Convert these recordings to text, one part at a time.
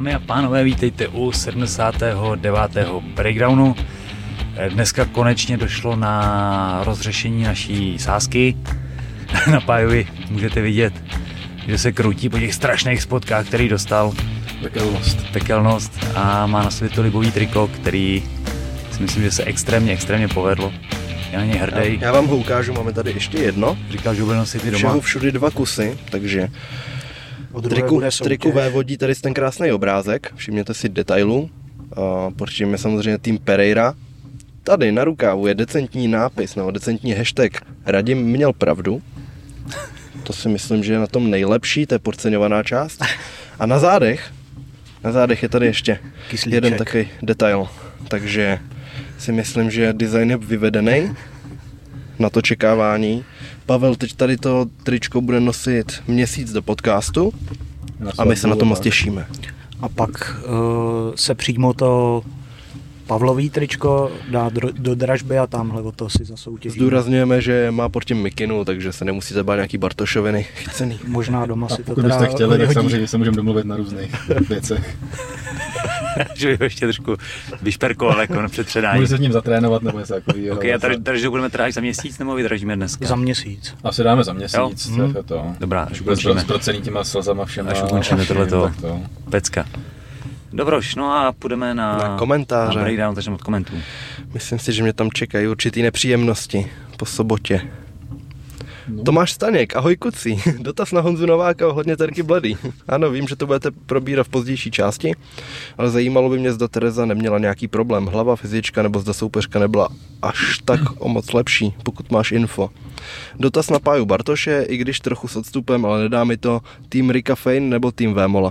Dámy a pánové, vítejte u 79. breakdownu. Dneska konečně došlo na rozřešení naší sázky. Na Pájovi můžete vidět, že se krutí po těch strašných spotkách, který dostal. Pekelnost. A má na sobě to libový triko, který si myslím, že se extrémně povedlo. Je na něj hrdý. Já vám ho ukážu, máme tady ještě jedno. Říkal, že bude nosit i doma. Všeho všudy 2 kusy, takže triku vévodí tady ten krásný obrázek. Všimněte si detailu. Počítíme samozřejmě tým Pereira. Tady na rukávu je decentní nápis, nebo decentní hashtag Radim měl pravdu. To si myslím, že je na tom nejlepší, to je podceňovaná část. A na zádech je tady ještě jeden takový detail. Takže si myslím, že design je vyvedený na to čekávání. Pavel teď tady to tričko bude nosit měsíc do podcastu a my se na to moc těšíme. A pak se přímo to Pavlový tričko dá do dražby a tamhle o to si zasoutěžíme. Zdůrazňujeme, že má pod tím mikinu, takže se nemusíte bát nějaký Bartošoviny chycený. Možná doma si to pokud teda byste chtěli, hodí. tak samozřejmě se můžeme domluvit na různých věcech. Že bych ještě trošku vyšperkoval jako na předředání. Můžu se s ním zatrénovat nebo něco takového. Ok, a tady budeme trát za měsíc nebo vydražíme dneska? Za měsíc. Asi dáme za měsíc, to je to. Dobrá, až budeme zprocený těma slzama všema. Až ukončíme tohleto pecka. Dobroš, no a půjdeme na komentáře. Na breakdown, takže od komentů. Myslím si, že mě tam čekají určitý nepříjemnosti po sobotě. No. Tomáš Staněk, ahoj kucí. Dotaz na Honzu Nováka ohledně Terky Bloody. Ano, vím, že to budete probírat v pozdější části, ale zajímalo by mě, zda Tereza neměla nějaký problém. Hlava, fyzička nebo zda soupeřka nebyla až tak o moc lepší, pokud máš info. Dotaz na Páju Bartoše, i když trochu s odstupem, ale nedá mi to, tým Ricka Fane nebo tým Vémola.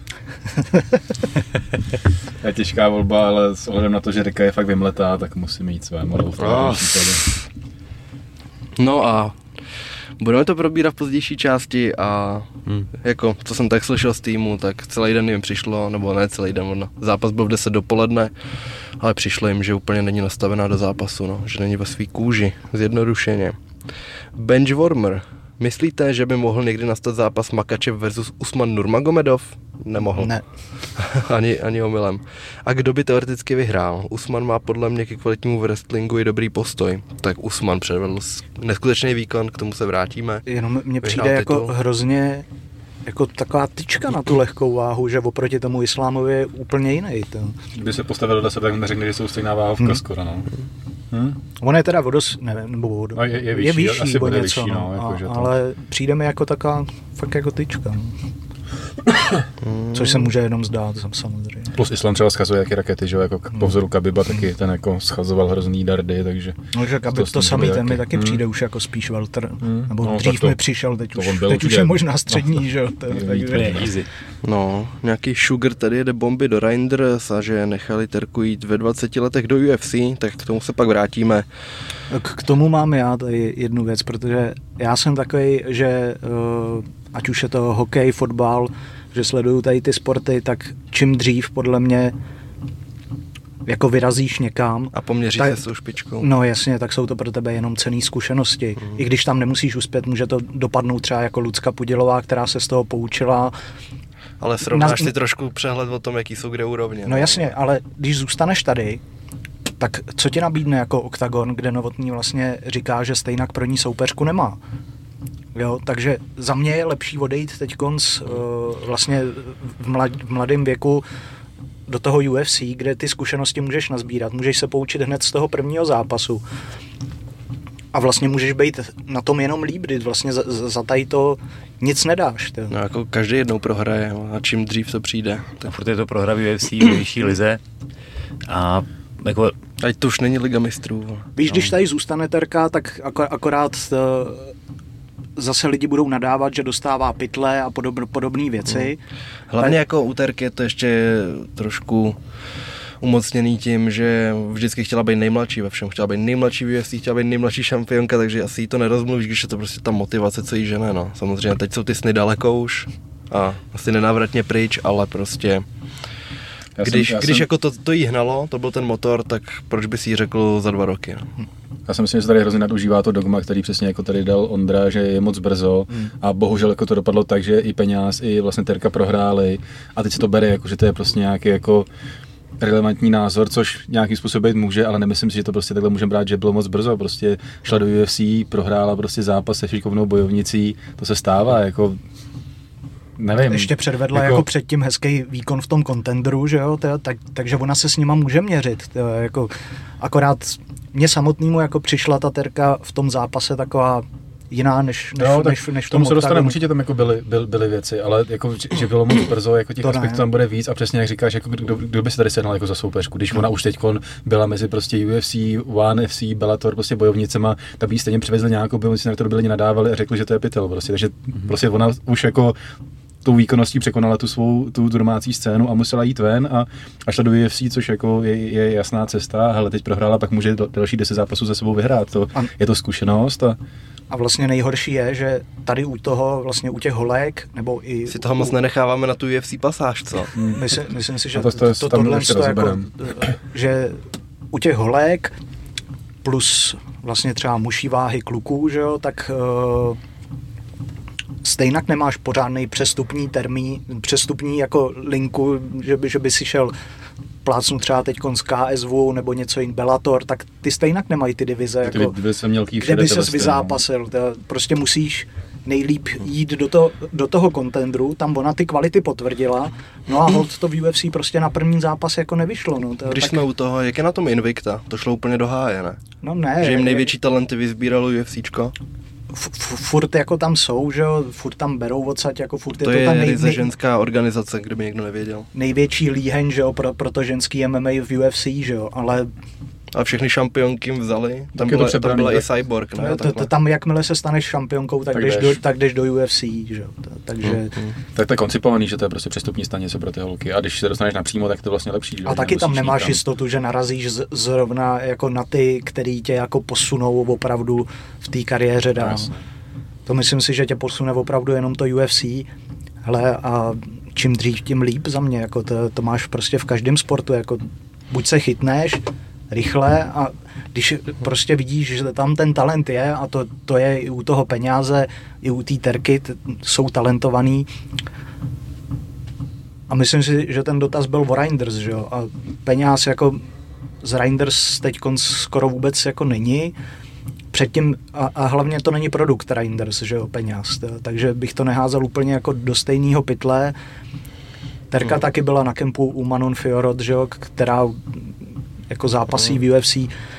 Je těžká volba, ale s ohledem na to, že Ricka je fakt vymletá, tak musím jít své malou. No a budeme to probírat v pozdější části a jako, co jsem tak slyšel z týmu, tak celý den jim přišlo, nebo ne celý den, zápas byl v 10 dopoledne, ale přišlo jim, že úplně není nastavená do zápasu, no, že není ve svý kůži, zjednodušeně. Benchwarmer. Myslíte, že by mohl někdy nastat zápas Makačev versus Usman Nurmagomedov? Nemohl. Ne. ani omylem. A kdo by teoreticky vyhrál? Usman má podle mě ke kvalitnímu wrestlingu i dobrý postoj. Tak Usman předvedl neskutečný výkon, k tomu se vrátíme. Jenom mně přijde jako hrozně jako taková tyčka na tu lehkou váhu, že oproti tomu Islámovi je úplně jiný. Kdyby se postavil do sebe, tak neřekne, že jsou stejná váhovka skoro, no. On je teda nevím, nebo je vyšší, asi nebo bude něco, vyšší, no, jako, to... ale přijde mi jako taková fakt jako tyčka. Což se může jenom zdát, samozřejmě. Plus Islám třeba schazuje jaký rakety, že jako po vzoru Kabiba taky ten jako schazoval hrozný dardy, takže... No, že Kabib to samý, ten mi taky přijde už jako spíš welter, nebo dřív mi přišel, teď už je možná střední, že? Easy. No, nějaký Sugar tady jede bomby do Reinders a že nechali Terku jít ve 20 letech do UFC, tak k tomu se pak vrátíme. K tomu mám já tady jednu věc, protože já jsem takový, že ať už je to hokej, fotbal, že sleduju tady ty sporty, tak čím dřív podle mě jako vyrazíš někam. A poměří se s tou špičkou. No jasně, tak jsou to pro tebe jenom cenné zkušenosti. I když tam nemusíš uspět, může to dopadnout třeba jako Lucka Pudilová, která se z toho poučila. Ale srovnáš si trošku přehled o tom, jaký jsou kde úrovně. No jasně, ale když zůstaneš tady, tak co ti nabídne jako Oktagon, kde Novotný vlastně říká, že stejnak pro ní soupeřku nemá. Jo, takže za mě je lepší odejít teďkonc vlastně v mladém věku do toho UFC, kde ty zkušenosti můžeš nazbírat, můžeš se poučit hned z toho prvního zápasu a vlastně můžeš být na tom jenom líp, kdy vlastně za tady to nic nedáš. No jako každý jednou prohraje a čím dřív to přijde. Tak furt je to prohra v UFC v vyšší lize a jako... Ať to už není Liga mistrů. Víš, když tady zůstane Terka, tak akorát zase lidi budou nadávat, že dostává pytle a podobné věci. Hlavně jako u Terky je to ještě trošku umocněný tím, že vždycky chtěla být nejmladší ve všem. Chtěla být nejmladší v UFC, chtěla být nejmladší šampionka, takže asi jí to nerozmluvíš, když je to prostě ta motivace, co jí žene. No. Samozřejmě teď jsou ty sny daleko už a asi nenávratně pryč, ale prostě Když jako to jí hnalo, to byl ten motor, tak proč by si jí řekl za 2 roky? No? Já si myslím, že tady hrozně nadužívá to dogma, který přesně jako tady dal Ondra, že je moc brzo a bohužel jako to dopadlo tak, že i Peňáz, i vlastně Terka prohráli a teď se to bere jako, že to je prostě nějaký jako relevantní názor, což nějakým způsobem být může, ale nemyslím si, že to prostě takhle můžeme brát, že bylo moc brzo, prostě šla do UFC, prohrála prostě zápas se šikovnou bojovnicí, to se stává, jako nevím. Ještě předvedla jako předtím hezký výkon v tom contendru, že jo, takže ona se s nima může měřit, jako akorát mně samotnému jako přišla ta Terka v tom zápase taková jiná než v tom se dostaneme, určitě tam jako byly věci, ale jako, že bylo moc brzo, jako těch aspektů tam bude víc a přesně jak říkáš, jako kdo by se tady sehnal jako za soupeřku, když ona už teďkon byla mezi prostě UFC, One FC, Bellator, prostě bojovnicema, tak by jí stejně přivezli nějakou bojovnici, na kterou by lidi nadávali a řekli, že to je pytel, prostě, takže prostě ona už jako tou výkonností překonala tu domácí scénu a musela jít ven a šla do UFC, což jako je jasná cesta, hele, teď prohrála, pak může další 10 zápasů za sebou vyhrát, je to zkušenost a vlastně nejhorší je, že tady u toho, vlastně u těch holek, nebo i... Si toho moc nenecháváme na tu UFC pasáž, co? Myslím si, že tohle jako, že u těch holek plus vlastně třeba muší váhy kluků, že jo, tak stejnak nemáš pořádnej přestupní jako linku, že by si šel plácnout třeba teďkon z KSV nebo něco jiný Bellator, tak ty stejnak nemají ty divize, jako, kde by ses vyzápasil. Prostě musíš nejlíp jít do toho contendru, tam ona ty kvality potvrdila, no a hold to v UFC prostě na první zápas jako nevyšlo. No, když jsme u toho, jak je na tom Invicta? To šlo úplně do háje, ne? No ne. Že jim největší talenty vyzbíralo UFCčko? Furt jako tam jsou, že jo, furt tam berou odsaď, jako furt to je to ta ženská organizace, kdyby někdo nevěděl. Největší líheň, že jo, pro to ženský MMA v UFC, že jo, ale... A všechny šampionky vzali, tam byla i Cyborg, ne? Tam jakmile se staneš šampionkou, tak jdeš do UFC, že jo, takže... Tak to je koncipovaný, že to je prostě přestupní stanice pro ty holky a když se dostaneš napřímo, tak to je vlastně lepší. Že? A taky tam nemáš jistotu, že narazíš zrovna jako na ty, který tě jako posunou opravdu v té kariéře dál. To myslím si, že tě posune opravdu jenom to UFC, hele, a čím dřív, tím líp za mě, jako to máš prostě v každém sportu, jako buď se chytneš rychle a když prostě vidíš, že tam ten talent je a to je i u toho Peňáze, i u té Terky, jsou talentovaný. A myslím si, že ten dotaz byl o Reinders, že jo, a Peňáz jako z Reinders teď skoro vůbec jako není. Předtím, a hlavně to není produkt Reinders, že jo, Peňáz, takže bych to neházel úplně jako do stejného pytle. Terka taky byla na kempu u Manon Fiorot, že jo, která jako zápasí v UFC.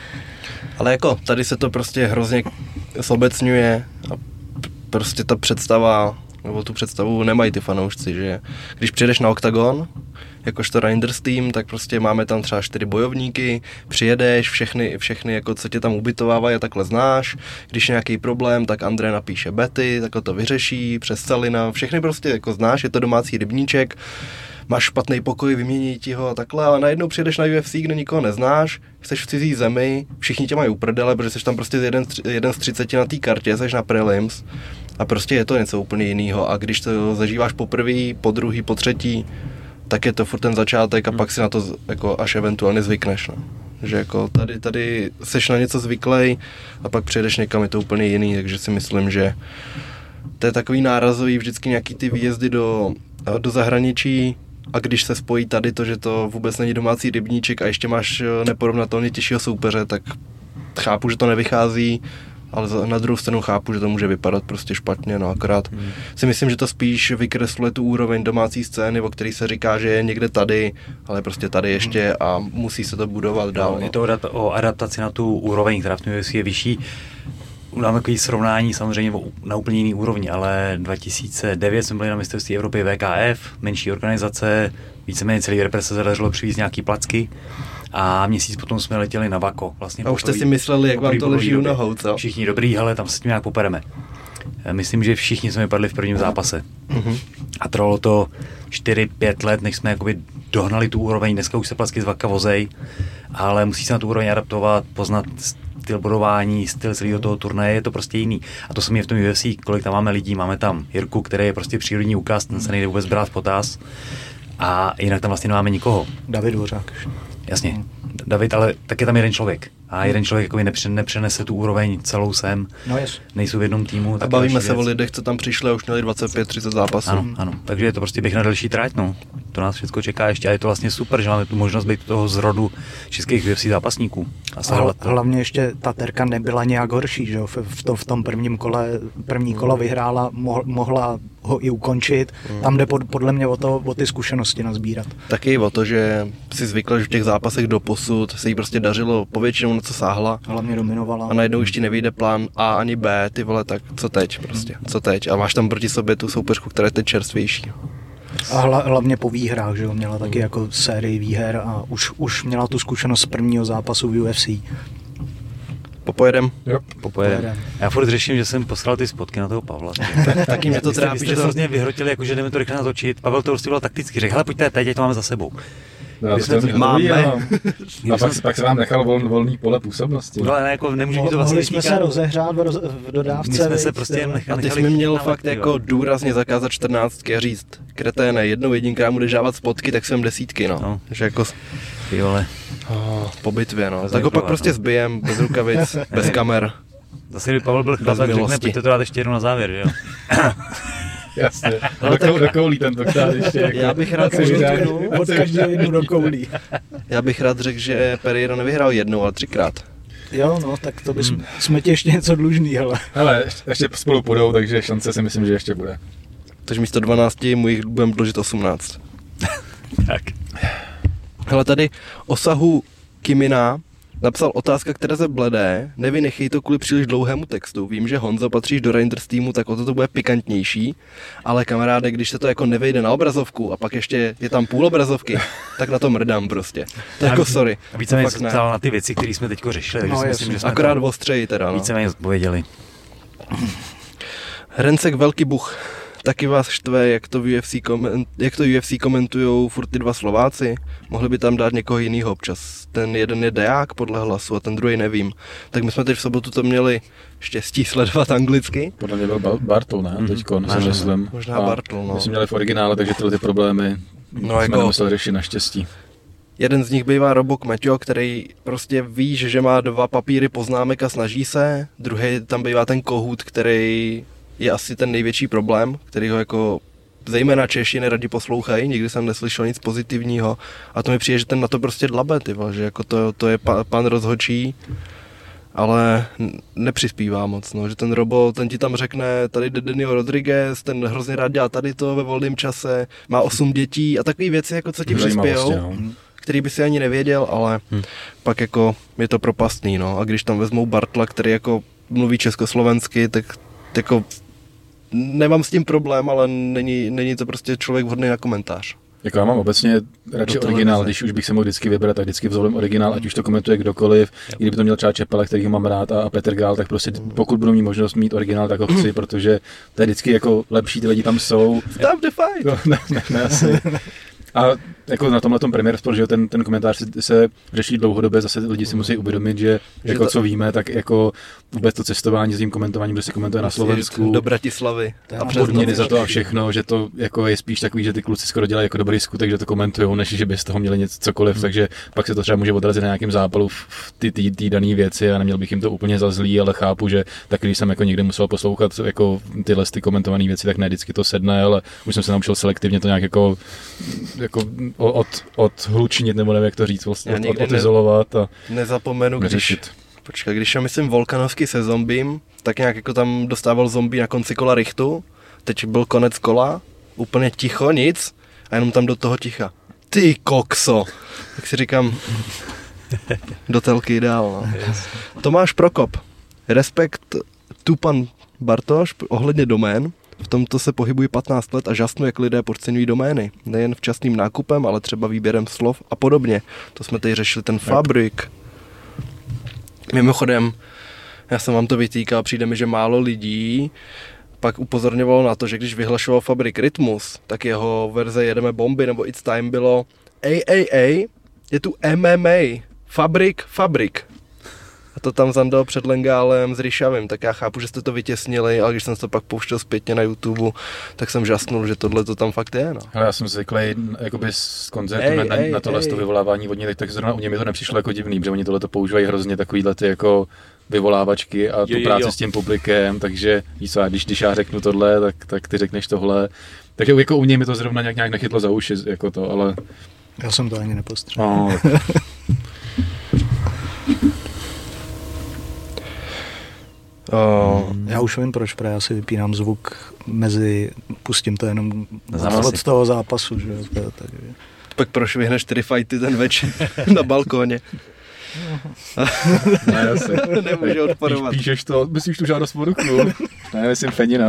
Ale jako tady se to prostě hrozně zobecňuje a prostě ta představa, nebo tu představu nemají ty fanoušci, že když přijedeš na Octagon, jakožto Reinders tým, tak prostě máme tam třeba 4 bojovníky, přijedeš, všechny jako co tě tam ubytovávají a takhle znáš, když je nějaký problém, tak André napíše Betty, tak to vyřeší, přes Salina, všechny prostě jako znáš, je to domácí rybníček, máš špatný pokoj, vymění ti ho a takhle, ale najednou přijedeš na UFC, kde nikoho neznáš, jsi v cizí zemi, všichni tě mají uprdele, protože jsi tam prostě jeden z 30 na té kartě, jsi na prelims a prostě je to něco úplně jiného a když to zažíváš poprvé, po druhý, po třetí, tak je to furt ten začátek a pak si na to jako až eventuálně zvykneš. No. Že jako tady seš na něco zvyklej a pak přijedeš někam, je to úplně jiný, takže si myslím, že to je takový nárazový vždycky nějaký ty výjezdy do zahraničí a když se spojí tady to, že to vůbec není domácí rybníček a ještě máš neporovnatelně těžšího soupeře, tak chápu, že to nevychází, ale na druhou stranu chápu, že to může vypadat prostě špatně, no akorát si myslím, že to spíš vykresluje tu úroveň domácí scény, o který se říká, že je někde tady, ale prostě tady ještě a musí se to budovat dál. Je to o adaptaci na tu úroveň, která v tom je vyšší. Udáme takový srovnání samozřejmě na úplně jiný úrovni, ale 2009 jsme byli na mistrovství Evropy VKF, menší organizace, víceméně celý repre se zadařilo přivízt nějaký placky a měsíc potom jsme letěli na Vako. Vlastně a už jste si mysleli, jak vám to leží u nohou, co? Všichni dobrý, ale tam se tím nějak popereme. Myslím, že všichni jsme vypadli v prvním zápase. A trvalo to 4-5 let, než jsme jakoby dohnali tu úroveň. Dneska už se placky z Vaka vozej, ale musí se na tu úroveň adaptovat, poznat styl bodování, styl celého toho turnaje, je to prostě jiný. A to se mi v tom UFC, kolik tam máme lidí, máme tam Jirku, který je prostě přírodní úkaz, ten se nejde vůbec brát v potaz. A jinak tam vlastně nemáme nikoho. David Dvořák. Jasně, David, ale tak je tam jeden člověk. A jeden člověk nepřenese tu úroveň celou sem. No jest. Nejsou v jednom týmu. A bavíme se o lidech, co tam přišli a už měli 25-30 zápasů. Ano, takže je to prostě běh na delší trať, no. To nás všechno čeká ještě a je to vlastně super, že máme tu možnost být toho zrodu českých UFC zápasníků. Hlavně ještě ta terka nebyla nějak horší, že jo? V tom první kolo vyhrála, mohla ho i ukončit. Tam jde podle mě o ty zkušenosti nazbírat. Taky o to, že si zvykla, že v těch zápasech doposud se jí prostě dařilo povětšinou na co sáhla. Hlavně dominovala. A najednou ještě nevyjde plán A ani B, ty vole, tak co teď prostě, co teď? A máš tam proti sobě tu soupeřku, která je teď čerstvější. A hlavně po výhrách, že jo, měla taky jako sérii výher a už měla tu zkušenost z prvního zápasu v UFC. Popojedem? Jo. Popojedem. Já furt řeším, že jsem poslal ty spotky na toho Pavla. Taky mě to trápí, že to hrozně vyhrotili, jako že jdeme to rychle natočit. Pavel to prostě byl takticky, řekl, hele, pojďte teď, to máme za sebou. No, máme. A pak se vám nechal volný pole působnosti. No, ale jako nemůže to vlastně jsme se rozehrát v dodávce. My jsme se prostě nechali. A ty jsi mi měl fakt jako důrazně zakázat 14 a říct, kreténe, jednou jedinkrát budeš dávat spotky, tak jsem 10, no. Takže jako po bitvě, no. Tak ho pak prostě zbijem, bez rukavic, bez kamer. Zase kdyby Pavel byl chlap, tak řekne, pojďte to dát ještě jednou na závěr, jo? Jasně, do koulí tentokrát ještě. Jako, já bych rád od každého jednu do koulí. Já bych rád řekl, že Pereira nevyhrál jednou, ale 3krát. Jo, no, tak to jsme ti ještě něco dlužný, hele. Hele, ještě spolu půjdou, takže šance si myslím, že ještě bude. Takže místo 12 mu jich budeme dlužit 18. Tak. Hele, tady Osahu Kimina napsal otázka, která se bledé, nevynechej to kvůli příliš dlouhému textu. Vím, že Honzo, patříš do Reinders týmu, tak o to bude pikantnější, ale kamaráde, když se to jako nevejde na obrazovku a pak ještě je tam půl obrazovky, tak na to mrdám prostě. To jako sorry. A víceméně se ptal na ty věci, které jsme teďko řešili, takže si myslím, že jsme akorát ostřeji teda, no. Víceméně odpověděli. Hrencek Velký Buch. Taky vás štve, jak to UFC komentujou furt ty dva Slováci. Mohli by tam dát někoho jiného občas. Ten jeden je Deák podle hlasu a ten druhý nevím. Tak my jsme teď v sobotu to měli štěstí sledovat anglicky. Podle mě byl Bartl, ne? Teďko, myslím. Možná Bartl, no. My jsme měli v originále, takže tyhle ty problémy jsme nemuseli řešit naštěstí. Jeden z nich bývá Robo Kmeťo, který prostě víš, že má 2 papíry poznámek a snaží se. Druhý tam bývá ten Kohut, který je asi ten největší problém, který ho jako zejména Češi neradi poslouchají, nikdy jsem neslyšel nic pozitivního a to mi přijde, že ten na to prostě dlabe, že jako to je pan rozhodčí, ale nepřispívá moc, no, že ten Robo, ten ti tam řekne, tady Denio Rodriguez, ten hrozně rád dělá tady to ve volném čase, má 8 dětí a takové věci, jako co ti přispějou, který by si ani nevěděl, ale pak jako je to propastný, no, a když tam vezmou Bartla, který jako mluví československy, tak jako nemám s tím problém, ale není to prostě člověk vhodný na komentář. Jako já mám obecně radši originál, když už bych se mohl vždycky vybrat, tak vždycky vzolím originál, ať už to komentuje kdokoliv, i kdyby to měl třeba Čepele, který ho mám rád, a Petr Gál, tak prostě pokud budu mít možnost mít originál, tak ho chci, protože to je vždycky jako lepší, ty lidi tam jsou. Stop the fight! Ne, asi. A jako na tomhletom Premier Sport, že ten komentář se řeší dlouhodobě, zase lidi si musí uvědomit, že jako co víme, tak jako vůbec to cestování s tím komentováním, že se komentuje na Slovensku. Do Bratislavy. A podměny za to a všechno, že to jako je spíš takový, že ty kluci skoro dělají jako dobrý skutek, že to komentujou, než že by z toho měli něco cokoliv, takže pak se to třeba může odrazit na nějakém zápalu v ty dané věci a neměl bych jim to úplně za zlý, ale chápu, že tak když jsem jako někde musel poslouchat jako tyhle komentované věci, tak ne vždycky to sedne, ale už jsem se naučil selektivně to nějak jako odhlučnit, nebo nevím, jak to říct, vlastně odizolovat a nezapomenu, když já myslím Volkanovský se zombím, tak nějak jako tam dostával zombie na konci kola Richtu, teď byl konec kola, úplně ticho, nic, a jenom tam do toho ticha. Ty kokso! Tak si říkám, do telky dál. No. Tomáš Prokop, respekt Tupan Bartoš ohledně domén. V tomto se pohybují 15 let a žasnu, jak lidé podceňují domény. Nejen včasným nákupem, ale třeba výběrem slov a podobně. To jsme tady řešili, ten Fabrik. Mimochodem, já jsem vám to vytýkal, přijde mi, že málo lidí pak upozorňovalo na to, že když vyhlašoval Fabrik Rytmus, tak jeho verze Jedeme bomby nebo It's Time bylo AAA, je tu MMA, Fabrik. A to tam zandal před Lengálem s Ryšavým, tak já chápu, že jste to vytěsnili, ale když jsem to pak pouštěl zpětně na YouTube, tak jsem žasnul, že tohle to tam fakt je, no. Ale já jsem zvyklý jakoby z koncertu na tohle to vyvolávání vodní, tak zrovna u mě mi to nepřišlo jako divný, protože oni tohle to používají hrozně takovýhle ty jako vyvolávačky a tu práci s tím publikem, takže víš co, když já řeknu tohle, tak ty řekneš tohle. Takže jako u něj mi to zrovna nějak nechytlo za uši, jako to, ale... Já jsem to ani nepostřel. No. Já už vím proč, protože já si vypínám zvuk pustím to jenom od toho zápasu, že jo, takže... Pak prošvihne 4 fighty ten večer na balkóně. Ne, asi. Nemůže odporovat. Píšeš to, myslíš tu žádost o ruku? Ne, myslím Fenina.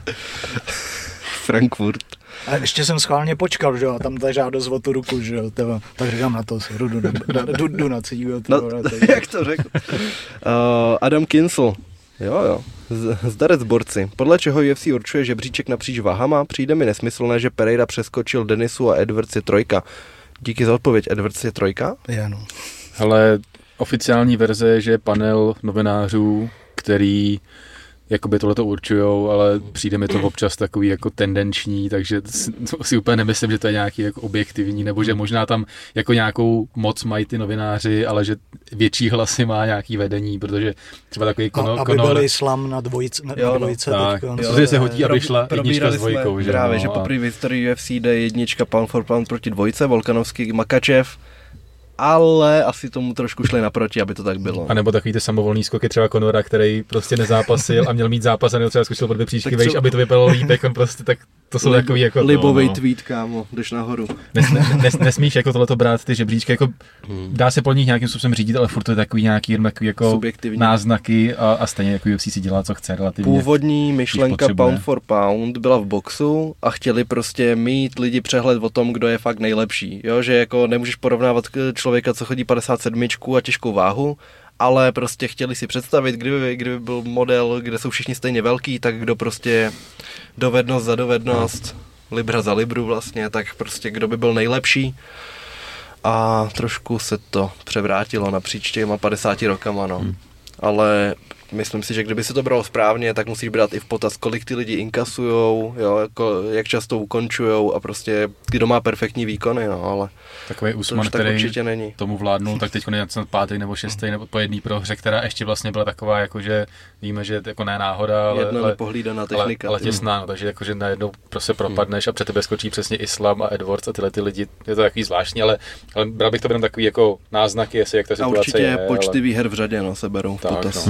Frankfurt. A ještě jsem schválně počkal, že jo, a tam ta žádost o tu ruku, že jo, tak říkám na to, jdu na cíl. Jak to řekl? Adam Kinsel. Jo. Zdarec borci. Podle čeho UFC určuje žebříček napříč váhama, přijde mi nesmyslné, že Pereira přeskočil Denisu a Edwards je 3. Díky za odpověď. Edwards je 3? Je, no. Hele, oficiální verze je, že je panel novinářů, který jakoby tohleto určujou, ale přijde mi to občas takový jako tendenční, takže si úplně nemyslím, že to je nějaký jako objektivní, nebo že možná tam jako nějakou moc mají ty novináři, ale že větší hlasy má nějaký vedení, protože třeba takový aby byl Islam na dvojice. Tak, to se hodí, aby šla jednička s dvojkou. Že právě, že poprvé v historii UFC jde jednička pound for pound proti dvojce, Volkanovský, Makačev, ale asi tomu trošku šli naproti, aby to tak bylo. A nebo takový ty samovolný skoky třeba Conora, který prostě nezápasil a měl mít zápas a nebo třeba skočil po 2 příčky vejš, aby to vypadalo líp, jak on prostě tak to jsou takový jako libovej tweet, kámo, jdeš nahoru. Nesmíš jako tohleto brát ty žebříčky, jako dá se po nich nějakým způsobem řídit, ale furt to je takový nějaký jako subjektivní náznaky a stejně jako UFC si dělá, co chce relativně. Původní myšlenka pound for pound byla v boxu a chtěli prostě mít lidi přehled o tom, kdo je fakt nejlepší, jo, že jako nemůžeš porovnávat člověka, co chodí 57 a těžkou váhu, ale prostě chtěli si představit, kdyby byl model, kde jsou všichni stejně velký, tak kdo prostě dovednost za dovednost, libra za libru vlastně, tak prostě kdo by byl nejlepší. A trošku se to převrátilo napříč těma 50 rokama, no. Ale myslím si, že kdyby se to bralo správně, tak musíš brát i v potaz, kolik ty lidi inkasujou, jo, jako, jak často ukončujou a prostě kdo má perfektní výkony, no, ale takový Usman, který tomu vládnul, tak teď je snad 5. nebo 6. nebo po jedné prohře, která ještě vlastně byla taková, jakože víme, že jako ne náhoda, ale nepohlídaná technika. Ale těsná, no, takže jakože najednou prostě propadneš a před tebe skočí přesně Islam a Edwards a tyhle ty lidi, je to takový zvláštní, ale bral bych to jenom takový jako náznaky, jestli jak ta situace je. A určitě počty výher v řadě, no, se berou v potaz.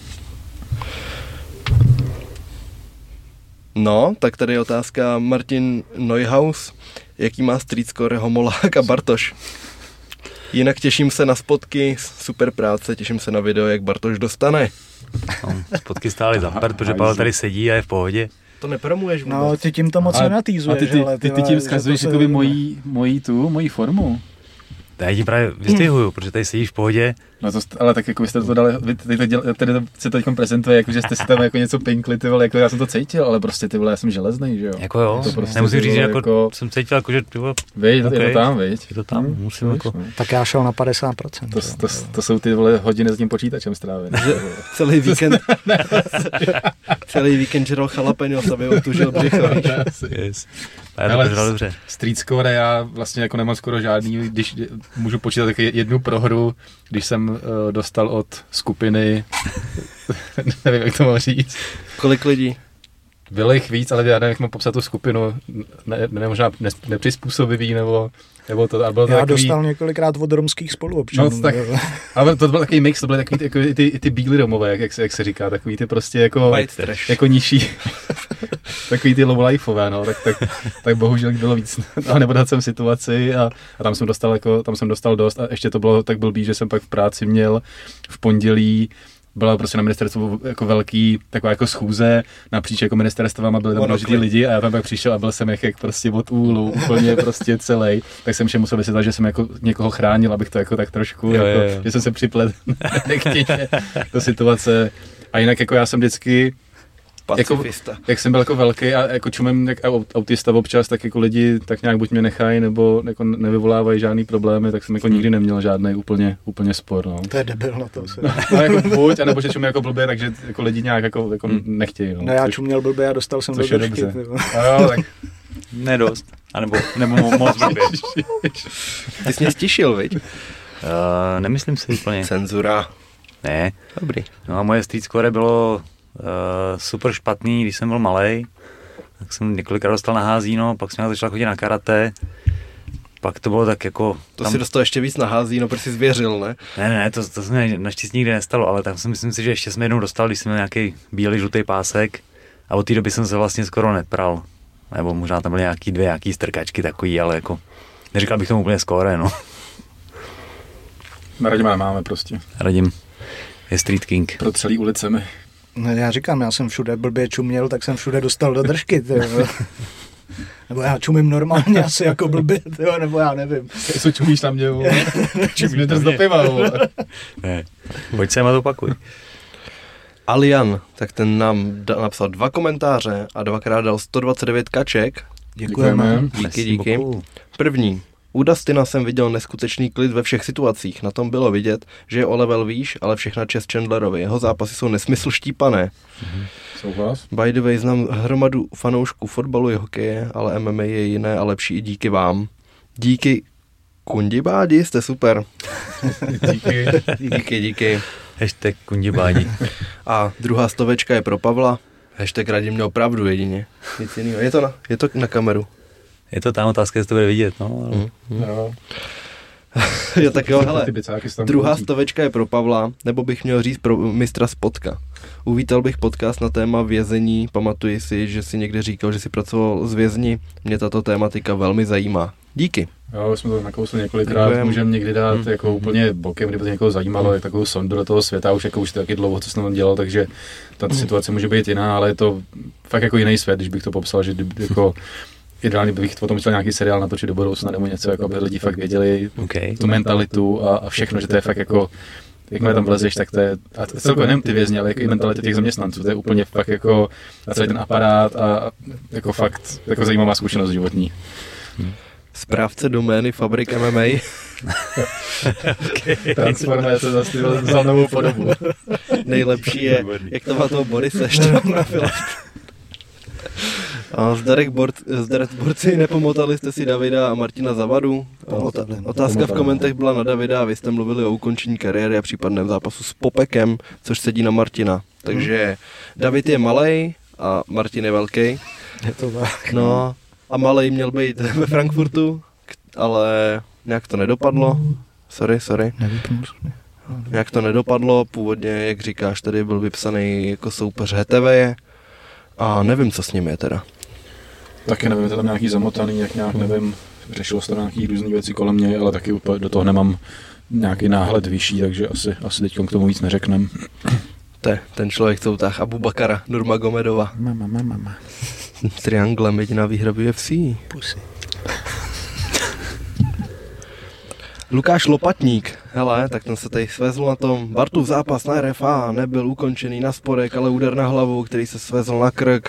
No, tak tady je otázka Martin Neuhaus, jaký má street score Homolák a Bartoš. Jinak těším se na spotky, super práce, těším se na video, jak Bartoš dostane. No, spotky stály za prd, protože Pavel tady sedí a je v pohodě. To nepromuješ vůbec. No, ty tím to moc nenatýzuješ. Ty tím zkazuješ jakoby mojí formu. Já ji právě vystihuju, protože tady sedíš v pohodě. No to, ale tak jako byste to dali, tady se to prezentuje, jako že jste si tam jako něco pinkli, ty vole, jako já jsem to cítil, ale prostě ty vole, já jsem železnej, že jo. Jako jo, to prostě nemusím říct, že jako jsem cítil, jako že ty vole, je to tam, Je to tam, musím jako. Tak já šel na 50%. To jsou ty vole hodiny za tím počítačem strávené. Celý víkend žral jalapeňos, aby otužil břicho. Yes. Ale dobře. Street score já vlastně jako nemám skoro žádný, když můžu počítat taky jednu prohru, když jsem dostal od skupiny, nevím, jak to mám říct. Kolik lidí? Bylo jich víc, ale já nevím, jak mám popsat tu skupinu, ne možná nepřizpůsobivý, nebo to. Já takový... dostal několikrát od romských spoluobčanů. No, tak, ale to byl takový mix, to byly takový jako ty bílí Romové, jak se říká, takový ty prostě jako nižší, takový ty low lifeové, no, tak bohužel bylo víc. A nebodal jsem situaci a tam jsem dostal dost a ještě to bylo tak blbý, že jsem pak v práci měl v pondělí byla prostě na ministerstvu jako velký, taková jako schůze napříč jako ministerstvama, byli tam důležitý lidi a já tam pak přišel a byl jsem jak prostě od úlu, úplně prostě celý, tak jsem všem musel vysvětlit, že jsem jako někoho chránil, abych to jako tak trošku, jo. Že jsem se připlet nechtěně do situace a jinak jako já jsem vždycky Pacifista. Jako, jak jsem byl jako velký a jako čumím jak autista občas, tak jako lidi tak nějak buď mě nechají, nebo jako nevyvolávají žádný problémy, tak jsem jako nikdy neměl žádný úplně spor. No. To je debil na to. No, jako buď, anebo že čumím jako blbě, takže jako lidi nějak jako nechtějí. No, já čuměl blbě a dostal jsem do držky. Jo, tak... Nedost. Nebo moc blbě. Ty jsi mě stišil, viď? Nemyslím si úplně. Cenzura. Ne. Dobrý. No a moje street score bylo super špatný, když jsem byl malej. Tak jsem několikrát dostal na házíno, pak jsem začal chodit na karate. Pak to bylo tak jako... To si dostal ještě víc na házíno, protože jsi zvěřil, ne? Ne, to se mi naštěstí nikdy nestalo, ale tam myslím si, že ještě jsme jednou dostal, když jsem měl nějaký bílý, žlutý pásek a od té doby jsem se vlastně skoro nepral. Nebo možná tam byly nějaký strkačky takový, ale jako neříkal bych tomu úplně skóre, no. Radima máme prostě. Radim je street king. Pro celý ulicemi. No, já říkám, já jsem všude blbě čuměl, tak jsem všude dostal do držky, nebo já čumím normálně asi jako blbě, nebo já nevím. Co čumíš na mě, čumíš to z do piva, Ne, pojď sem a to opakuj. Alian, tak ten nám napsal 2 komentáře a 2krát dal 129 kaček. Děkujeme. Díky. První. U Dustina jsem viděl neskutečný klid ve všech situacích. Na tom bylo vidět, že je o level výš, ale všechna čest Chandlerovi. Jeho zápasy jsou nesmysl štípané. Souhlas. By the way, znám hromadu fanoušků fotbalu i hokeje, ale MMA je jiné a lepší i díky vám. Díky Kundibádi, jste super. Díky. Hashtag Kundibádi. A druhá 100 je pro Pavla. Hashtag Radim měl pravdu jedině. Nic jiného. Je to na kameru. Je to tam otázka, jestli to bude vidět, no. Jo. Jo, tak jo, hele, druhá 100 je pro Pavla, nebo bych měl říct pro mistra Spotka. Uvítal bych podcast na téma vězení, pamatuji si, že si někde říkal, že si pracoval s vězni, mě tato tématika velmi zajímá. Díky. Jo, jsme to nakousli několikrát, můžeme někdy dát jako úplně bokem, kdyby to někoho zajímalo, jak takovou sondu do toho světa, už to taky dlouho, co jsem tam dělal, takže ta situace může být jiná, ale je to fakt jako jiný svět, když bych to popsal, že jako ideálně bych o tom chtěl nějaký seriál natočit do budoucna nebo něco, jako aby lidi fakt věděli tu mentalitu a všechno, že to je fakt jako, jakmile tam vlezeš, tak to je, a celkově nejen ty vězni, ale jako i mentality těch zaměstnanců, to je úplně fakt jako na celý ten aparát a jako fakt jako zajímavá zkušenost životní. Správce domény Fabrik MMA. Transformace za novou podobu. Nejlepší je, jak to má toho Borise Štrapna Filip. A z borci nepomotali jste si Davida a Martina Zavadu? Otázka v komentech byla na Davida a vy jste mluvili o ukončení kariéry a případném zápasu s Popekem, což sedí na Martina. Takže David je malej a Martin je velký. Je to tak. No a malej měl být ve Frankfurtu, ale nějak to nedopadlo. Sorry. Nějak to nedopadlo, původně, jak říkáš, tady byl vypsaný jako soupeř Heteveje a nevím, co s ním je teda. Taky nevím, je to tam nějaký zamotaný, jak nějak nevím, řešilo se tam nějaký různý věci kolem něj, ale taky úplně do toho nemám nějaký náhled vyšší, takže asi teď k tomu víc neřeknem. Ten člověk, co utáhl Abubakara Nurmagomedova. Mama. Trianglem jediná výhra v UFC. Pusy. Lukáš Lopatník, hele, tak ten se tady svezl na tom. Bartův zápas na RFA nebyl ukončený na spodek, ale úder na hlavu, který se svezl na krk.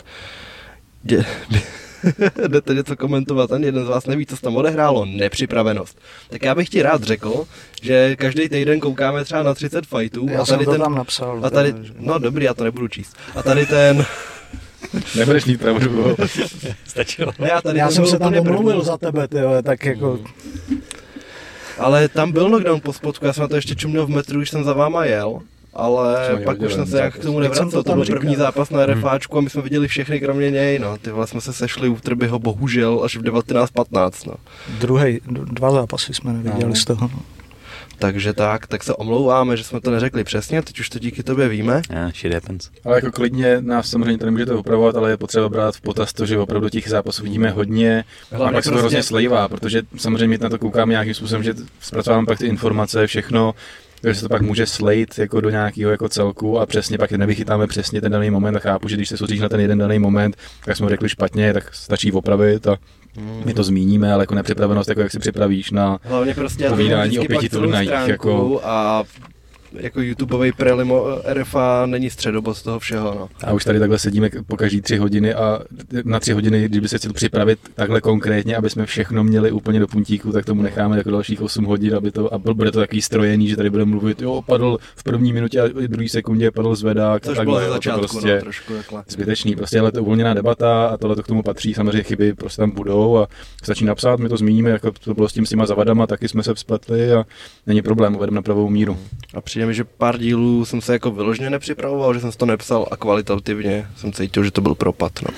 Jdete něco komentovat, ani jeden z vás neví, co se tam odehrálo, nepřipravenost. Tak já bych ti rád řekl, že každý týden koukáme třeba na 30 fightů. Já jsem to tam napsal. A tady, no dobrý, já to nebudu číst. A tady ten... Nebudeš mít pravdu. Stačilo. Já jsem se tam omluvil za tebe, tyhle, tak jako... Ale tam byl knockdown po spotku, já jsem na to ještě čuměl v metru, když jsem za váma jel, ale pak už jsem se jak k tomu nevracel, to byl první zápas na RFáčku a my jsme viděli všechny kromě něj, no, ty vole jsme se sešli u Trbyho bohužel až v 19:15, no. 2 zápasy jsme neviděli z toho, no. Takže tak se omlouváme, že jsme to neřekli přesně, teď už to díky tobě víme. Yeah, shit happens. Ale jako klidně nás samozřejmě to nemůžete opravovat, ale je potřeba brát v potaz to, že opravdu těch zápasů vidíme hodně a pak se to hrozně slejvá, protože samozřejmě my na to koukáme nějakým způsobem, že zpracováváme pak ty informace, všechno, takže se to pak může slejt jako do nějakého jako celku a přesně pak nevychytáme přesně ten daný moment a chápu, že když se soustředíš na ten jeden daný moment, tak jsme řekli špatně, tak stačí opravit a my to zmíníme, ale jako nepřipravenost, jako jak si připravíš na hlavně prostě povídání o 5 turnajích. Jako... A jako YouTubeovej prelimo RFA není středobod z toho všeho, no. A už tady takhle sedíme po každý 3 hodiny a na 3 hodiny, kdyby se chtěl připravit takhle konkrétně, aby jsme všechno měli úplně do puntíku, tak tomu necháme jako dalších 8 hodin, a bude to takový strojený, že tady budeme mluvit, jo, padl v první minutě a v druhé sekundě padl zvedák. Což bylo za začátku, to prostě trošku takhle. Zbytečný, prostě ale to je uvolněná debata a tohle to k tomu patří, samozřejmě chyby prostě tam budou a stačí napsat, my to zmíníme, jako to bylo s těma zavadama, taky jsme se spletli a není problém, uvedeme na pravou míru. A přijde mi, že pár dílů jsem se jako vyloženě nepřipravoval, že jsem to nepsal a kvalitativně jsem cítil, že to byl propad, no.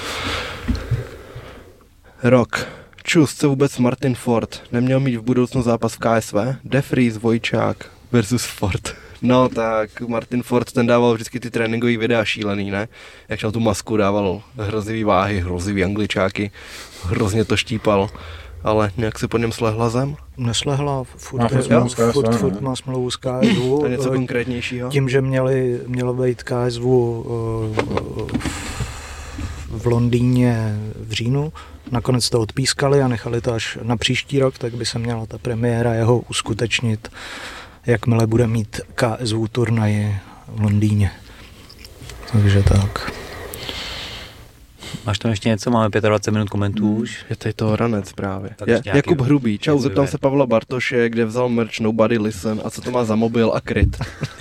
Rok. Čus, co vůbec Martin Ford? Neměl mít v budoucnu zápas v KSV? De Vries, Vojčák versus Ford. No tak Martin Ford, ten dával vždycky ty tréninkový videa šílený, ne? Jak na tu masku dával hrozivý váhy, hrozivý angličáky, hrozně to štípal. Ale nějak se po něm slehla zem? Neslehla, furt má smlouvu s KSV. A něco konkrétnějšího? Tím, že mělo být KSV v Londýně v říjnu, nakonec to odpískali a nechali to až na příští rok, tak by se měla ta premiéra jeho uskutečnit, jakmile bude mít KSV turnaj v Londýně. Takže tak. Máš tam ještě něco? Máme 25 minut komentů už. Je tady to ranec právě. Jakub Hrubý. Čau, zeptám se Pavla Bartoše, kde vzal merch Nobody Listen a co to má za mobil a kryt.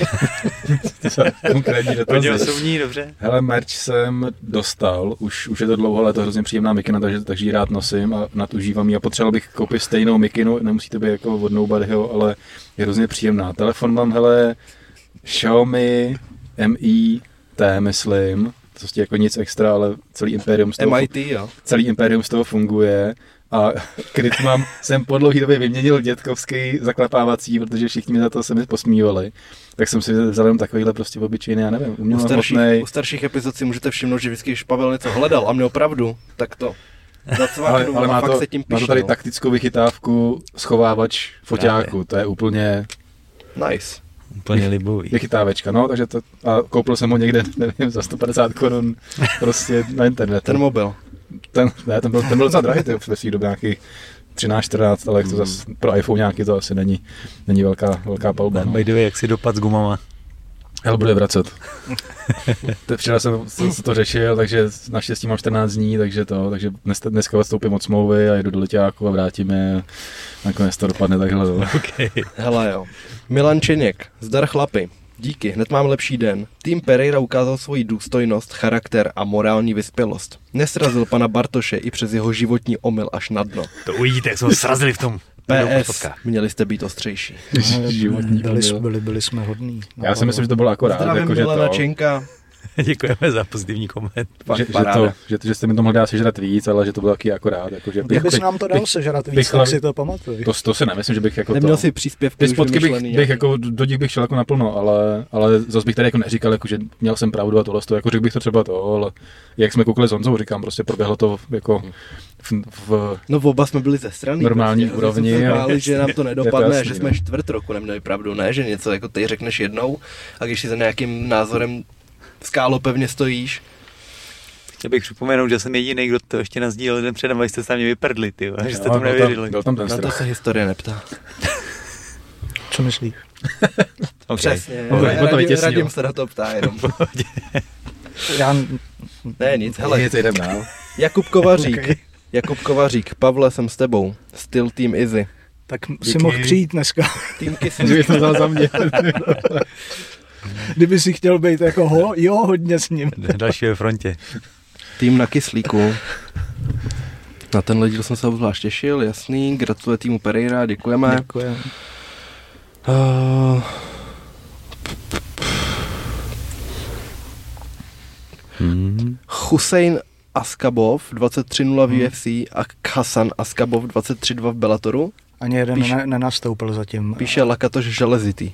Konkrétní dotazy. Osobní, dobře. Hele, merch jsem dostal, už je to dlouho, ale je to hrozně příjemná mikina, takže ji rád nosím a nadužívám ji a potřeboval bych koupit stejnou mikinu, nemusí to být jako od Nobodyho, ale je hrozně příjemná. Telefon mám, hele, Xiaomi Mi T, myslím. To prostě jako nic extra, ale celý impérium z toho, MIT, jo. Celý impérium z toho funguje a kryt jsem po dlouhé době vyměnil dětkovský zaklepávací, protože všichni mi za to se mi posmívali. Tak jsem si vzal jenom takovýhle prostě obyčejný, já nevím, u starších epizod si můžete všimnout, že vždycky, když Pavel něco hledal a měl pravdu, tak to zacváknu ale a fakt se tím píše. Má to tady taktickou vychytávku, schovávač foťáku, to je úplně... Nice. Úplně libový. Vychytávečka, no, takže to, a koupil jsem ho někde, nevím, za 150 korun prostě na internetu. Ten mobil? Ten byl docela drahý, ve svých době nějakých 13-14, ale to zase pro iPhone nějaký to asi není velká palba. No. Bajdově, jak si dopad s gumama? Hele, bude vracet. Včera jsem to řešil, takže naštěstí mám 14 dní, takže dneska odstoupím od smlouvy a jedu do Leťáku a vrátím je. Nakonec to dopadne takhle. Okay. Hele jo. Milan Čeněk, zdar chlapi. Díky, hned mám lepší den. Tým Pereira ukázal svoji důstojnost, charakter a morální vyspělost. Nesrazil pana Bartoše i přes jeho životní omyl až na dno. To uvidíte, jak jsme srazili v tom. PS, měli jste být ostřejší. Byli jsme hodní. Já si myslím, že to bylo akorát. Zdravím jako, Milana Čenka. Děkujeme za pozitivní koment. Že jste mi to mohl dát sežrat víc, ale že to bylo taky akorát. Jako, že kdybys nám to dal sežrat víc, tak si to pamatuj. To se nemyslím, že bych jako neměl si příspěvky ty spotky bych jako, do nich bych šel jako naplno, ale zase bych tady jako neříkal, jako, že měl jsem pravdu a tohle, jako řekl bych to třeba to, ale jak jsme koukali s Honzou, říkám, prostě proběhlo to jako no oba jsme byli ze strany. Normální prostě, úrovni. Jsme se báli, že nám to nedopadne, že jsme čtvrt roku neměli pravdu, ne, že něco jako ty řekneš jednou a když si za nějakým názorem skálopevně stojíš. Chtěl bych připomenout, že jsem jediný, kdo to ještě nazdílel den předem, a jste se na mě vyprdli, ty, že jste tomu nevěřili. Na to se historie neptá. Co myslíš? Okay. Přesně, radím se na to ptá jenom. Ne, nic, hele. Jdem dál. Jakub Kovařík, Pavle, jsem s tebou. Styl Team Easy. Tak si mohl přijít dneska. Tým Kdyby to vzal za mě. Kdyby si chtěl být jako hodně s ním. Další ve frontě. Tým na kyslíku. Na tenhle díl jsem se obzvlášť těšil, jasný. Gratuluje týmu Pereira, děkujeme. Děkujeme. Hussein Askabov 23-0 v UFC a Hasan Askabov 23-2 v Bellatoru. Ani jeden nenastoupil zatím. Píše Lakatoš Železitý.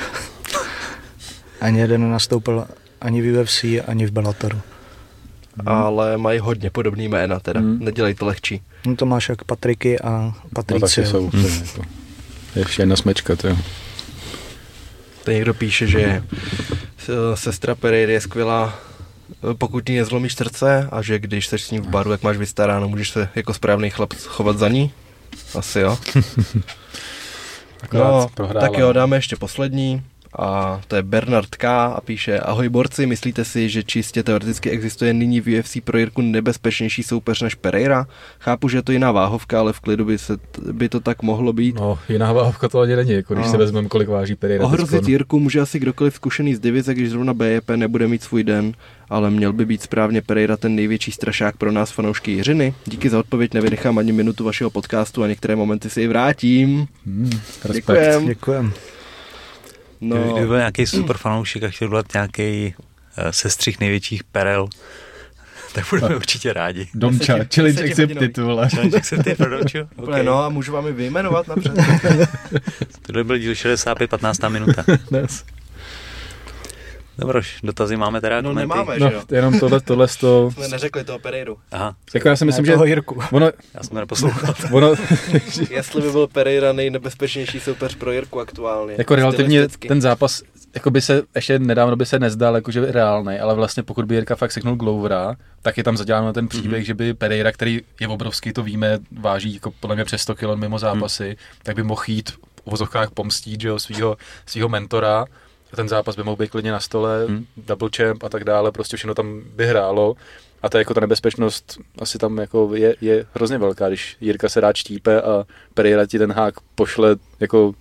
Ani jeden nenastoupil ani v UFC, ani v Bellatoru. Ale mají hodně podobný jména teda, nedělej to lehčí. No to máš jak Patriky a Patrici. No taky jsou, jako, ještě jedna smečka, to jo. To někdo píše, že sestra Pereira je skvělá, pokud ní nezlomíš srdce a že když seš s ní v baru, jak máš vystaráno, můžeš se jako správný chlap chovat za ní? Asi jo. No, tak jo, dáme ještě poslední. A to je Bernard K. a píše: Ahoj borci, myslíte si, že čistě teoreticky existuje nyní v UFC pro Jirku nebezpečnější soupeř než Pereira? Chápu, že je to jiná váhovka, ale v klidu by to tak mohlo být. No, jiná váhovka to ani není, jako když se vezmeme, kolik váží Pereira. Ohrozit Jirku může asi kdokoliv zkušený z divize, když zrovna BJP nebude mít svůj den, ale měl by být správně Pereira ten největší strašák pro nás fanoušky Jiřiny. Díky za odpověď, nevynechám ani minutu vašeho podcastu a některé momenty si i vrátím. Děkujem. No. Kdyby byl nějaký super fanoušek a chtěl dělat nějaký sestřih největších perel, tak budeme určitě rádi. Domča, challenge accepted, vole. Challenge accepted pro Domču? Okay. No a můžu vám i vyjmenovat napřed. Tohle byl díl 65, 15. minuta. Dobroš, dotazy máme teda? No nemáme, že jo? Jenom tohle to... Jsme neřekli toho Pereiru. Aha. Jako já si myslím, že... Jirku. Já jsem to neposlouchal. Jestli by byl Pereira nejnebezpečnější soupeř pro Jirku aktuálně. Jako relativně ten zápas, jako by se ještě nedávno by se nezdál, jakože je reálnej, ale vlastně pokud by Jirka fakt seknul Glovera, tak je tam zaděláno ten příběh, že by Pereira, který je obrovský, to víme, váží jako podle mě přes 100 kg mimo zápasy, tak by mohl jít v uvozovkách pomstít, že jo, svýho mentora. A ten zápas by mohl být klidně na stole, double champ a tak dále, prostě všechno tam by hrálo. A ta ta asi tam jako je hrozně velká, když Jirka se rád štípe a Pereira ti ten hák pošle jako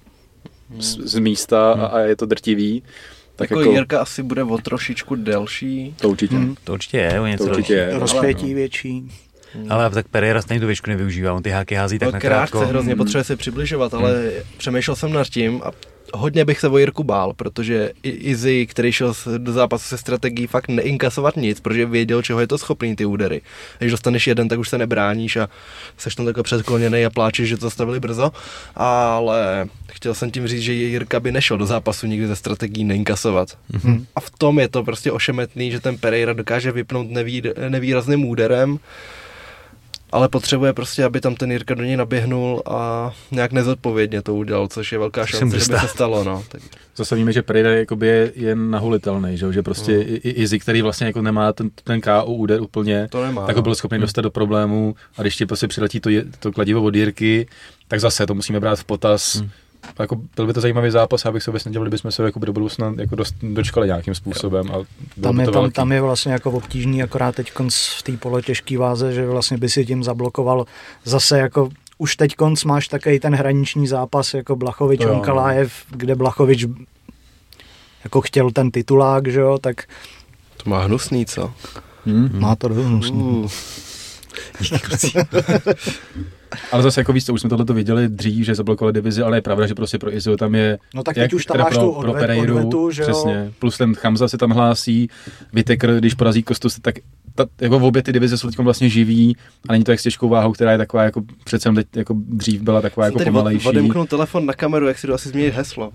z místa a je to drtivý. Tak jako Jirka asi bude o trošičku delší. To určitě. To určitě je, o něco určitě je. Rozpětí větší. Ale tak Pereira stejně tu výšku nevyužívá, on ty háky hází tak nakrátko. Krátce hrozně potřebuje se přibližovat, ale přemýšlel jsem nad tím a hodně bych se o Jirku bál, protože Izzy, který šel do zápasu se strategií fakt neinkasovat nic, protože věděl, čeho je to schopný ty údery. Když dostaneš jeden, tak už se nebráníš a seš tam takhle předkloněnej a pláčeš, že to zastavili brzo, ale chtěl jsem tím říct, že Jirka by nešel do zápasu nikdy ze strategií neinkasovat. A v tom je to prostě ošemetný, že ten Pereira dokáže vypnout nevýrazným úderem, ale potřebuje prostě, aby tam ten Jirka do něj naběhnul a nějak nezodpovědně to udělal, což je velká šance, že by se stalo. No. Zase víme, že Pereira je nahulitelný, že prostě i Izzy, který vlastně jako nemá ten KO úder úplně, tak ho byl schopný dostat do problémů a když ti prostě přiletí to kladivo od Jirky, tak zase to musíme brát v potaz. Jako, byl by to zajímavý zápas, abych se vůbec nedělal, kdybychom se jako do budoucna jako dočkali nějakým způsobem. A tam je vlastně jako obtížný, akorát teď v té polotěžké váze, že vlastně by si tím zablokoval zase jako už teď máš takový ten hraniční zápas jako Blachowicz Ankalaev, kde Blachowicz jako chtěl ten titulák, že jo, tak... To má hnusný, co? Má to dost hnusný. Ale zase jako víc, už jsme tohleto viděli dřív, že zablokovali divizi, ale je pravda, že prostě pro Izzyho tam je... No tak teď už tam máš tu odvetu, že jo? Přesně, plus ten Hamza se tam hlásí, Whittaker, když porazí Kostu, tak jako obě ty divize jsou teď vlastně živý a není to jak s těžkou váhou, která je taková jako přece jako dřív byla taková jako pomalejší. Odemknul telefon na kameru, jak si to asi změnit heslo.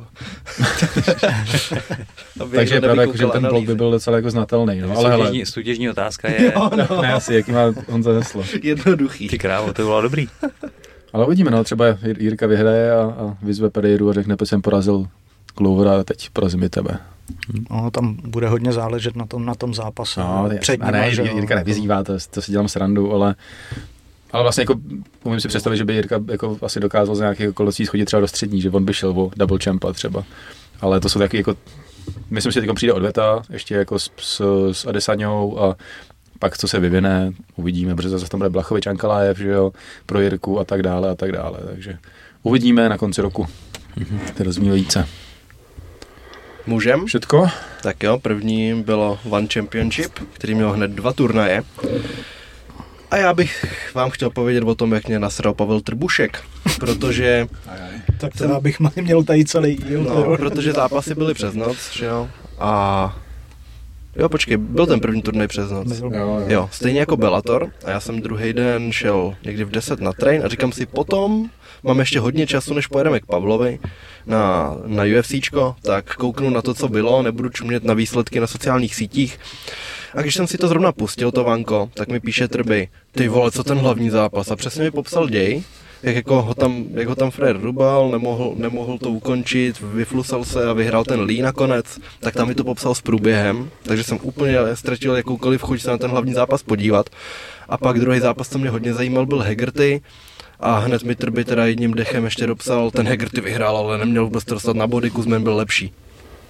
Takže je pravda, jako, že ten blok by byl docela jako znatelný. No, ale soutěžní otázka je... Ne, asi, jaký má on za heslo. Jednoduchý. Ty krávo, to bylo dobrý. Ale uvidíme, no, třeba Jirka vyhraje a vyzve Pereiru a řekne, že jsem porazil Glovera a teď porazím i tebe. No, tam bude hodně záležet na tom zápase. No, Jirka nevyzývá, to si dělám srandu, ale vlastně jako umím si představit, že by Jirka jako asi dokázal z nějakých okolností schodit třeba do střední, že on by šel o double champa třeba. Ale to jsou taky jako, myslím, že teď přijde odveta, ještě jako s Adesaňou a pak co se vyvine, uvidíme, protože zase tam bude Blachowicz Ankalaev, že jo, pro Jirku a tak dále, takže uvidíme na konci roku. Ty rozmílíce. Můžem? Všetko? Tak jo, první bylo One Championship, který měl hned 2 turnaje. A já bych vám chtěl povědět o tom, jak mě nasral Pavel Trbušek, protože... Tak to bych měl tady celý díl. No, protože zápasy byly přes noc, že jo, a... Jo, počkej, byl ten první turnaj přes noc. Jo, stejně jako Bellator a já jsem druhý den šel někdy v 10 na train a říkám si potom, mám ještě hodně času, než pojedeme k Pavlovi na UFCčko, tak kouknu na to, co bylo, nebudu čumět na výsledky na sociálních sítích. A když jsem si to zrovna pustil, to vanko, tak mi píše Trby, ty vole, co ten hlavní zápas, a přesně mi popsal děj, jak ho tam Fred rubal, nemohl to ukončit, vyflusal se a vyhrál ten Lee nakonec, tak tam mi to popsal s průběhem, takže jsem úplně ztratil jakoukoliv chuť se na ten hlavní zápas podívat. A pak druhý zápas, co mě hodně zajímal, byl Haggerty a hned mi Trby teda jedním dechem ještě dopsal, ten Haggerty vyhrál, ale neměl vůbec to dostat na body, Kuzman byl lepší.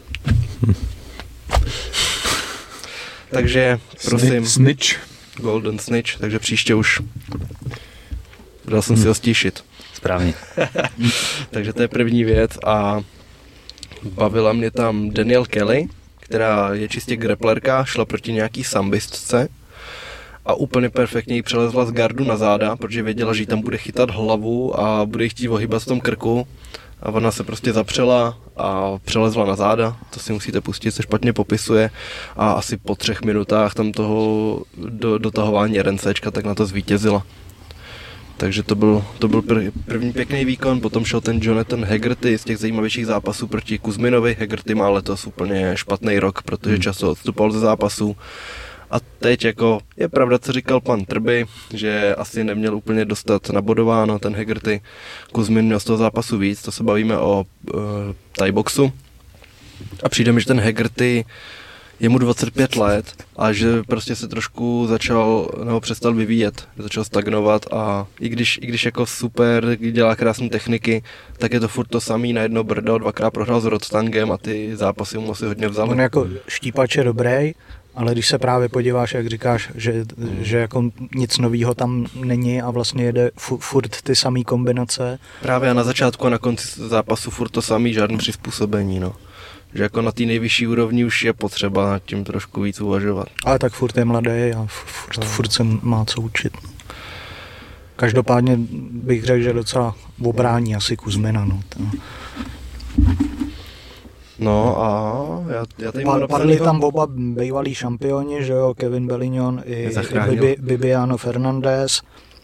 Takže, prosím. Snitch. Golden Snitch, takže příště už dal jsem si ho stíšit. Správně. Takže to je první věc a bavila mě tam Danielle Kelly, která je čistě grapplerka, šla proti nějaký sambistce a úplně perfektně jí přelezla z gardu na záda, protože věděla, že jí tam bude chytat hlavu a bude jí chtít ohybat v tom krku a ona se prostě zapřela a přelezla na záda, to si musíte pustit, se špatně popisuje a asi po 3 minutách tam toho dotahování RNCčka tak na to zvítězila. Takže to byl první pěkný výkon, potom šel ten Jonathan Haggerty z těch zajímavějších zápasů proti Kuzminovi. Haggerty má letos úplně špatný rok, protože často odstupoval ze zápasů. A teď jako je pravda, co říkal pan Trby, že asi neměl úplně dostat nabodováno ten Haggerty. Kuzmin měl z toho zápasu víc, to se bavíme o Thai boxu. A přijde mi, že ten Haggerty je mu 25 let a že prostě se trošku přestal vyvíjet, začal stagnovat a i když jako super dělá krásné techniky, tak je to furt to samý, na jedno brdo, 2krát prohrál s Rodstangem a ty zápasy mu asi hodně vzali. On jako štípač je dobrý, ale když se právě podíváš, jak říkáš, že jako nic novýho tam není a vlastně jede furt ty samý kombinace. Právě a na začátku a na konci zápasu furt to samý, žádný přizpůsobení, no. Že jako na té nejvyšší úrovni už je potřeba nad tím trošku víc uvažovat. Ale tak furt je mladý a furt se má co učit. Každopádně bych řekl, že docela obrání asi Kuzmina. No a já tady mám padli tam oba bývalí šampioni, že jo, Kevin Belignon i Bibiano Fernandez.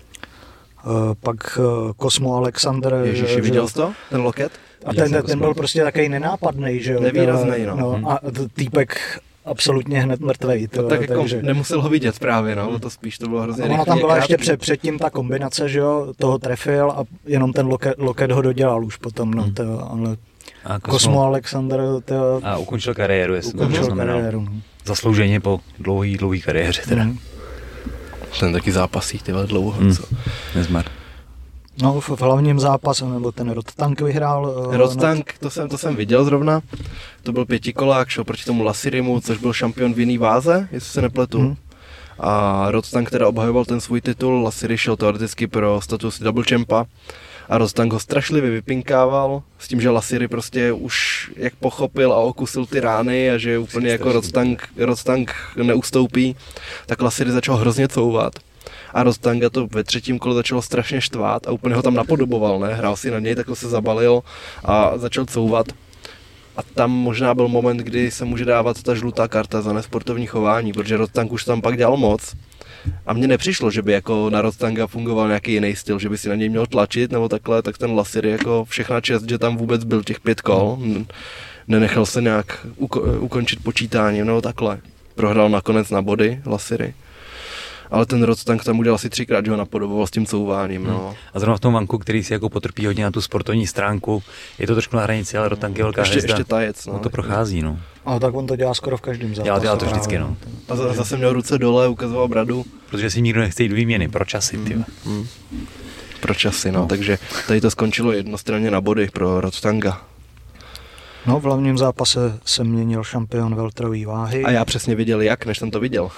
Pak Cosmo Alexander. Ježiši, viděl jsi to? Ten loket? A ten byl prostě takový nenápadný, že jo? Nevýrazný, no. A týpek absolutně hned mrtvej. Tak jako nemusel ho vidět právě, no. To spíš to bylo hrozně rychle. Ona tam byla ještě předtím ta kombinace, že jo? Toho trefil a jenom ten loket ho dodělal už potom, no. Ale Cosmo Alexander... A ukončil kariéru, jestli to znamenalo. Zaslouženě po dlouhý kariéře teda. Ten taky zápasí, ty dlouho, co? Nezmar. No, v hlavním zápase, nebo ten Rodtank vyhrál. Rodtank, to jsem viděl zrovna. To byl 5kolák, šel proti tomu Lasirimu, což byl šampion v jiný váze, jestli se nepletu. A Rodtank teda obhajoval ten svůj titul, Lasiri šel teoreticky pro status double champa. A Rodtank ho strašlivě vypinkával s tím, že Lasiri prostě už jak pochopil a okusil ty rány a že úplně jako Rodtank neustoupí, tak Lasiri začal hrozně couvat. A Rodtanga to ve 3. kole začalo strašně štvát a úplně ho tam napodoboval, ne? Hrál si na něj, takhle se zabalil a začal couvat. A tam možná byl moment, kdy se může dávat ta žlutá karta za nesportovní chování, protože Rodtang už tam pak dělal moc. A mně nepřišlo, že by jako na Rodtanga fungoval nějaký jiný styl, že by si na něj měl tlačit nebo takhle, tak ten Lasiri jako všechna čest, že tam vůbec byl těch 5 kol, nenechal se nějak ukončit počítáním nebo takhle. Prohrál nakonec na body Lasiri. Ale ten Rodtank tam udělal asi 3krát, že ho napodoboval s tím couváním. No. A zrovna v tom vanku, který si jako potrpí hodně na tu sportovní stránku, je to trošku na hranici, ale Rodtank je velká hvězda. Ještě tajec, no. On to prochází, no. Ale tak on to dělá skoro v každém zápase. Dělá to vždycky, no. A zase měl ruce dole, ukazoval bradu. Protože si nikdo nechce jít do výměny, pro časy, Pro časy, no. Takže tady to skončilo jednostranně na body pro Rodtanga. No, v hlavním zápase se měnil šampion welterové váhy. A já přesně viděl jak, než jsem to viděl.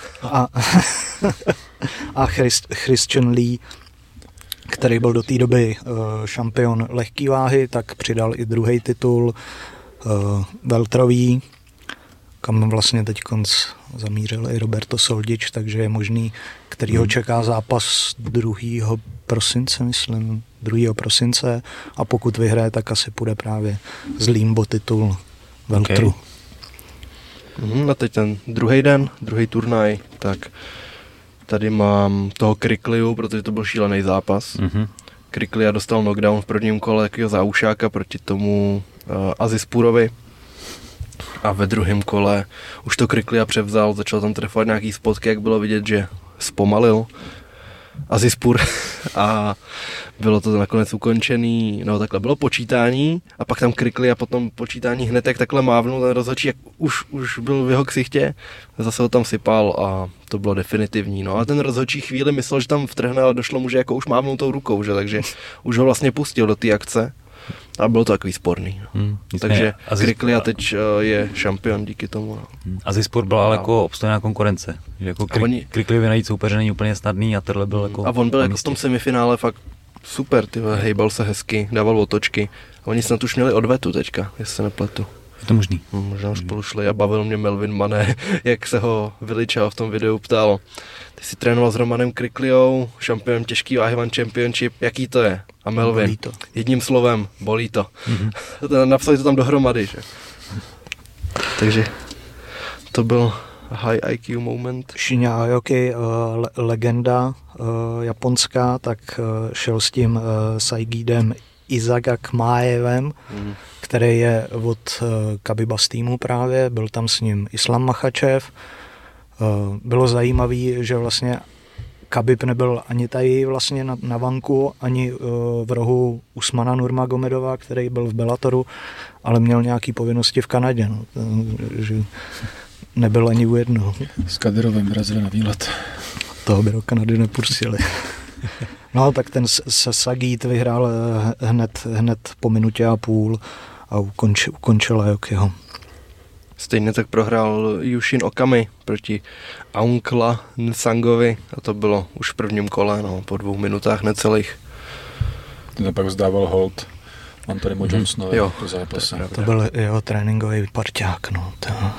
A Christian Lee, který byl do té doby šampion lehké váhy, tak přidal i druhý titul welterový, kam vlastně teď zamířil i Roberto Soldic, takže je možný, kterýho čeká zápas 2. prosince, myslím, 2. prosince a pokud vyhraje, tak asi půjde právě z Limbo titul welteru. A teď ten druhý den, druhý turnaj, tak tady mám toho Krikliu, protože to byl šílený zápas. Kriklia dostal knockdown v prvním kole jakého záušáka proti tomu Azizpurovi. A ve druhém kole už to Kriklia převzal, začal tam trefovat nějaký spotky, jak bylo vidět, že zpomalil Azizpur a bylo to nakonec ukončený, no takhle bylo počítání a pak tam Kriklia po tom počítání hned jak takhle mávnul ten rozhodčí, jak už byl v jeho ksichtě, zase ho tam sypal a to bylo definitivní, no a ten rozhodčí chvíli myslel, že tam vtrhne, ale došlo mu, že jako už mávnul tou rukou, že takže už ho vlastně pustil do té akce. A bylo to takový sporný. Takže Kriklia teď je šampion díky tomu. Azisport byla ale jako obstojná konkurence. Že jako Krikliovi najít soupeře není úplně snadný a tohle byl jako... A on byl jako v tom semifinále fakt super, hejbal se hezky, dával otočky. A oni snad už měli odvetu teďka, jestli se nepletu. Je to možný. Možná spolu šli a bavil mě Melvin Mané, jak se ho vyličal v tom videu, ptal. Ty jsi trénoval s Romanem Krikliou, šampionem těžký váhy One Championship, jaký to je? A Melvin, jedním slovem, bolí to. Napsali to tam dohromady, že? Takže to byl high IQ moment. Shinya Aoki, legenda japonská, tak šel s tím Saigidem Izaga Kmaevem, který je od Khabíba z týmu právě, byl tam s ním Islam Makhachev. Bylo zajímavé, že vlastně Khabíb nebyl ani tady vlastně na vanku, ani v rohu Usmana Nurmagomedova, který byl v Bellatoru, ale měl nějaké povinnosti v Kanadě. No. Že nebyl ani u jednoho. S Kadirovem vyrazili na výlet. Toho by do Kanady nepustili. No tak ten Sagit vyhrál hned po minutě a půl a ukončil Aokiho. Stejně tak prohrál Yushin Okami proti Aungla Nsangovi a to bylo už v prvním kole, no, po 2 minutách necelých. Ten pak vzdával hold Antonimu Johnsonovi po zápase. To byl jeho tréninkový parťák, no.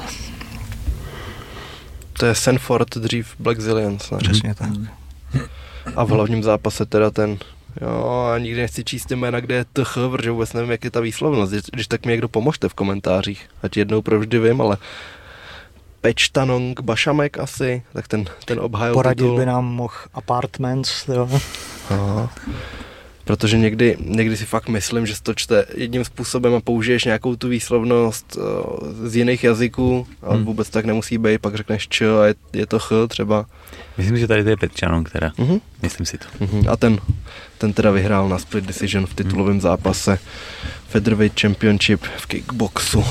To je Sanford, dřív Black Zillions, ne? Přesně tak. A v hlavním zápase teda ten, a nikdy nechci číst jména, kde je TH, protože vůbec nevím, jak je ta výslovnost. Když tak mi někdo pomožte v komentářích, ať jednou provždy vím, ale Pečtanong Bašamek asi, tak ten obhájil poradit titul. By nám mohl Apartments, jo. Aha. Protože někdy si fakt myslím, že to čte jedním způsobem a použiješ nějakou tu výslovnost z jiných jazyků, ale vůbec tak nemusí být, pak řekneš č a je to ch třeba. Myslím, že tady to je Petčanong teda. Myslím si to. A ten teda vyhrál na split decision v titulovém zápase Featherweight Championship v kickboxu.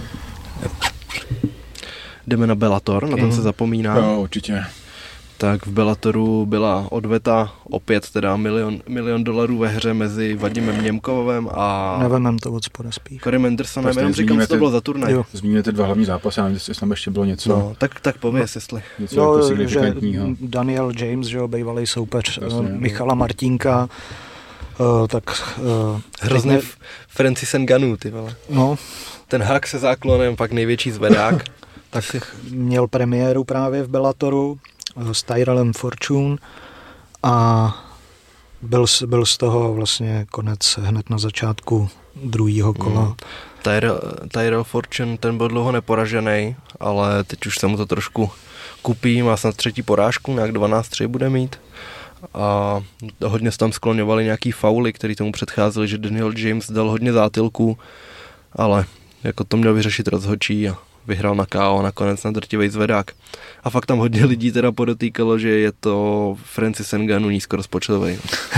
Jdeme na Bellator, na tom se zapomíná. Jo, určitě. Tak v Bellatoru byla odveta, opět teda milion dolarů ve hře mezi Vadimem Němkovem a... Nevemem to od spoda spíš. Corey Andersonem, jenom říkám, že to bylo za turnaj. Zmínili ty 2 hlavní zápasy, já nevím, jestli tam ještě bylo něco. No, tak pověz, jestli. Něco jako signifikantního. Daniel James, že jo, bývalý soupeř Michala Martínka, tak... Hrozně Francis Ngannou, ty vole. No. Ten hak se záklonem, pak největší zvedák. Tak měl premiéru právě v Bellatoru s Tyrellem Fortune a byl z toho vlastně konec hned na začátku druhého kola. Tyrell Fortune, ten byl dlouho neporažený, ale teď už se mu to trošku kupí, má snad 3. porážku, nějak 12-3 bude mít. A hodně se tam skloňovali nějaký fauly, který tomu předcházeli, že Daniel James dal hodně zátilků, ale jako to měl vyřešit rozhodčí a vyhrál na KO a nakonec na drtivej zvedák. A fakt tam hodně lidí teda podotýkalo, že je to Francis Ngannou nízkorozpočtovej.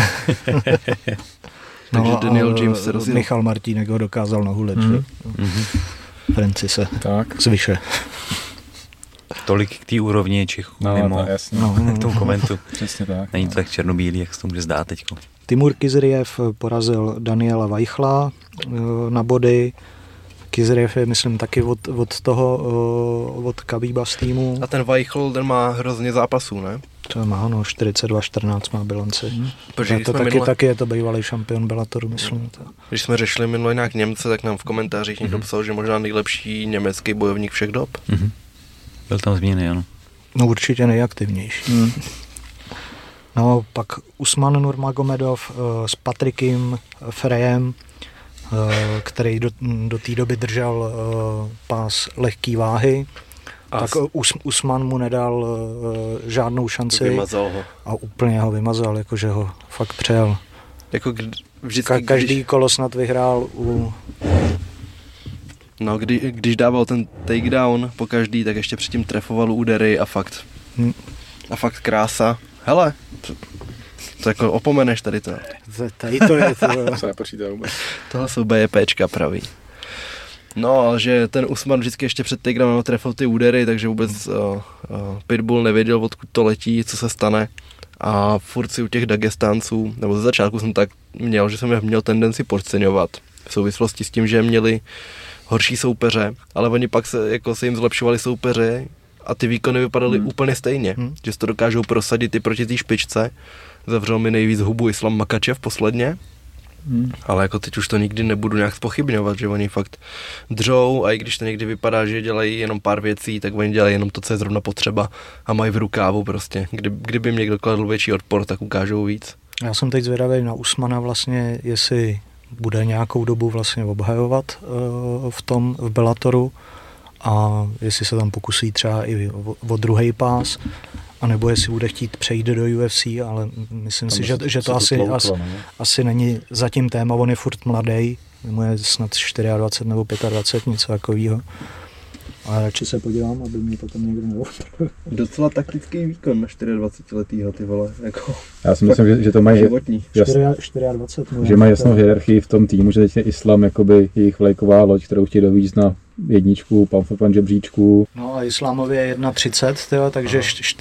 Takže Daniel James se rozjel. Michal Martínek ho dokázal nahulit, že? Francise. Tak. Zvyše. Tolik k té úrovni Čechů mimo k tomu komentu. Přesně tak. Není to tak černobílý, jak se to může zdát teďko. Timur Kizriev porazil Daniela Weichla na body. Kizriev je, myslím, taky od Khabíba z týmu. A ten Weichl, ten má hrozně zápasů, ne? To má, 42-14 má bilanci. To taky je to bývalý šampion Bellatoru, myslím. Když jsme řešili minulý nějak Němce, tak nám v komentářích někdo psal, že možná nejlepší německý bojovník všech dob. Byl tam zmíněný, ano. No určitě nejaktivnější. No pak Usman Nurmagomedov s Patrickem Freyem, který do té doby držel pás lehký váhy. Tak Usman mu nedal žádnou šanci. Vymazal ho. A úplně ho vymazal, jakože ho fakt přejel. Jako vždycky, každý kolo snad vyhrál u... No, když dával ten takedown po každý, tak ještě předtím trefoval údery a fakt krása. Hele, to jako opomeneš tady to. Tady to je to. To se nepočítá vůbec. Tohle jsou BJPčka pravý. No, že ten Usman vždycky ještě před takedownem trefil ty údery, takže vůbec Pitbull nevěděl, odkud to letí, co se stane. A furt si u těch Dagestánců, nebo ze začátku jsem tak měl, že jsem je měl tendenci podceňovat v souvislosti s tím, že měli horší soupeře, ale oni pak se jim zlepšovali soupeře a ty výkony vypadaly úplně stejně, že si to dokážou prosadit i proti té špičce. Zavřel mi nejvíc hubu Islam Makačev posledně, ale jako teď už to nikdy nebudu nějak zpochybňovat, že oni fakt dřou a i když to někdy vypadá, že dělají jenom pár věcí, tak oni dělají jenom to, co je zrovna potřeba a mají v rukávu prostě. Kdyby mě někdo kladl větší odpor, tak ukážou víc. Já jsem teď zvědavý na Usmana vlastně, jestli bude nějakou dobu vlastně obhajovat v Bellatoru a jestli se tam pokusí třeba i o druhý pás, anebo jestli bude chtít přejít do UFC, ale myslím si, že to asi není zatím téma, on je furt mladý, mu je snad 24 nebo 25, něco takového. A radši se podívám, aby mě potom někdo neopravil. Docela taktický výkon na 24letýho, ty vole, jako. Já si myslím, že to mají 24. Že mají jasnou hierarchii v tom týmu, že teď je Islam jakoby jejich vlajková loď, kterou chtějí dovíct na jedničku, pan žebříčku. No a Islámově je 1,30, takže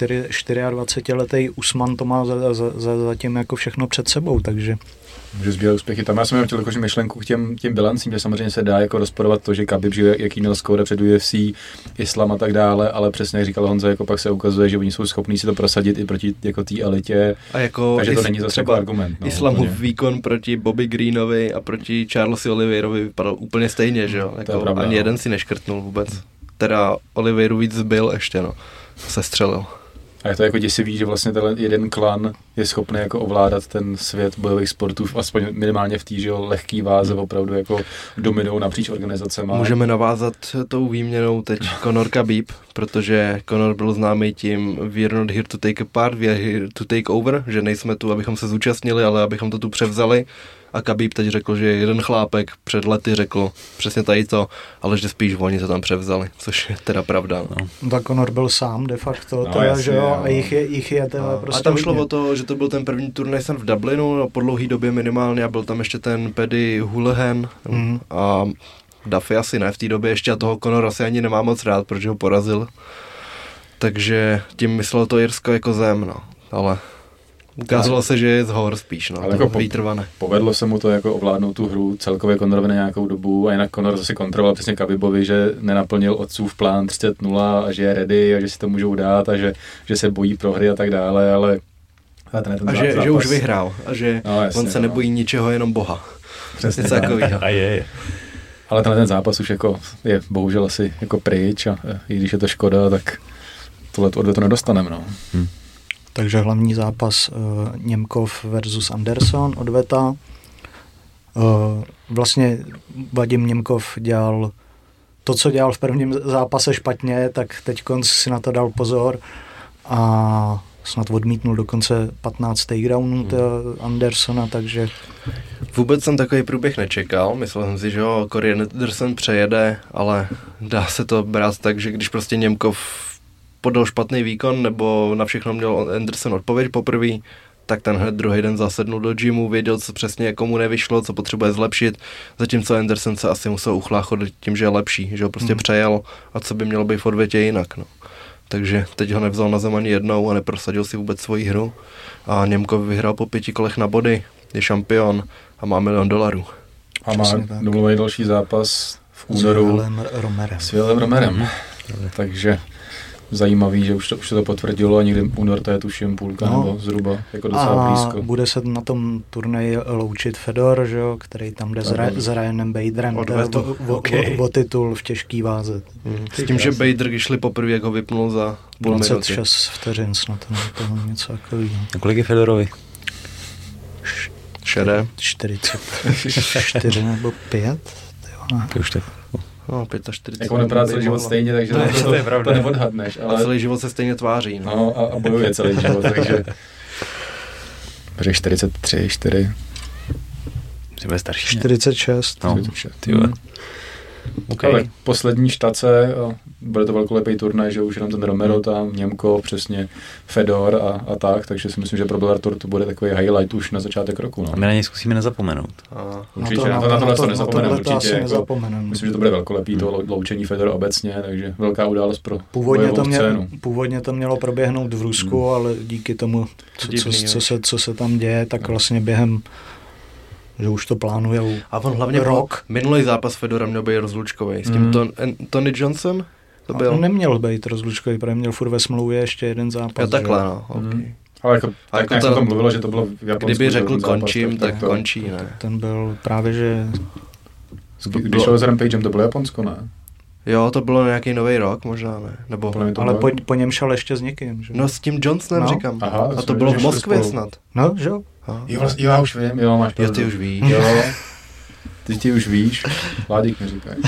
24letý Usman to má zatím jako všechno před sebou, takže... Může sbírat úspěchy. Tam já jsem chtěl jakože myšlenku k těm bilancím, že samozřejmě se dá jako rozporovat to, že Khabib, že jaký měl skóre před UFC, Islam a tak dále, ale přesně jak říkal Honza, jako pak se ukazuje, že oni jsou schopní si to prosadit i proti jako té elitě. A jako takže to není zase jako argument. No, Islamův výkon proti Bobby Greenovi a proti Charlesi Oliveirovi vypadal úplně stejně, že jo? Jako ani jeden si neškrtnul vůbec. Teda Oliveiru víc zbyl ještě, no. Se střelil. A je to jako děsivý, že vlastně ten jeden klan je schopný jako ovládat ten svět bojových sportů, aspoň minimálně v té lehký váze, opravdu jako dominují napříč organizacemi. Můžeme navázat tou výměnou teď Conor Khabib, protože Conor byl známý tím we're not here to take apart, we're here to take over, že nejsme tu, abychom se zúčastnili, ale abychom to tu převzali. A Khabib teď řekl, že jeden chlápek před lety řekl přesně tady to, ale že spíš oni to tam převzali, což je teda pravda. No. Tak Conor byl sám de facto, no, jasně, že jo, a jich je teda prostě. A tam šlo o to, že to byl ten první turnaj v Dublinu, no, po dlouhý době minimálně, a byl tam ještě ten Paddy Holohan a Duffy asi ne v té době ještě, a toho Conor asi ani nemá moc rád, protože ho porazil. Takže tím myslel to Jirsko jako zem, no, ale... Ukázalo se, že je zhor spíš, no, ale jako výtrvané. Povedlo se mu to jako ovládnout tu hru celkově Conorovi na nějakou dobu a jinak Conor zase kontroloval přesně Khabibovi, že nenaplnil otcův plán 30-0 a že je ready a že si to můžou dát a že se bojí prohry a tak dále, ale že už vyhrál a že no, jasně, on se nebojí ničeho, jenom Boha. Přesně takovýho. A je. Ale ten zápas už jako je bohužel asi jako pryč a i když je to škoda, tak tohle odvetu nedostaneme, no. Takže hlavní zápas Němkov versus Anderson, odveta. Vlastně Vadim Němkov dělal to, co dělal v prvním zápase špatně, tak teď si na to dal pozor a snad odmítnul dokonce 15 takedownů Andersona, takže... Vůbec jsem takový průběh nečekal, myslel jsem si, že Corey Anderson přejede, ale dá se to brát tak, že když prostě Němkov podal špatný výkon, nebo na všechno měl Anderson odpověď poprvé, tak ten hned druhý den zasednul do gymu, věděl, co přesně komu nevyšlo, co potřebuje zlepšit, zatímco Anderson se asi musel uchlácholit tím, že je lepší, že ho prostě přejel a co by mělo být v odvětě jinak. No. Takže teď ho nevzal na zem ani jednou a neprosadil si vůbec svoji hru a Němkov vyhrál po 5 kolech na body, je šampion a má $1 milion. A má domluvený další zápas v únoru s Willem Romerem. Takže zajímavý, že už to potvrdilo a někdy únor to je tuším půlka nebo zhruba jako docela blízko. A bude se na tom turnaji loučit Fedor, že jo, který tam jde s Ryanem Baderem o titul v těžký váze. S tím, že Bader šli poprvé, jak ho vypnul za půl minuty. 26 vteřin snad, to něco takového. A kolik je Fedorovi? 44 nebo 5. To už tak. No, 45. Jako neprá celý život stejně, takže to neodhadneš. Ale celý život se stejně tváří. No a bojuje celý život, takže... 43, 4. Jsi bude starší. 46. No, 46. Okay. Ale poslední štace, bude to velkolepý turnaj, že už jenom ten Romero tam, Němko, přesně Fedor a tak, takže si myslím, že pro Bellator to bude takový highlight už na začátek roku. No. A my na něj zkusíme nezapomenout. Určitě, na tohle nezapomeneme určitě. Jako, myslím, že to bude velkolepý, to loučení Fedora obecně, takže velká událost pro bojovou scénu. Původně to mělo proběhnout v Rusku, ale díky tomu, co se tam děje, tak vlastně během že už to plánujou. A on hlavně rok. Minulý zápas Fedora měl být rozlučkový. S tím Tony Johnson to byl? On neměl být rozlučkový, protože měl furt ve smlouvě ještě jeden zápas. Jo, takhle, no. Okay. Ale jako, tak nějak se to mluvilo, že to bylo v Japonsku. Kdyby řekl končím, tak končí, ne? Ten byl právě, že... Když šel s Rampagem, to bylo Japonsko, ne? Jo, to bylo nějaký nový rok, možná ne. Nebo... Ale po něm šel ještě s někým, že? No s tím Johnsonem říkám. Aha, a to bylo v Moskvě snad. No, že jo? Jo, já už vím, jo, máš pravdu. Ty už víš. Jo, ty už víš. Vládík mi říkají.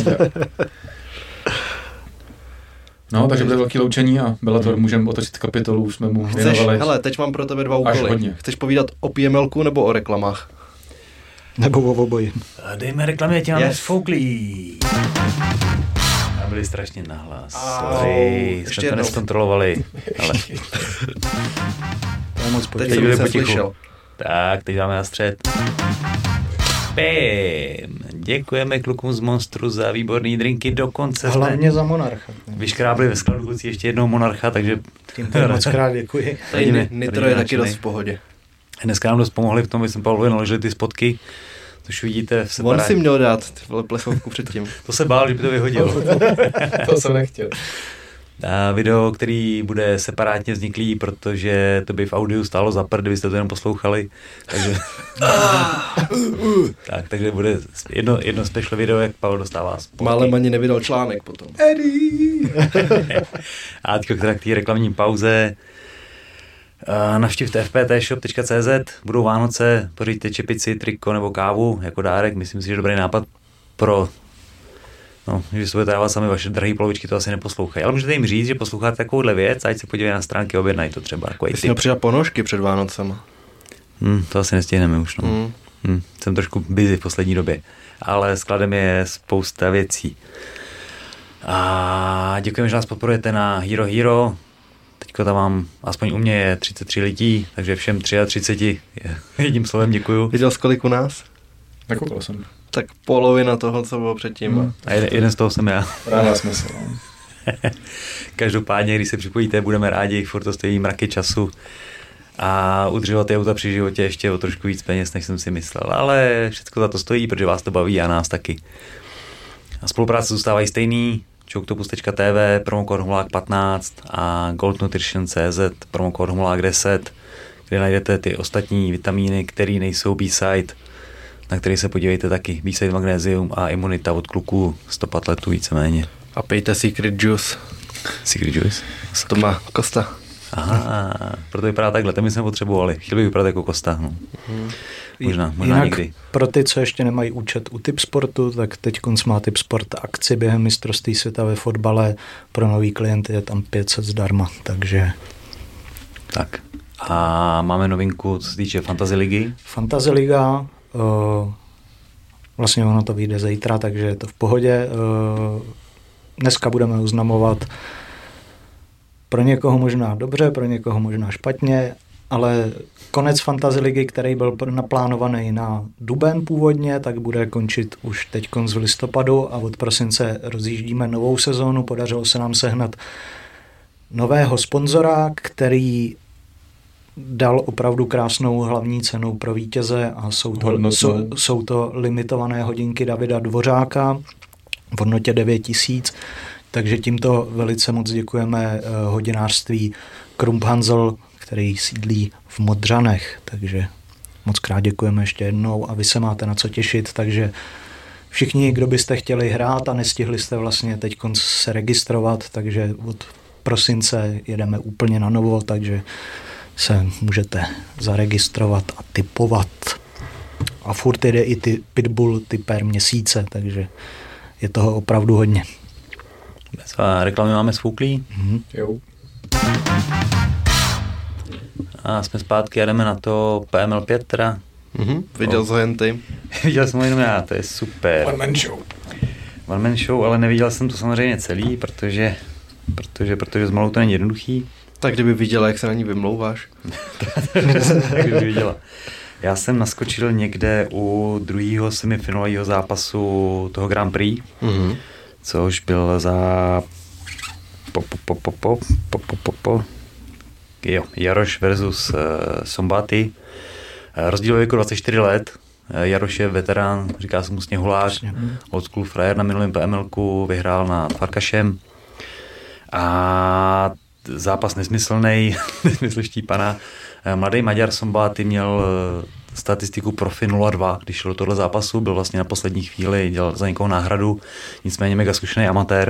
No, takže bude velký loučení a Bellator můžeme otočit kapitolu, už jsme mu věnovali. Hele, teď mám pro tebe 2 úkoly. Chceš povídat o PMLku nebo o reklamách? Nebo o oboji. Dejme reklamy, tě máme sfouklí. A byli strašně nahlas. Jsme to neskontrolovali. Ale... To je moc teď jsem se slyšel. Tak, teď dáme na střed. Bim. Děkujeme klukům z Monstru za výborný drinky, dokonce hlavně za Monarcha. Vyškrábli ve skladu kluci ještě jednou Monarcha, takže... Tímto moc krát děkuji. Tady Nitro je taky dost v pohodě. Dneska nám dost pomohli v tom, že jsme Pavlovi naložili ty spotky, což vidíte v separátě. On si měl dát plechovku předtím. To se bál, že by to vyhodil. To jsem nechtěl. A video, který bude separátně vzniklý, protože to by v audiu stálo za prd, kdybyste to jenom poslouchali. Takže, takže bude jedno special video, jak Pavel dostává spotky. Málem ani nevydal článek potom. Eddie! A teďko k té reklamní pauze. Navštivte fptshop.cz, budou Vánoce, pořiďte čepici, triko nebo kávu jako dárek, myslím si, že dobrý nápad pro... No, když se budete dávat sami vaše drahé polovičky, to asi neposlouchají. Ale můžete jim říct, že posloucháte takovouhle věc, ať se podívají na stránky, objednají to třeba. Ty jsi měl přidat ponožky před Vánocema. To asi nestihneme už. No. Jsem trošku busy v poslední době, ale skladem je spousta věcí. A děkujeme, že nás podporujete na Hero Hero. Teďko tam mám, aspoň u mě je 33 lidí, takže všem 33 jedním slovem děkuju. Viděl jsi kolik u nás? Nekoukal jsem. Tak polovina toho, co bylo předtím. A jeden z toho jsem já. Dává smysl. Každopádně, když se připojíte, budeme rádi, furt to stojí mraky času a udržovat auta při životě ještě o trošku víc peněz, než jsem si myslel. Ale všechno za to stojí, protože vás to baví a nás taky. A spolupráce zůstávají stejný. Choctopus.tv, promokód Humulák 15 a goldnutrition.cz, promokód Humulák 10, kde najdete ty ostatní vitamíny, které nejsou B-side, na který se podívejte taky. B-side magnézium a imunita od kluků 100 patletů víceméně. A pejte Secret Juice. Secret Juice? To má Kosta. Aha, proto vypadá takhle, to my jsme potřebovali. Chtěl bych vypadat jako Kosta. No. Možná jinak někdy. Pro ty, co ještě nemají účet u Tipsportu, tak teď má Tipsport akci během mistrovství světa ve fotbale. Pro nový klienty je tam 500 zdarma, takže... Tak. A máme novinku, co se týče Fantasy ligy. Fantasy liga, vlastně ono to vyjde zítra, takže je to v pohodě. Dneska budeme oznamovat pro někoho možná dobře, pro někoho možná špatně, ale konec Fantasy ligy, který byl naplánovaný na duben původně, tak bude končit už teď v listopadu a od prosince rozjíždíme novou sezónu. Podařilo se nám sehnat nového sponzora, který dal opravdu krásnou hlavní cenu pro vítěze a jsou to limitované hodinky Davida Dvořáka v hodnotě 9 000. Takže tímto velice moc děkujeme hodinářství Krump Hansel, který sídlí v Modřanech. Takže moc krát děkujeme ještě jednou a vy se máte na co těšit. Takže všichni, kdo byste chtěli hrát a nestihli jste vlastně teď se registrovat, takže od prosince jedeme úplně na novo, takže se můžete zaregistrovat a tipovat. A furt jde i ty Pitbull typer měsíce, takže je toho opravdu hodně. A reklamy máme sfouklý. Jo. A jsme zpátky a jdeme na to PML 5 teda. Viděl jsi ho jen ty? Viděl jsem ho jenom já, to je super. One man show. One Man Show, ale neviděl jsem to samozřejmě celý, protože s malou to není jednoduchý. Tak kdyby viděla, jak se na ní vymlouváš. Tak by viděla. Já jsem naskočil někde u druhého semifinálového zápasu toho Grand Prix, což byl za Jaroš versus Sombati. Rozdíl věku 24 let. Jaroš je veterán, říká se mu sněhulář, old school frajer, na minulém PMLku vyhrál nad Farkašem. A zápas nesmyslný, nesmysl štípana. Mladý Maďar Sombati měl statistiku profi 0-2, když šel do tohle zápasu, byl vlastně na poslední chvíli, dělal za někoho náhradu, nicméně mega zkušený amatér.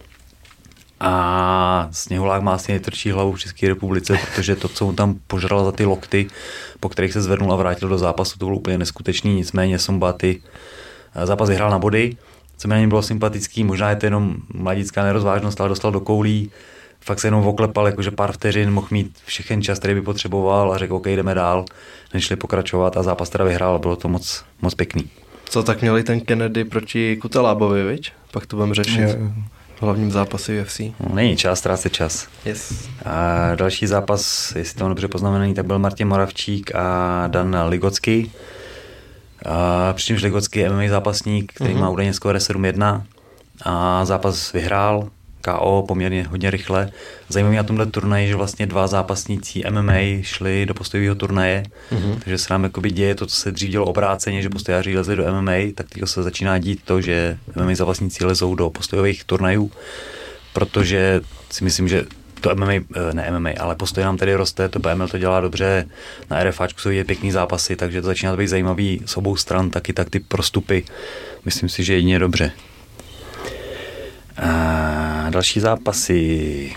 A Sněhulák má asi nejtvrdší hlavu v České republice, protože to, co mu tam požral za ty lokty, po kterých se zvednul a vrátil do zápasu, to bylo úplně neskutečný, nicméně Sombati zápas vyhrál na body, co mi na něm bylo sympatický, možná je to jenom mladická nerozvážnost, ale dostal do koulí, fakt se jenom oklepal, jakože pár vteřin, mohl mít všechen čas, který by potřeboval a řekl, OK, jdeme dál, nešli pokračovat a zápas teda vyhrál a bylo to moc pěkný. Co tak měli ten Kennedy proti Kutalábovi, viď? Pak to budeme řešit. V hlavním zápase UFC. No, není čas, ztrácet čas. Yes. A další zápas, jestli to dobře poznamenaný, tak byl Martin Moravčík a Dan Ligocký. Přičemž Ligocký je MMA zápasník, který má údajně skóre 7-1 a zápas vyhrál KO poměrně hodně rychle. Zajímavé na tomhle turnaji, že vlastně dva zápasníci MMA šli do postojového turnaje, takže se nám jakoby děje to, co se dřív dělo obráceně, že postojáři lezli do MMA, tak teď se začíná dít to, že MMA zápasníci lezou do postojových turnajů, protože si myslím, že to MMA, ale postoj nám tady roste, to PML to dělá dobře, na RFAčku jsou vidět pěkný zápasy, takže to začíná být zajímavý s obou stran, taky tak ty prostupy, myslím si, že jedině dobře. A další zápasy.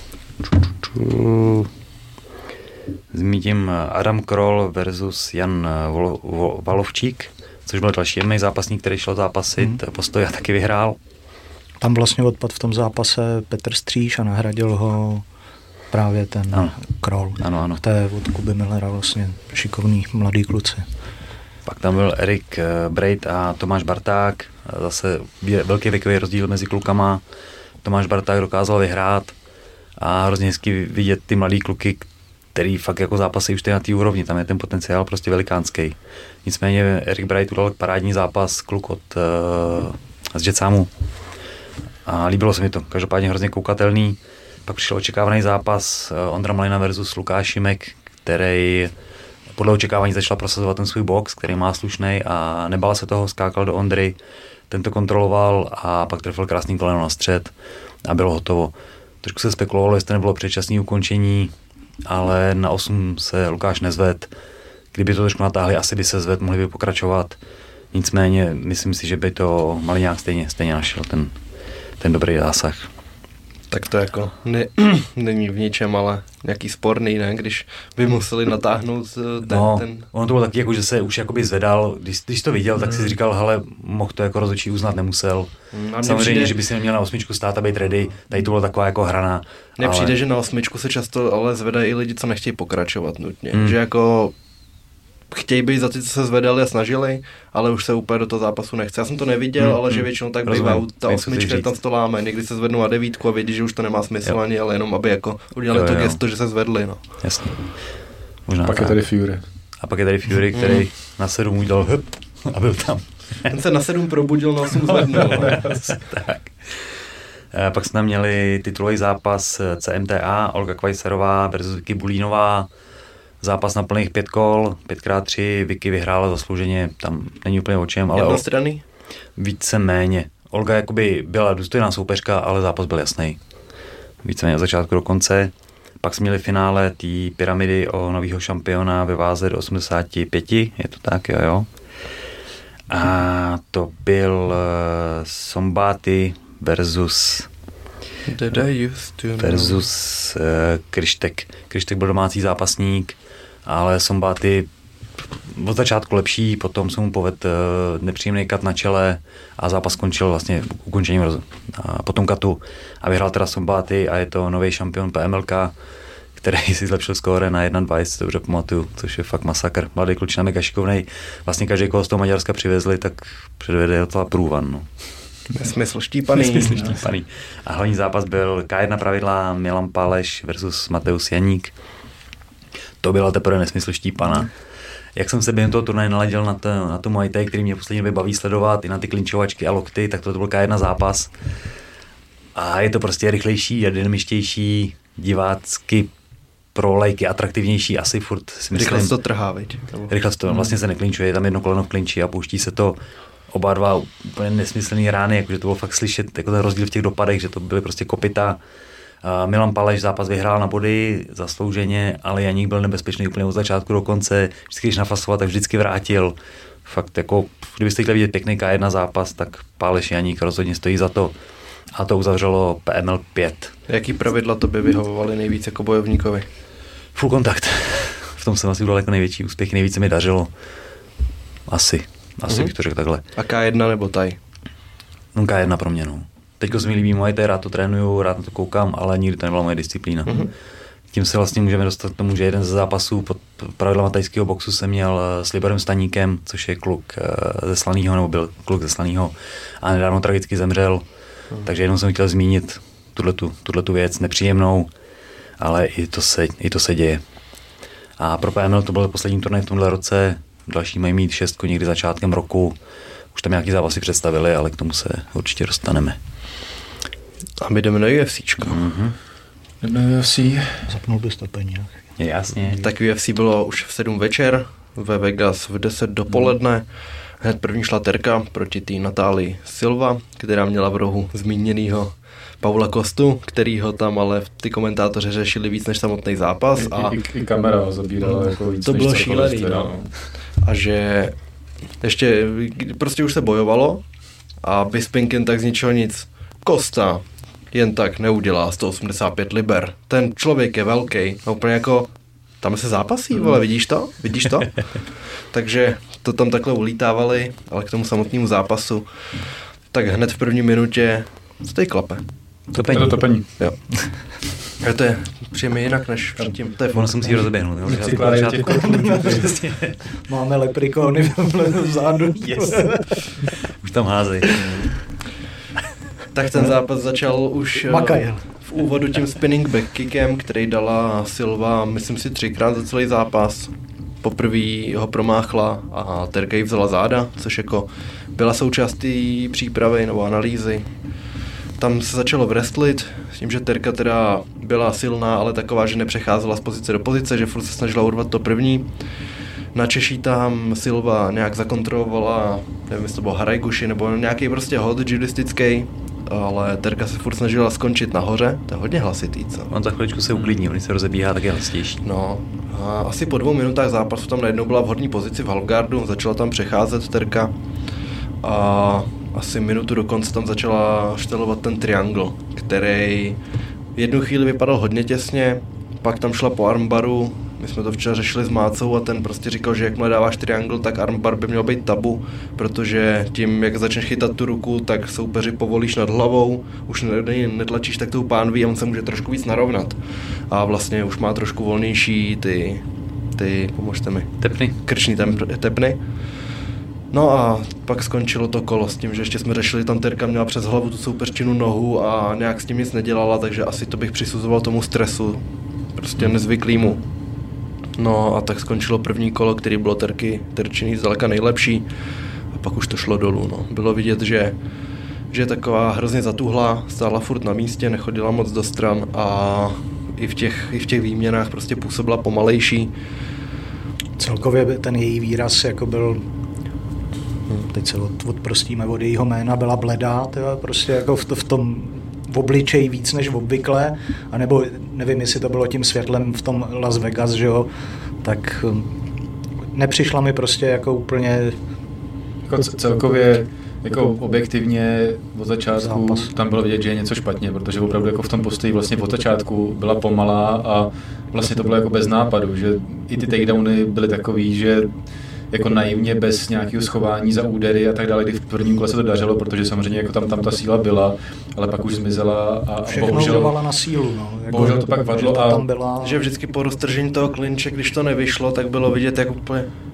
Zmítím Adam Kroll versus Jan Valovčík, což byl další MMA zápasník, který šel zápasit, postoj a taky vyhrál. Tam vlastně odpad v tom zápase Petr Stříž a nahradil ho právě ten Kroll. Ano. To je od Kuby Millera vlastně šikovný mladý kluci. Pak tam byl Erik Braid a Tomáš Barták. Zase velký věkový rozdíl mezi klukama. Tomáš Barták dokázal vyhrát a hrozně hezky vidět ty mladý kluky, který fakt jako zápasy už na té úrovni. Tam je ten potenciál prostě velikánský. Nicméně Erik Braid udal parádní zápas, kluk z Jetsamu. A líbilo se mi to. Každopádně hrozně koukatelný. Pak přišel očekávaný zápas Ondra Malina versus Lukáš Šimek, který podle očekávání začal prosazovat ten svůj box, který má slušnej a nebál se toho, skákal do Ondry, ten to kontroloval a pak trefil krásný koleno na střed a bylo hotovo. Trošku se spekulovalo, jestli to nebylo předčasné ukončení, ale na 8 se Lukáš nezved. Kdyby to trošku natáhli, asi by se zved, mohli by pokračovat. Nicméně myslím si, že by to Maliňák stejně našel ten dobrý zásah. Tak to jako není v ničem, ale nějaký sporný, ne? Když by museli natáhnout ten... ono to bylo taky, jako, že se už jakoby zvedal, když to viděl, tak si říkal, hele, mohl to jako rozhodčí uznat, nemusel. Samozřejmě, že by si neměl na 8 stát a být ready, tady to bylo taková jako hrana. Mně přijde, že na 8 se často ale zvedají i lidi, co nechtějí pokračovat nutně, že jako chtějí být za ty, co se zvedali a snažili, ale už se úplně do toho zápasu nechce. Já jsem to neviděl, ale že většinou tak bývá, ta 8 tam to láme, někdy se zvednou na 9 a vědí, že už to nemá smysl ani, ale jenom aby jako udělali to gesto, že se zvedli. No. Jasně. Možná pak je tady Fury. A pak je tady Fury, který na 7 udělal hop a byl tam. Ten se na 7 probudil, na 8 zvednul. Tak. Pak jsme měli titulový zápas CMTA, Olga Kvajcerová versus Vicky Bulínová. Zápas na plných 5 kol, 5x3, Vicky vyhrála zaslouženě, tam není úplně o čem, ale jednostranný? Víceméně. Olga jakoby byla důstojná soupeřka, ale zápas byl jasný. Víceméně od začátku do konce. Pak jsme měli finále té pyramidy o nového šampiona ve váze do 85, je to tak, jo. A to byl Sombati versus Kryštek. Kryštek byl domácí zápasník, ale Sombati od začátku lepší, potom se mu povedl nepříjemný kat na čele a zápas skončil vlastně ukončením potom katu a vyhrál teda Sombati a je to nový šampion PMLK, který si zlepšil skóre na 1.20, dobře pamatuju, což je fakt masakr. Mladý klučina, mega šikovnej. Vlastně každý, koho z toho Maďarska přivezli, tak předvede docela průvan. No. Nesmysl štípaný. A hlavní zápas byl K1 pravidla Milan Páleš versus Mateus Janík. To byla teprve nesmysl štípana. Jak jsem se během toho turnaje naladil na tu Muay Thai, který mě poslední době baví sledovat, i na ty klinčovačky a lokty, tak to byl K1 zápas. A je to prostě rychlejší a dynamičtější, divácky pro lajky atraktivnější, asi furt si myslím. Rychle se to trhá, viď? Rychle se to vlastně se neklinčuje, je tam jedno koleno v klinči a pouští se to oba dva úplně nesmyslný rány, jakože to bylo fakt slyšet jako ten rozdíl v těch dopadech, že to byly prostě kopyta. Milan Páleš zápas vyhrál na body zaslouženě, ale Janík byl nebezpečný úplně od začátku do konce, vždycky když nafasoval, tak vždycky vrátil. Fakt jako, kdybyste chtěli vidět pěkný K1 zápas, tak Páleš Janík rozhodně stojí za to. A to uzavřelo PML 5. Jaký pravidla to by vyhovovaly nejvíc jako bojovníkovi? Full kontakt. V tom jsem asi udal jako největší úspěch, nejvíce mi dařilo. Asi bych to řekl takhle. A K1 nebo Thai? No K1 pro mě, no. Teďko se mi líbí Muay Thai, rád to trénuju, rád na to koukám, ale nikdy to nebyla moje disciplína. Tím se vlastně můžeme dostat k tomu, že jeden ze zápasů pod pravidlama thajského boxu jsem měl s Liborem Staníkem, což je kluk ze Slaného, nebo byl kluk ze Slaného a nedávno tragicky zemřel. Takže jenom jsem chtěl zmínit tuhletu věc nepříjemnou, ale i to se děje. A pro PML to byl poslední turnaj v tomhle roce, další mají mít 6 někdy začátkem roku. Už tam nějaký zápasy představili, ale k tomu se určitě dostaneme. A my jdeme na UFCčko. Na UFC. Zapnul bys to peněz. Jasně. Tak UFC bylo už v 7 večer, ve Vegas v 10 dopoledne. Hned první šla terka proti té Natálii Silva, která měla v rohu zmíněnýho Paula Kostu, kterýho tam ale ty komentátoři řešili víc než samotný zápas. I kamera ho zabírala jako víc. To bylo šílený, no. A že ještě prostě už se bojovalo a Bisping tak z ničeho nic. Kosta jen tak neudělá 185 liber. Ten člověk je velký. A úplně jako, tam se zápasí, vole, vidíš to? Takže to tam takhle ulítávali, ale k tomu samotnému zápasu, tak hned v první minutě, co tady klape? Topení. Jo. A to je příjemně jinak než předtím. Ono se musí rozeběhnout. Máme leprikony vzadu. Yes. Už tam házej. Tak ten zápas začal už v úvodu tím spinning back kickem, který dala Silva, myslím si 3krát za celý zápas. Poprvé ho promáchla a terka jí vzala záda, což jako byla součást té přípravy nebo analýzy. Tam se začalo wrestlit, s tím, že terka teda byla silná, ale taková, že nepřecházela z pozice do pozice, že furt se snažila urvat to první. Na Češí tam Silva nějak zakontrolovala, nevím, jestli to bylo Harajguši nebo nějaký prostě hod judistický, ale terka se furt snažila skončit nahoře, to je hodně hlasitý, co? On za chviličku se uklidní, on se rozebíhá, tak je hlasitější. No, a asi po 2 minutách zápasu tam najednou byla v horní pozici v halfguardu, začala tam přecházet terka a asi minutu do konce tam začala štelovat ten triangle, který jednu chvíli vypadal hodně těsně, pak tam šla po armbaru, my jsme to včera řešili s Mácou a ten prostě říkal, že jakmile dáváš triangle, tak armbar by měl být tabu, protože tím, jak začneš chytat tu ruku, tak soupeři povolíš nad hlavou, už netlačíš tak tou pánví a on se může trošku víc narovnat. A vlastně už má trošku volnější ty pomožte mi. Tepny. Krční tepny. No a pak skončilo to kolo s tím, že ještě jsme řešili, tam terka měla přes hlavu tu soupeřčinu nohu a nějak s tím nic nedělala, takže asi to bych přisuzoval tomu stresu, prostě nezvyklýmu. No a tak skončilo první kolo, který bylo terčiny zdaleka nejlepší a pak už to šlo dolů. No. Bylo vidět, že je taková hrozně zatuhlá, stála furt na místě, nechodila moc do stran a i v těch výměnách prostě působila pomalejší. Celkově ten její výraz jako byl, teď se odprostíme od jejího jména, byla bledá, teda prostě jako v tom v obličeji víc než obvykle, anebo nevím, jestli to bylo tím světlem v tom Las Vegas, že jo, tak nepřišla mi prostě jako úplně... Jako celkově, jako objektivně od začátku zápas. Tam bylo vidět, že je něco špatně, protože opravdu jako v tom postoji vlastně od začátku byla pomalá a vlastně to bylo jako bez nápadu, že i ty takedowny byly takový, že jako naivně bez nějakého schování za údery a tak dále, kdy v prvním kole se to dařilo, protože samozřejmě jako tam ta síla byla, ale pak už zmizela a bohužel na sílu, no. Jako, bohužel to pak vadlo a že vždycky po roztržení toho klinče, když to nevyšlo, tak bylo vidět, jak úplně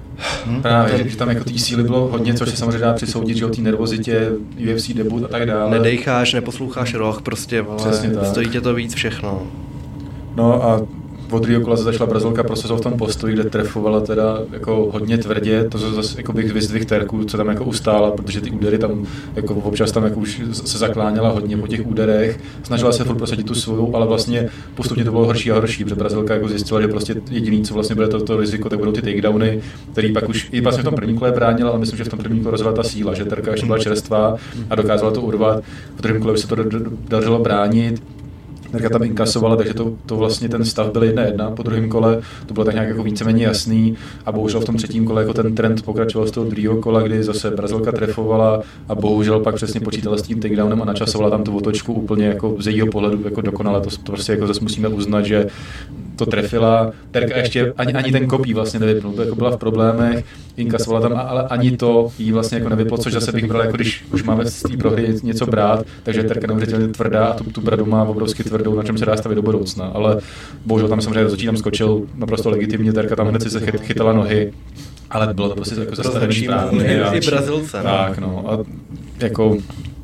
Právě, že tam jako té síly bylo hodně, což se samozřejmě dá přisoudit, že o té nervozitě, UFC debut a tak dále. Nedejcháš, neposloucháš roh, prostě stojí tě to víc všechno. No a od druhého kola začala Brazilka prosazovat v tom postoji, kde trefovala teda jako hodně tvrdě, to zase jako bych vyzdvihl Terku, co tam jako ustála, protože ty údery tam jako občas tam jako už se zakláněla hodně po těch úderech, snažila se furt prosadit tu svou, ale vlastně postupně to bylo horší a horší, protože Brazilka jako zjistila, že prostě jediný, co vlastně bude to riziko, tak budou ty takedowny, který pak už i vlastně v tom prvním kole bránila, ale myslím, že v tom prvním kole rozhodla ta síla, že Terka ještě byla čerstvá a dokázala to urvat, v druhém kole by se to dařilo bránit. Terka tam inkasovala, takže to vlastně ten stav byl 1-1, po druhém kole to bylo tak nějak jako víceméně jasný a bohužel v tom třetím kole jako ten trend pokračoval z toho druhého kola, kdy zase Brazilka trefovala a bohužel pak přesně počítala s tím takedownem a načasovala tam tu otočku úplně jako z jejího pohledu jako dokonale, to prostě jako zase musíme uznat, že to trefila, Terka ještě ani ten kopí vlastně nevypnul, to jako byla v problémech, inkasovala tam, ale ani to jí vlastně jako nevyplo, což zase bych bral, jako když už máme z té prohry něco brát, takže Terka neuvěřitelně tvrdá a tu bradu má obrovsky tvrdou, na čem se dá stavit do budoucna, ale bohužel tam samozřejmě rozhodčí tam skočil naprosto legitimně, Terka tam hned si se chytala nohy, ale bylo to prostě jako zastavený správně. I Brazilce. Tak no a jako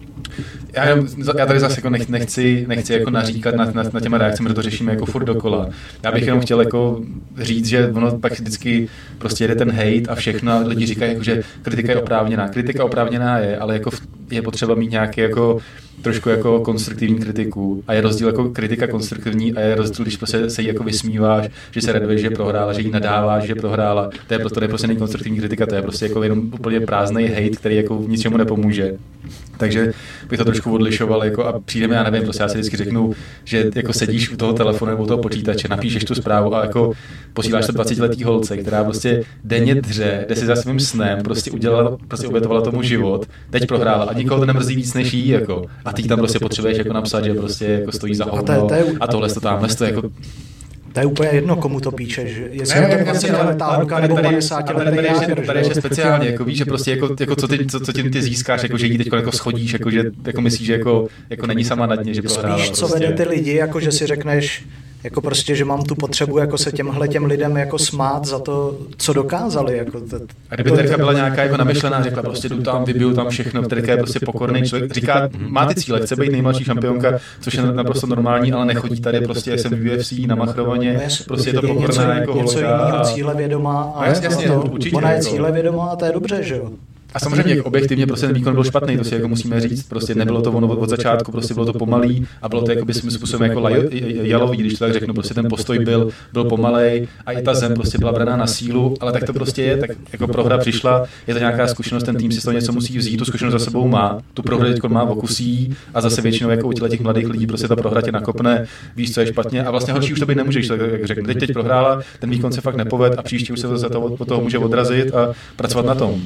já tady zase jako nechci jako naříkat na těma reakcemi, že to řešíme jako furt dokola. Já bych jenom chtěl jako říct, že ono pak vždycky prostě jede ten hate a všechno a lidi říkají, jako, že kritika je oprávněná. Kritika oprávněná je, ale jako je potřeba mít nějaký jako trošku jako konstruktivní kritiku a je rozdíl jako kritika konstruktivní a je rozdíl, když prostě se jí jako vysmíváš, že se raduješ, že prohrála, že jí nadáváš, že prohrála. To je prostě nejkonstruktivní kritika, to je prostě jako jenom úplně prázdnej hate, který jako ničemu nepomůže. Takže bych to trošku odlišoval jako a přijde mi, já nevím, prostě já si vždycky řeknu, že jako sedíš u toho telefonu nebo u toho počítače, napíšeš tu zprávu a jako posíláš to 20letý holce, která prostě denně dře, jde si za svým snem, prostě obětovala tomu život, teď prohrála a nikoho to nemrzí víc než jí jako. A ty tam prostě potřebuješ jako napsat, že prostě jako stojí za hovno a tohle to tamhle to jako. To je úplně jedno, komu to píšeš. Jestli je to 20letá holka nebo 50letý jágr. Tady ještě speciálně, jako víš, že prostě jako co ty získáš, jako že jí teď jako schodíš, jako že jako myslíš, že jako není sama na dně, že prohrála. Spíš co vede ty lidi, jako že si řekneš, jako prostě, že mám tu potřebu jako se těm lidem jako smát za to, co dokázali. Jako a kdyby Terka byla nějaká jako namyšlená, řekla prostě jdu tam, vybiju tam všechno, Terka je prostě pokorný člověk, říká, má ty cíle, chce být nejmladší šampionka, což je naprosto normální, ale nechodí tady prostě, jsem v UFC namachrovaně, prostě je to pokorná jako holka. Něco jiného cílevědomá a ona je cílevědomá a to je dobře, že jo. A samozřejmě objektivně prostě ten výkon byl špatný, to si jako musíme říct, prostě nebylo to ono od začátku, prostě bylo to pomalý a bylo to jakoby svým způsobem jako jalový, když to tak řeknu, prostě ten postoj byl pomalej a i ta zem prostě byla braná na sílu, ale tak to prostě je, tak jako prohra přišla, je to nějaká zkušenost, ten tým si z toho něco musí vzít, tu zkušenost za sebou má, tu prohru teď má okusí a zase většinou jako u těch mladých lidí prostě ta prohra tě nakopne, víš, co je špatně a vlastně horší už to být nemůžeš, tak jak řeknu, teď prohrála, ten výkon se fakt nepoved a příště už se za toho může odrazit a pracovat na tom.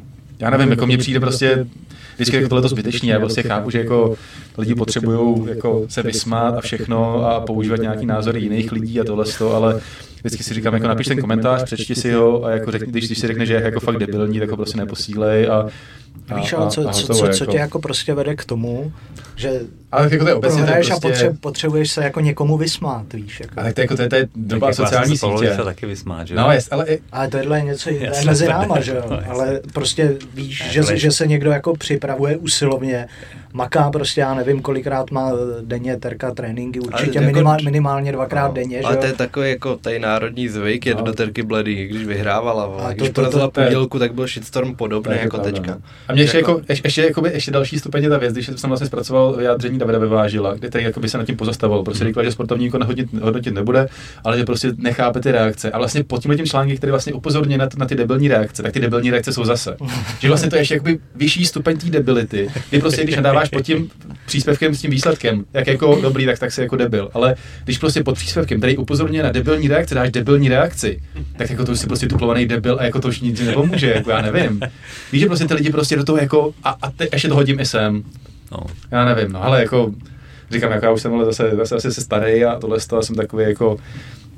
Já nevím, jako mně přijde prostě vždycky jako tohle to zbytečný, já prostě chápu, že jako lidi potřebují jako se vysmát a všechno a používat nějaký názory jiných lidí a tohle ale vždycky si říkám, jako napiš ten komentář, přečti si ho a jako řekni, když si řekne, že je jako fakt debilní, tak ho prostě neposílej a víš, ale co tě jako prostě vede k tomu, že ale jako to je obecně prohraješ prostě... a potřebuješ se jako někomu vysmát, víš. Jako. Ale to je doba sociální sítě. Se taky vysmát, že? No, ale tohle je něco mezi náma, že jo. Ale prostě víš, že se někdo jako připravuje usilovně, maká prostě, já nevím, kolikrát má denně Terka tréninky, určitě jako, minimálně 2x denně, ale že to je takový jako tady národní zvyk, jet do Terky bledý, když vyhrávala, a když porazila Podělku, tak byl shitstorm podobný jako teďka. A mě ještě další stupeň je ta věc, když jsem vlastně zpracoval vyjádření Davida Vyvážila, kde tady jakoby se nad tím pozastavoval, prostě říkal, že sportovní hodnotit nebude, ale že prostě nechápe ty reakce. A vlastně pod tím články, který vlastně upozorňuje na ty debilní reakce, tak ty debilní reakce jsou zase. Že vlastně to je ještě jakoby vyšší stupeň té debility. Kdy prostě když nadáváš pod tím příspěvkem s tím výsledkem, jak jako dobrý, tak se jako debil. Ale když prostě pod příspěvkem, který upozorňuje na debilní reakce, dáš debilní reakci, tak jako to už si prostě tuplovaný debil a jako to už nic nepomůže, jako já nevím. Víš, že prostě ty lidi prostě do toho jako a ještě to hodím i sem. No. Já nevím, no, ale jako říkám, jako já už jsem ale zase starý a tohle z toho jsem takový jako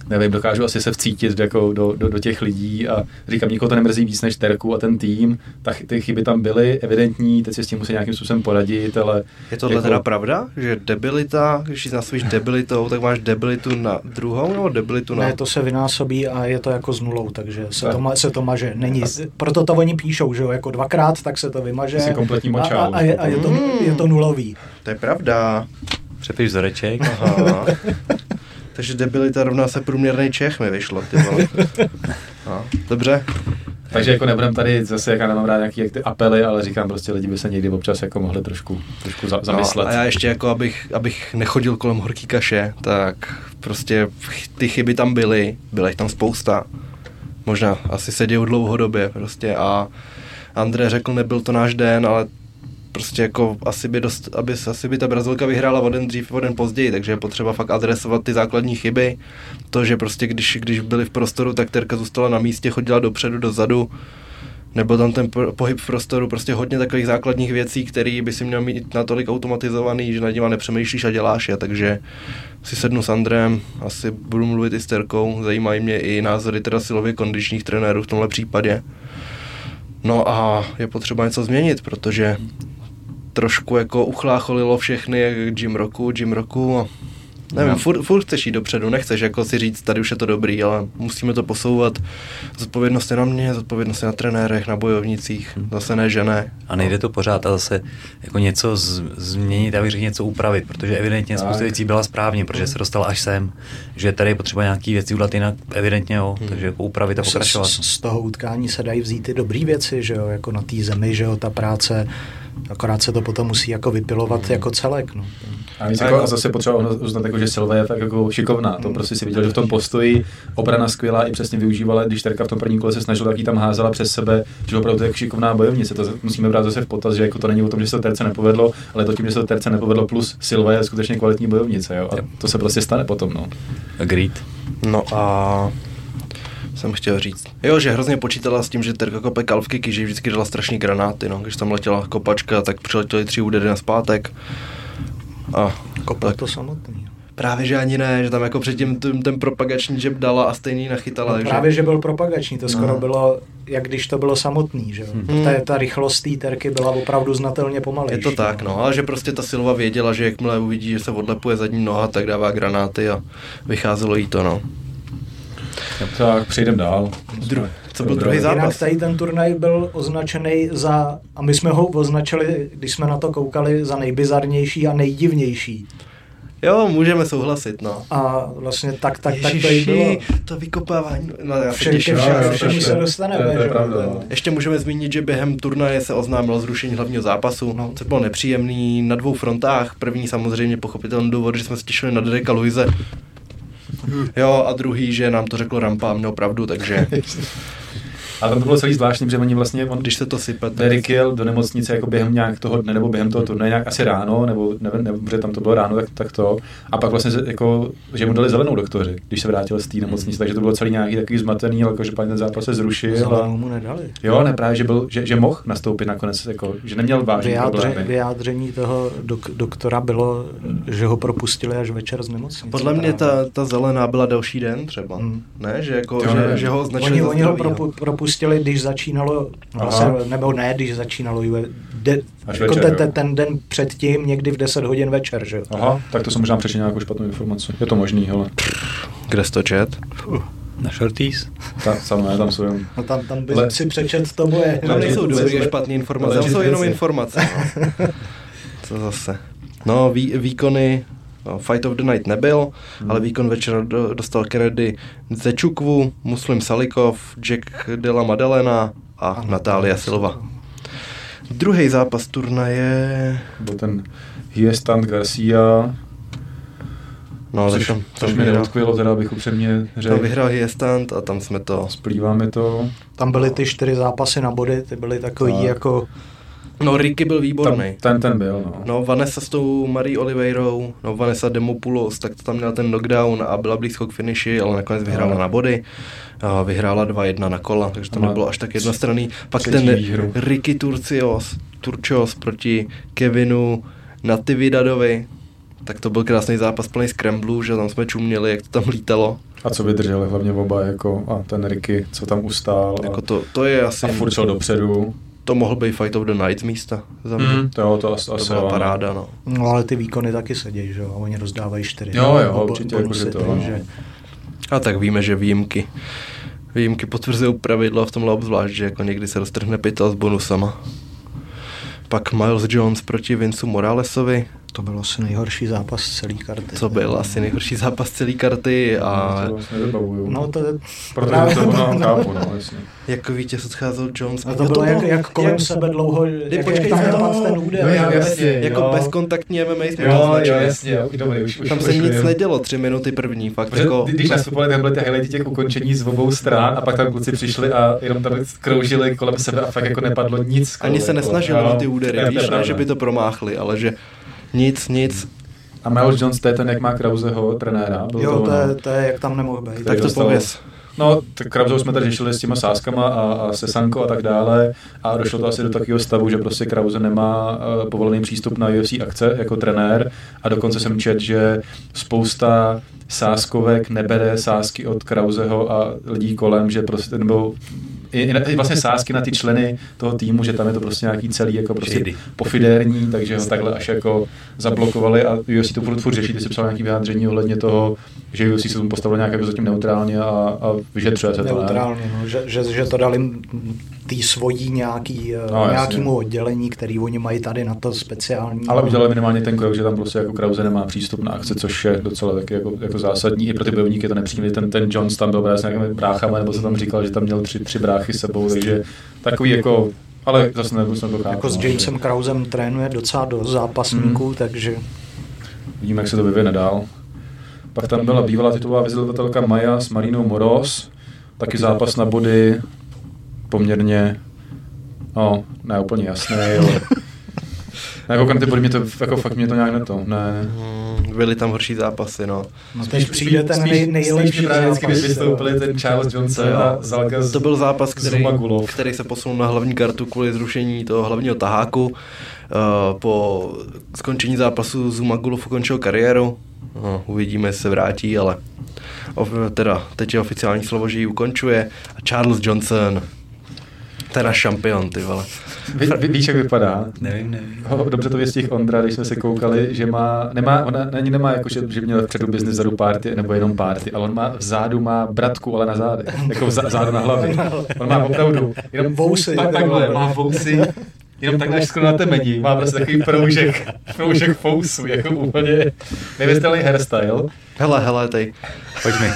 nevím, dokážu asi se vcítit jako do těch lidí a říkám, nikoho to nemrzí víc než Terku a ten tým, tak ty chyby tam byly evidentní, teď si s tím musí nějakým způsobem poradit, ale... Je tohle jako... teda pravda, že debilita, když si nasvíš debilitou, tak máš debilitu na druhou nebo debilitu na... Ne, to se vynásobí a je to jako s nulou, takže se to maže. Není, proto to oni píšou, že jo, jako dvakrát, tak se to vymaže a je to nulový. To je pravda. Přepiš vzoreček. Aha. Takže debilita rovná se průměrný Čech mi vyšlo, ty vole. No, dobře. Takže jako nebudem tady zase, jak já nemám rád nějaký ty apely, ale říkám prostě, lidi by se někdy občas jako mohli trošku zamyslet. No, a já ještě jako, abych nechodil kolem horký kaše, tak prostě ty chyby tam byly jich tam spousta. Možná asi se dějou dlouhodobě prostě a André řekl, nebyl to náš den, ale prostě jako asi by ta Brazilka vyhrála o den dřív, o den později, takže je potřeba fakt adresovat ty základní chyby. To, že prostě když byli v prostoru, tak Terka zůstala na místě, chodila dopředu, dozadu, nebo tam ten pohyb v prostoru, prostě hodně takových základních věcí, které by si měl mít natolik automatizovaný, že nad nima nepřemýšlíš a děláš je, takže si sednu s Andrem, asi budu mluvit i s Terkou, zajímají mě i názory teda silově kondičních trenérů v tomhle případě. No a je potřeba něco změnit, protože trošku jako uchlácholilo všechny jak Jim Roku a nevím, furt chceš jít dopředu, nechceš jako si říct, tady už je to dobrý, ale musíme to posouvat. Zodpovědnost je na mě, zodpovědnost je na trenérech, na bojovnicích, zase ne, že ne. A nejde to pořád a zase jako něco změnit, abych řekl něco upravit, protože evidentně spousta věcí byla správně, protože se dostala až sem, že tady je potřeba nějaký věci udělat jinak, evidentně jo, takže jako upravit a pokračovat. Z toho utkání se dají vzít ty dobrý věci, že jo, jako na té zemi, že jo, ta práce, akorát se to potom musí jako vypilovat jako celek, no. A zase potřeba uznat, jako, že Silva je tak jako šikovná. To prostě si viděl, že v tom postoji obrana skvělá i přesně využívala, když Terka v tom prvním kole se snažila, tak jí tam házela přes sebe, že opravdu to je jako šikovná bojovnice. To musíme brát zase v potaz, že jako to není o tom, že se to Terce nepovedlo, ale to tím, že se to Terce nepovedlo, plus Silva je skutečně kvalitní bojovnice, jo. A to se prostě stane potom, no. Agreed. No a jsem chtěl říct. Jo, že hrozně počítala s tím, že Terka kope kalvky, že vždycky dala strašný granáty, no. Když tam letěla kopačka, tak přiletěly 3 údery nazpátek. A kopla to samotný. Právě, že ani ne, že tam jako předtím ten propagační jab dala a stejný nachytala. No, právě, že byl propagační, to skoro bylo, jak když to bylo samotný, že ta rychlost té Terky byla opravdu znatelně pomalejší. Je to tak, no, ale že prostě ta Silva věděla, že jakmile uvidí, že se odlepuje zadní noha, tak dává granáty a vycházelo jí to, no. Tak přejdem dál. Co byl druhý zápas? Jinak tady ten turnaj byl označený za, a my jsme ho označili, když jsme na to koukali, za nejbizarnější a nejdivnější. Jo, můžeme souhlasit, no. A vlastně tak to i bylo. To vykopávání. No, já všemu se dostaneme. Ještě můžeme zmínit, že během turnaje se oznámilo zrušení hlavního zápasu, co bylo nepříjemný na 2 frontách. První samozřejmě pochopitelný důvod, že jsme se těšili na Dereka Luise. Jo, a druhý, že nám to řekl Rampa a měl pravdu, takže... A tam to bylo celý zvláštní, protože oni vlastně, když se to sype, Derek jel do nemocnice jako během nějak toho dne nebo během toho turnaje nějak asi ráno, nebo nevím, protože tam to bylo ráno, tak to. A pak vlastně jako, že mu dali zelenou doktoři, když se vrátil z té nemocnice, takže to bylo celý nějaký takový zmatený, jako že ten zápas se zrušil. Zelenou mu nedali. Jo, ne, právě, že mohl nastoupit nakonec, jako, že neměl vážný problémy. Vyjádření toho doktora bylo, že ho propustili až večer z nemocnice. Podle mě ta zelená byla další den třeba, ne? Že, jako, že ho označili za oni ho propustili, když začínalo, nebo ne, když začínalo jako ten den předtím, někdy v 10 hodin večer, že jo. Aha, tak to jsem možná přečetl nějakou špatnou informaci. Je to možný, hele. Kde jsi to čet? Na Shorties? Tam jsou jen... No tam by si přečet to boje. Tam nejsou dobrý a špatný informace, tam jsou jenom informace. No. Co zase? No, výkony... Fight of the Night nebyl, ale výkon večera dostal Kennedy Zečukvu, Muslim Salikov, Jack Della Maddalena a Natália Silva. Druhý zápas turnaje... Byl ten Hiestand Garcia. No, což mi neutkvělo, teda bych upřímně řekl. Tam vyhrál Hiestand a tam jsme to... Splýváme to. Tam byly ty 4 zápasy na body, ty byly takový tak. Jako... No, Ricky byl výborný. Ten byl, no. No, Vanessa s tou Marie Oliveirou, no, Vanessa Demopoulos, tak to tam měla ten knockdown a byla blízko k finiši, ale nakonec vyhrála na body. A vyhrála 2-1 na kola, takže to nebylo až tak jednostranný. Pak ten Ricky Turcios proti Kevinu Natividadovi. tak to byl krásný zápas plný scramblů, že tam jsme čuměli, jak to tam lítalo. A co vydrželi hlavně oba, jako a ten Ricky, co tam ustál. Jako to je asi... A furt šel dopředu. To mohl být Fight of the Night z místa za mě. To byla paráda, no. No ale ty výkony taky sedějí, že jo, a oni rozdávají 4. Jo, určitě, jakože to. Takže... A tak víme, že výjimky potvrzují pravidla v tomhle obzvlášť, že jako někdy se roztrhne pytel s bonusama. Pak Miles Jones proti Vinceu Moralesovi. To byl asi nejhorší zápas celé karty. To byl asi nejhorší zápas celé karty a... No to je... Protože to chápu, no, jasně. Jako vítěz odcházel Jones. A to bylo jak kolem sebe dlouho... Počkej, ten úder. Jako bezkontaktní MMA jsme to označili. Tam se nic nedělo 3 minuty první, fakt jako... Když nastupovali, tam byly ty highlighty těch ukončení z obou stran a pak tam kluci přišli a jenom tam kroužili kolem sebe a fakt jako nepadlo nic. Ani se nesnažili na ty údery, víš, ne, že by to promáchli, ale že nic. A Miles Jones, to je ten, jak má Krauseho trenéra. Jo, to je jak tam nemohl být. Tak to pověz. No, tak Krauseho jsme tady řešili s těma sáskama a se Sanko a tak dále a došlo to asi do takového stavu, že prostě Krause nemá povolený přístup na UFC akce jako trenér a dokonce jsem četl, že spousta sáskovek nebere sásky od Krauseho a lidí kolem, že prostě nebo i vlastně sázky na ty členy toho týmu, že tam je to prostě nějaký celý jako prostě pofidérní, takže ho takhle až jako zablokovali a UFC to furt řeší, ty si psal nějaký vyjádření ohledně toho, že UFC se tomu postavilo nějak jako zatím neutrálně a vyšetřuje se to. Neutrálně, no, že to dali tý svojí nějakému oddělení, který oni mají tady na to speciální. Ale udělali minimálně ten krok, že tam prostě jako Krause nemá přístup na akce, což je docela taky jako zásadní. I pro ty bojovníky to nepříjemný. Ten Jones tam byl s nějakými bráchama, nebo se tam říkal, že tam měl tři bráchy s sebou, takže takový jako, ale zase nemusím to chápat. Jako s Jamesem Krausem trénuje docela do zápasníků, takže... Vidíme, jak se to vyvine dál. Pak tam byla bývalá titulová vyzvedatelka Maja s Marinou Moros, taky zápas na body, poměrně, no, ne úplně jasný, ale... Jako ty body mě to, jako fakt mě to nějak ne. Byly tam horší zápasy, no. No teď přijde ten nejlepší zápas. Spíš vystoupili ten Charles Johnson a Zalka. To byl zápas, který se posunul na hlavní kartu kvůli zrušení toho hlavního taháku. Po skončení zápasu Zumagulov ukončil kariéru. No, uvidíme, jestli se vrátí, ale teda teď je oficiální slovo, že ji ukončuje. A Charles Johnson, teda šampion, ty vole. Víš, jak vypadá? Nevím. Dobře to věstí Ondra, když jsme se koukali, že nemá jako, že měl vpředu business, vzadu party, nebo jenom party, ale on má vzadu má bratku, ale na zádech, jako vzadu na hlavě. On má opravdu jenom vousy, má vousy, jenom takhle až skoro na temení, má prostě takový proužek fousu, jako úplně nevěstelný hairstyle. Hele, tej. Pojď mi.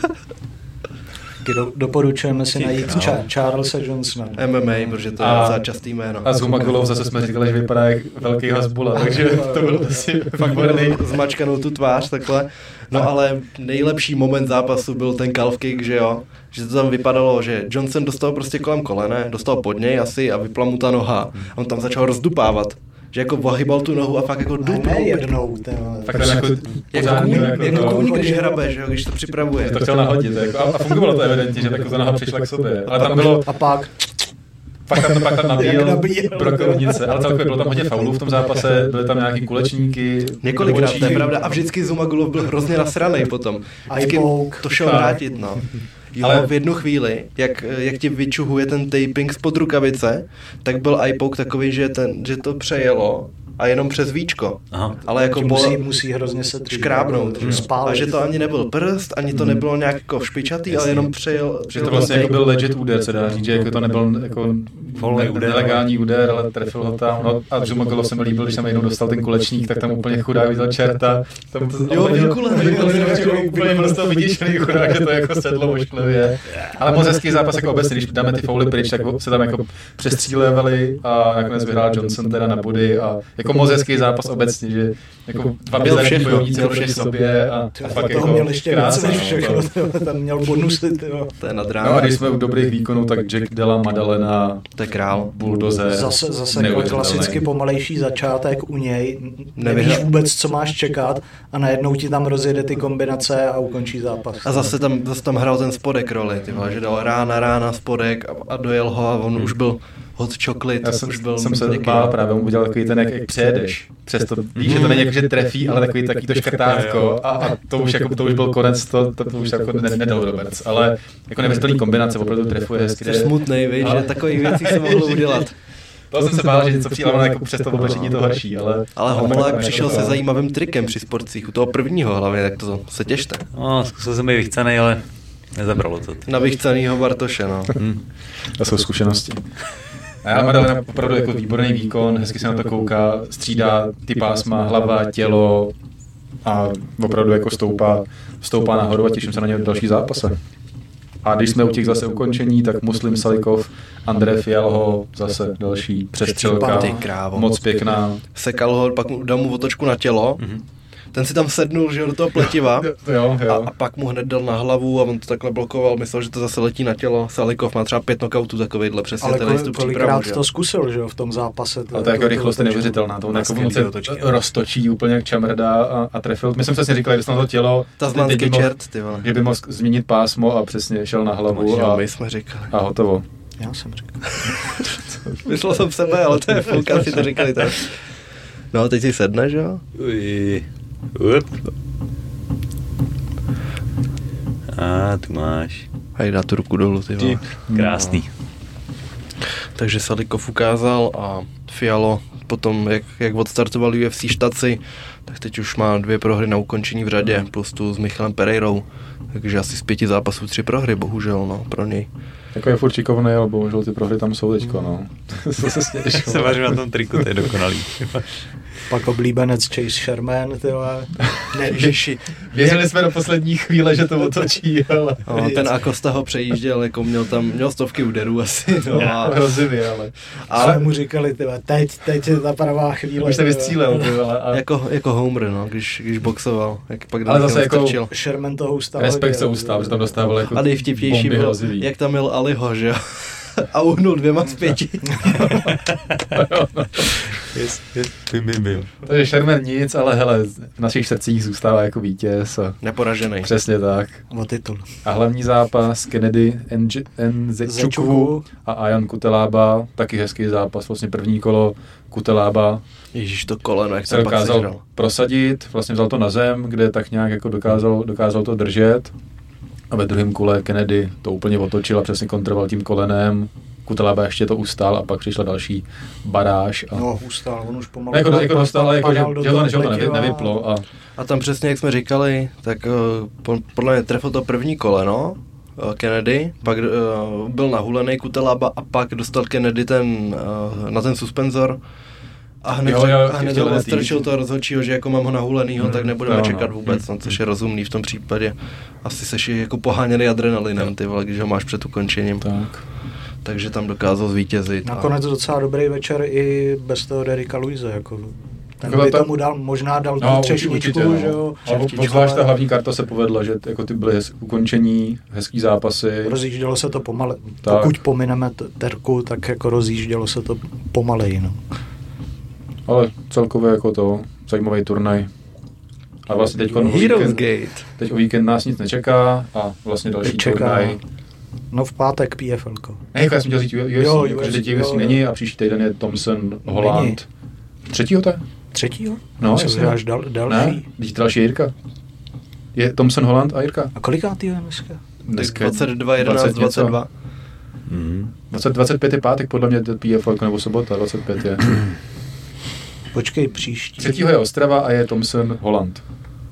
Doporučujeme si najít Charlesa Johnsona. MMA, protože to je docela častý jméno. A Zumagulov zase jsme říkali, že vypadá jak velký Hasbula, takže to bylo asi fakt moderný. Zmačkanou tu tvář takhle. No ale nejlepší moment zápasu byl ten calf kick, že jo? Že to tam vypadalo, že Johnson dostal prostě kolem kolene, dostal pod něj asi a vypla mu ta noha. A on tam začal rozdupávat. Že jako ohybal tu nohu a fakt jako dupnul. Ne jednou. Fakt jako kůň, když hrabe, že jo, když to připravuje. To chtěl nahodit jako, a fungovalo to evidentně, že ta noha přišla k sobě. Ale tam bylo... A pak tam nabíjel brokovnice, ale celkově bylo tam hodně faulů v tom zápase, byly tam nějaký kulečníky. Několikrát, to je pravda, a vždycky Zumagulov byl hrozně nasranej potom. Vždycky to šel vrátit, no. Jo, ale v jednu chvíli, jak ti vyčuhuje ten taping spod rukavice, tak byl eye-poke takový, že to přejelo a jenom přes víčko. Aha. Ale jako musí hrozně se škrábnout. A že to ani nebyl prst, ani to nebylo nějak jako špičatý, ale jenom přejel. Že to vlastně jako byl legit úder, se dá říct, že jako to nebyl jako nelegální úder, ale trefil ho tam. No, a Zumagulov se mi líbil, když tam jednou dostal ten kulečník, tak tam úplně chudák viděl čerta. Jo, úplně prostě vyděšený chudák, že to jako sedlo ošklivě. Ale moc hezký zápas jako obecně, když dáme ty fauly pryč, tak se tam jako přestřílevali a nakonec vyhrál Johnson teda na body a jako moc hezký zápas obecně, že jako dva bizarní bojovníci rovně sobě a fakt jako měl ještě víc než všechno, tam měl bonusy, tyjo. To je nad ráno. No a když jsme u dobrých výkonů, tak Jack Della Maddalena, to je král. Bulldozer. Zase klasicky pomalejší začátek u něj, nevíš vůbec, co máš čekat a najednou ti tam rozjede ty kombinace a ukončí zápas. A zase tam hrál ten spodek roli, že dal rána spodek a dojel ho a on už byl hot chocolate. Já jsem se bál právě, on udělal takový ten, jak přejedeš. Přesto víš, že to není jako, že trefí, ale takový to škrtátko a to už byl konec, to už jako nedalo vůbec. Ale jako neuvěřitelný kombinace, opravdu trefuje hezky. Jsi smutnej, víš, že takových věcí se mohlo udělat. To jsem se bál, že něco přijde, ale jako přes to oblečení to horší, ale Homolák přišel se zajímavým trikem při sportcích, u toho prvního hlavně, tak to se těšte. No, zkusil jsem být vychcenej, ale nezabralo to. Na vychcenýho Bartoše, no. To jsou zkušenosti. A já Madalena opravdu jako výborný výkon, hezky se na to kouká, střídá ty pásma, hlava, tělo a opravdu jako stoupá nahoru a těším se na ně v další zápase. A když jsme u těch zase ukončení, tak Muslim Salikov, Andrej Fialho, zase další přestřelka, moc pěkná. Sekal ho, pak dal mu otočku na tělo, ten si tam sednul, že do toho pletiva jo. A pak mu hned dal na hlavu a on to takhle blokoval, myslel, že to zase letí na tělo. Salikov má třeba 5 knockoutů takovejhle, přesně ale tady tu přípravu. Ale kolikrát to zkusil, že jo, v tom zápase. Ale to jako rychlost je neuvěřitelná, to on jako se roztočí úplně jak čamrda a trefil. My jsme přesně říkali, že to tělo, Tasmanský čert, ty vole. Že by mohl změnit pásmo a přesně šel na hlavu my jsme říkali. A hotovo. Já jsem říkal. Myslel jsem sebe, ale to je fůlka, si to říkali tak. No, teď si sedneš, jo? A tu máš. Hej, dá tu ruku dolů, ty vole. Krásný. Takže Salikov ukázal a Fialo potom, jak odstartoval UFC štaci, tak teď už má 2 prohry na ukončení v řadě, plus tu s Michalem Pereirou. Takže asi z 5 zápasů 3 prohry, bohužel, no, pro něj. Jako je furt šikovnej, ale bohužel ty prohry tam jsou teďko, no. To se sněš. Se vařím na tom triku, to je dokonalý. Pak oblíbenec Chase Sherman, ty vole. Nežiši. Věřili jsme do poslední chvíle, že to otočí, ale... No, ten Acosta ho přejížděl, jako měl stovky úderů asi, no. A hrozivě, ale... Ale mu říkali, ty vole, teď je ta pravá chvíle. Už se vystřílel, ty vole. A... Jako Homer, no, když boxoval, jak pak ale zase jako Sherman toho ustál. Respekt se ustál, že tam dostával jako a nejvtipnější bylo, jak tam měl Aliho, že jo? A uhnul 2 z 5. Bim. Takže Sherman nic, ale hele, v našich srdcích zůstává jako vítěz. A... neporažený. Přesně tak. O titul. A hlavní zápas Kennedy Nzechukwu a Ayan Kutelaba, taky hezký zápas, vlastně první kolo Kutelaba. Ježíš, to koleno, jak se dokázal prosadit, vlastně vzal to na zem, kde tak nějak jako dokázal to držet. A ve druhém kole Kennedy to úplně otočil a přesně kontroval tím kolenem. Kutelaba ještě to ustál a pak přišla další baráž. A... No, ustál, on už pomalu. Jako dostal, ale jako, že to nevyplo. A tam přesně, jak jsme říkali, tak podle mě trefil to první koleno Kennedy, pak byl nahulený Kutelaba a pak dostal Kennedy na ten suspenzor. A hned nastrčil to rozhodčího, že jako mám ho nahulenýho, tak nebudeme čekat vůbec, což je rozumný v tom případě. Asi seš jako poháněný adrenalinem, ty vole, když ho máš před ukončením. Takže tam dokázal zvítězit. Nakonec docela dobrý večer i bez toho Derricka Luise, jako. Ten by tomu možná dal tu třešničku, že jo. Zvlášť ta hlavní karta se povedla, že jako ty byly ukončení, hezký zápasy. Rozjíždělo se to pomale. Pokud pomineme Terku, tak jako rozjíždělo se to pomaleji, no. Ale celkově jako to zajímavý turnaj. A vlastně teď o víkend nás nic nečeká a vlastně další turnaj. No v pátek PFL-ko. Já jsem chtěl říct UFC, že teď UFC není a příští týden je Thompson, Holland. 3. to je? 3. No, jasně. Až další. Ne, teď další je Jirka. Je Thompson, Holland a Jirka. A kolikátý je dneska? 22, 11, 22. 25 je pátek, podle mě PFL, nebo sobota, 25 je. Počkej, příští. 3. je Ostrava a je Thompson, Holland.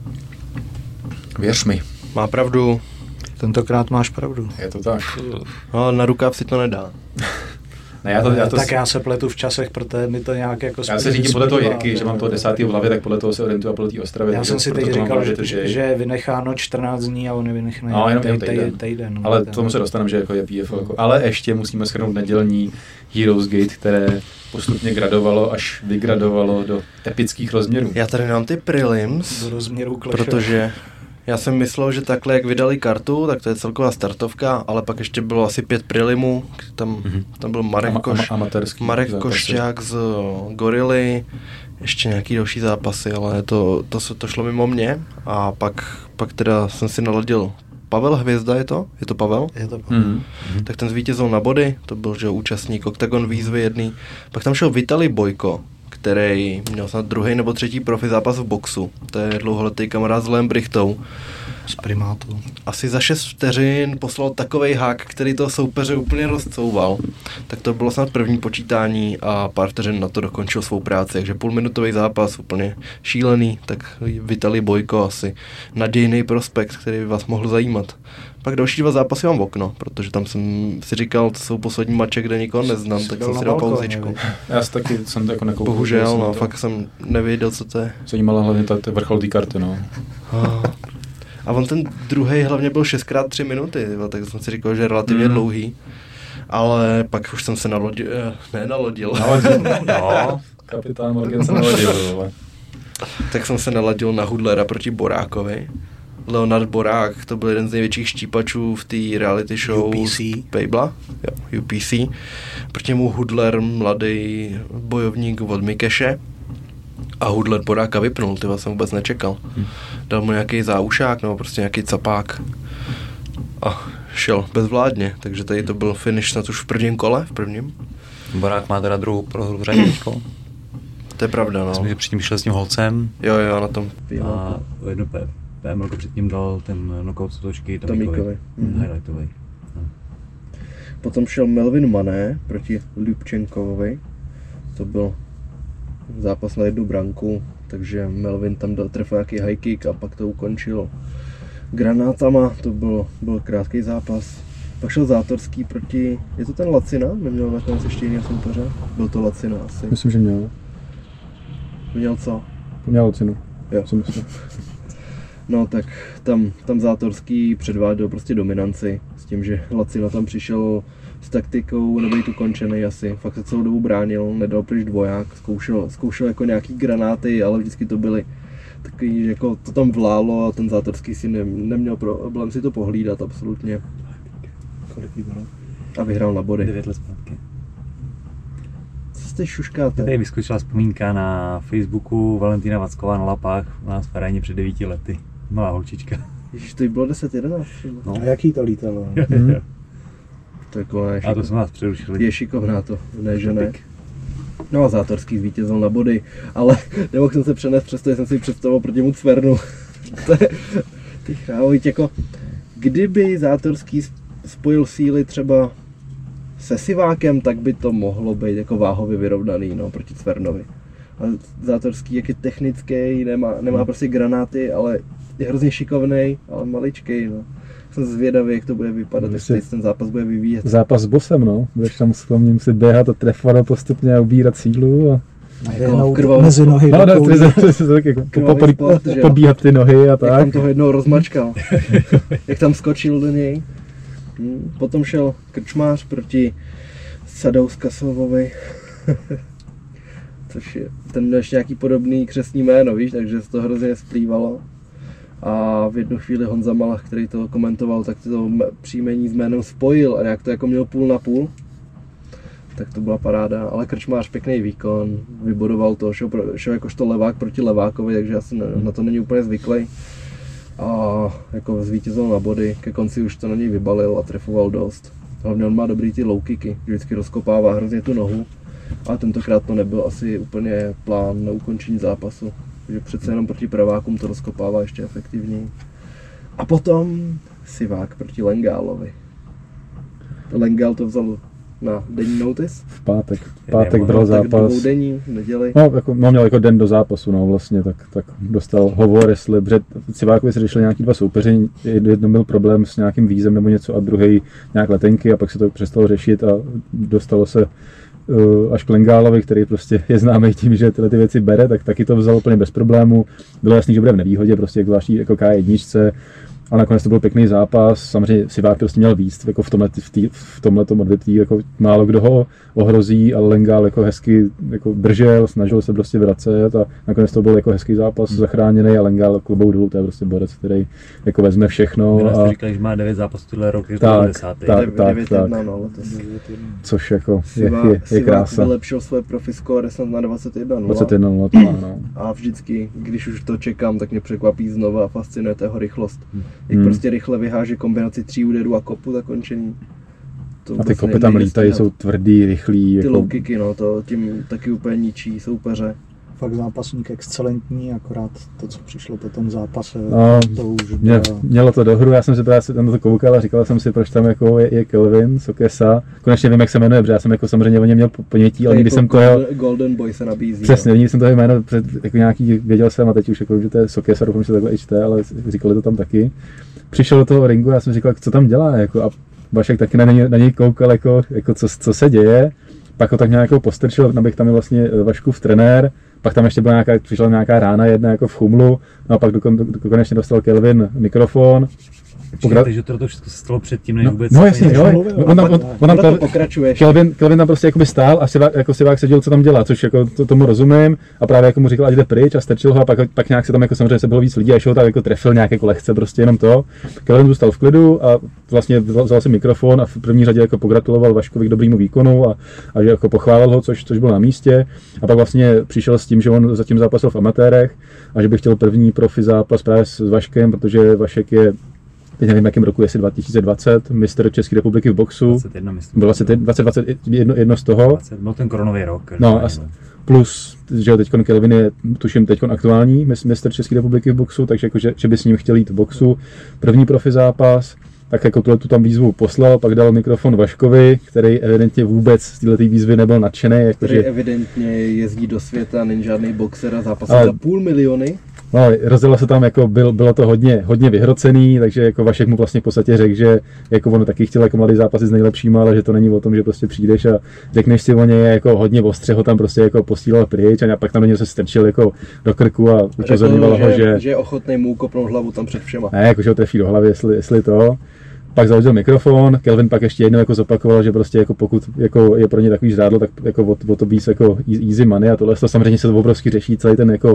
Věř mi. Má pravdu. Tentokrát máš pravdu. Je to tak. No, na rukáv si to nedá. Ne, já se pletu v časech, protože mi to nějak jako... Já se řídím podle toho Jirky, že mám to 10. v hlavě, tak podle toho se orientuju a podle té Ostravy. Já jsem si teď říkal, že je vynecháno 14 dní a on je vynecháno týden. Ale tomu se dostaneme, že jako je PFL. Ale ještě musíme shrnout nedělní Heroes Gate, které postupně gradovalo, až vygradovalo do epických rozměrů. Já tady mám ty prelims, do rozměrů Clash, protože já jsem myslel, že takhle, jak vydali kartu, tak to je celková startovka, ale pak ještě bylo asi 5 prelimů, tam byl Marek Košťák z Gorily, ještě nějaký další zápasy, ale to šlo mimo mě a pak teda jsem si naladil Pavel Hvězda je to? Je to Pavel? Je to Pavel. Tak ten zvítězil na body, to byl že účastník Octagon výzvy jedný. Pak tam šel Vitali Bojko, který měl snad 2. nebo 3. profi zápas v boxu. To je dlouholetý kamarád s Lem Brichtou. Z primátu. Asi za 6 vteřin poslal takovej hák, který toho soupeře úplně rozcouval. Tak to bylo snad první počítání a pár vteřin na to dokončil svou práci. Takže půlminutový zápas, úplně šílený. Tak Vitali Bojko asi nadějný prospekt, který by vás mohl zajímat. Pak další 2 zápasy mám v okno, protože tam jsem si říkal, to jsou poslední mače, kde nikoho neznám, tak jsem si dal pauzičku. Já si taky jsem to jako nekoupil. Bohužel, no, fakt jsem nevěděl, co to je. Zajímala hlavně ta vrchol té karty, no. A on ten druhý hlavně byl 6x3 minuty, tak jsem si říkal, že je relativně dlouhý. Ale pak už jsem se nalodil. No, kapitán Morgan se naladil. Tak jsem se naladil na Hudlera proti Borákovi. Leonard Borák, to byl jeden z největších štípačů v té reality show UPC. Pejbla, jo, UPC. Proti mu Hudler, mladý bojovník od Mikeše. A Hudler Boráka vypnul, ty jsem vůbec nečekal. Dal mu nějaký záušák nebo prostě nějaký capák. A šel bezvládně, takže tady to byl finish snad už v prvním kole, Borák má teda druhou prohru v řadě teďko. To je pravda, no. Myslím, že předtím šel s tím Holcem. Jo, na tom. A jedno PMLko předtím dal ten knockout z otočky Tomíkovi. Highlightový. Potom šel Melvin Mané proti Ljubčenkovovi. To byl zápas na 1 branku, takže Melvin tam dal trefil nějaký high kick a pak to ukončil granátama. To byl krátký zápas. Pak šel Zátorský proti, je to ten Lacina? Neměl nakonec ještě jiný soupeře? Byl to Lacina asi. Myslím, že měl. Měl co? Měl Lacinu. Jo. Co myslím. No tak tam Zátorský předváděl prostě dominanci s tím, že Lacina tam přišel s taktikou nebejt ukončený asi. Fakt se celou dobu bránil, nedal pryč dvoják, zkoušel jako nějaký granáty, ale vždycky to byly takový, že jako to tam vlálo a ten Zátorský si neměl problém si to pohlídat absolutně. Kolik jí bylo? A vyhrál na body. 9 let zpátky. Co jste šuškáte? Tady vyskočila vzpomínka na Facebooku Valentína Vacková na Lapách u nás v aréně před 9 lety. Malá holčička. Ježiš, to jí bylo 10-11. No. A jaký to lítalo? Takové A to jsme vás přerušili. je šikovná to, ne že ne. No a Zátorský zvítězil na body, ale nemohl jsem se přenést, přestože jsem si ji představoval proti mu Cvernu. Ty chrávoviť, jako kdyby Zátorský spojil síly třeba se Sivákem, tak by to mohlo být jako váhově vyrovnaný, no, proti Cvernovi. Ale Zátorský, jak je technický, nemá prostě granáty, ale je hrozně šikovnej, ale maličkej, no. Jsem zvědavý, jak to bude vypadat, jak se ten zápas bude vyvíjet. Zápas s bossem, no. Budeš tam sklamně muset běhat a trefovat postupně a ubírat sílu a... Jako mezi nohy. No, tak jako pobíhat ty nohy a tak. Jak tam toho jednoho rozmačkal. Jak tam skočil do něj. Potom šel Krčmář proti Sadouskasovovi. Což je, ten měl ještě nějaký podobný křestní jméno, víš, takže se to hrozně splývalo. A v jednu chvíli Honza Malach, který to komentoval, tak to příjmení s jménem spojil a nějak to jako měl půl na půl. Tak to byla paráda, ale Krčmář pěkný výkon, vybodoval to, šel jakožto levák proti levákovi, takže asi na to není úplně zvyklý. A jako zvítězil na body, ke konci už to na něj vybalil a trefoval dost. Hlavně on má dobrý ty low kicky, vždycky rozkopává hrozně tu nohu. A tentokrát to nebyl asi úplně plán na ukončení zápasu. Takže přece jenom proti pravákům to rozkopává ještě efektivněji. A potom Sivák proti Lengálovi. Lengál to vzal na denní notice. V pátek byl zápas. Tak denní, neděli. No, jako, měl jako den do zápasu, no vlastně, tak dostal hovor, jestli před Sivákovi se řešili nějaký 2 soupeři, jedno byl problém s nějakým vízem nebo něco a druhý nějak letenky a pak se to přestalo řešit a dostalo se až k Lengálovi, který prostě je známý tím, že tyhle ty věci bere, tak taky to vzal úplně bez problému. Bylo jasný, že bude v nevýhodě, prostě zvláštní jako K1, a nakonec to byl pěkný zápas. Samozřejmě Sivák prostě měl víc jako v tomhletom odvětví, jako málo kdo ho ohrozí, ale Lengál jako hezky jako držel, snažil se prostě vracet a nakonec to byl jako hezký zápas, zachráněný a Lengál klobou dolů, to je prostě borec, který jako vezme všechno. A říkali, že má 9 zápasů tyhle rok, že to byl 10. Tak. Což jako je krása. Sivák vylepšil své profi score snad na 21-0. 21-0, no. A vždycky, když už to čekám, tak mě překvapí znova a fascinuje ta jeho rychlost. jak prostě rychle vyháže kombinaci 3 úderů a kopu zakončený. A ty kopy tam lítají, jsou tvrdý, rychlý. Ty jako... low kicky, no, to tím taky úplně ničí soupeře. Fakt zápasník excelentní, akorát to, co přišlo po tom zápase, to už mělo to do hru, já jsem si právě na to koukal a říkal jsem si, proč tam jako je Kelvin Sokesa. Konečně vím, jak se jmenuje, protože já jsem jako samozřejmě o něm měl ponětí, ale když jsem to Golden Boy se nabízí. Přesně, když jsem to jméno před jako nějaký, věděl jsem a teď už jako, že to je Sokesa, doufám, že to takhle i čte, ale říkali to tam taky. Přišel do toho ringu a já jsem říkal, co tam dělá, jako, a Vašek taky na něj koukal, jako co se děje. Pak ho tak nějak jako postrčil, abych tam je vlastně Vaškův trenér. Pak tam ještě přišla nějaká rána jedna jako v chumlu, no a pak konečně dostal Kelvin mikrofon. Takže to všechno se stalo předtím, než vůbec... No jasně, jo. On tam pokračuje. Kelvin tam prostě jakoby stál a jako Sivák se dělal, co tam dělá, což jako tomu rozumím. A právě jako mu říkal, ať jde pryč a strčil ho a pak nějak se tam jako samozřejmě se bylo víc lidí a šel tam jako trefil nějak jako lehce, prostě jenom to. Kelvin zůstal v klidu a vlastně vzal si mikrofon a v první řadě jako pogratuloval Vaškovi k dobrému výkonu a že jako pochválil ho, což bylo na místě. A pak vlastně přišel s tím, že on zatím zápasil v amatérech a že by chtěl první profi zápas právě s Vaškem, protože Vašek je, teď nevím, jakým roku, jestli 2020, mistr České republiky v boxu. 21, myslím. Bylo 2021 z toho. 20, byl ten koronový rok. No a plus, že teď Kelvin je, tuším, teď aktuální mistr České republiky v boxu, takže jako, že by s ním chtěl jít v boxu. První profi zápas, tak jako tu tam výzvu poslal, pak dal mikrofon Vaškovi, který evidentně vůbec z této výzvy nebyl nadšený. Jako který evidentně jezdí do světa, není žádný boxer a zápasí za 500 000. No, rozjelo se tam, jako bylo to hodně vyhrocený, takže jako Vašek mu vlastně v podstatě řekl, že jako on taky chtěl jako mladý zápasy s nejlepšíma, ale že to není o tom, že prostě přijdeš a řekneš si o něj, jako hodně ostře ho tam prostě jako posílal pryč a pak tam do něj se strčil jako do krku a upozorňoval ho, že je ochotný mu kopnout hlavu tam před všema. Ne, jako že ho trefí do hlavy, jestli to. Pak založil mikrofon, Kelvin pak ještě jednou jako zopakoval, že prostě jako pokud jako je pro ně takový žrádlo, tak jako o to víc jako easy money a tohle to samozřejmě se to obrovsky řeší celý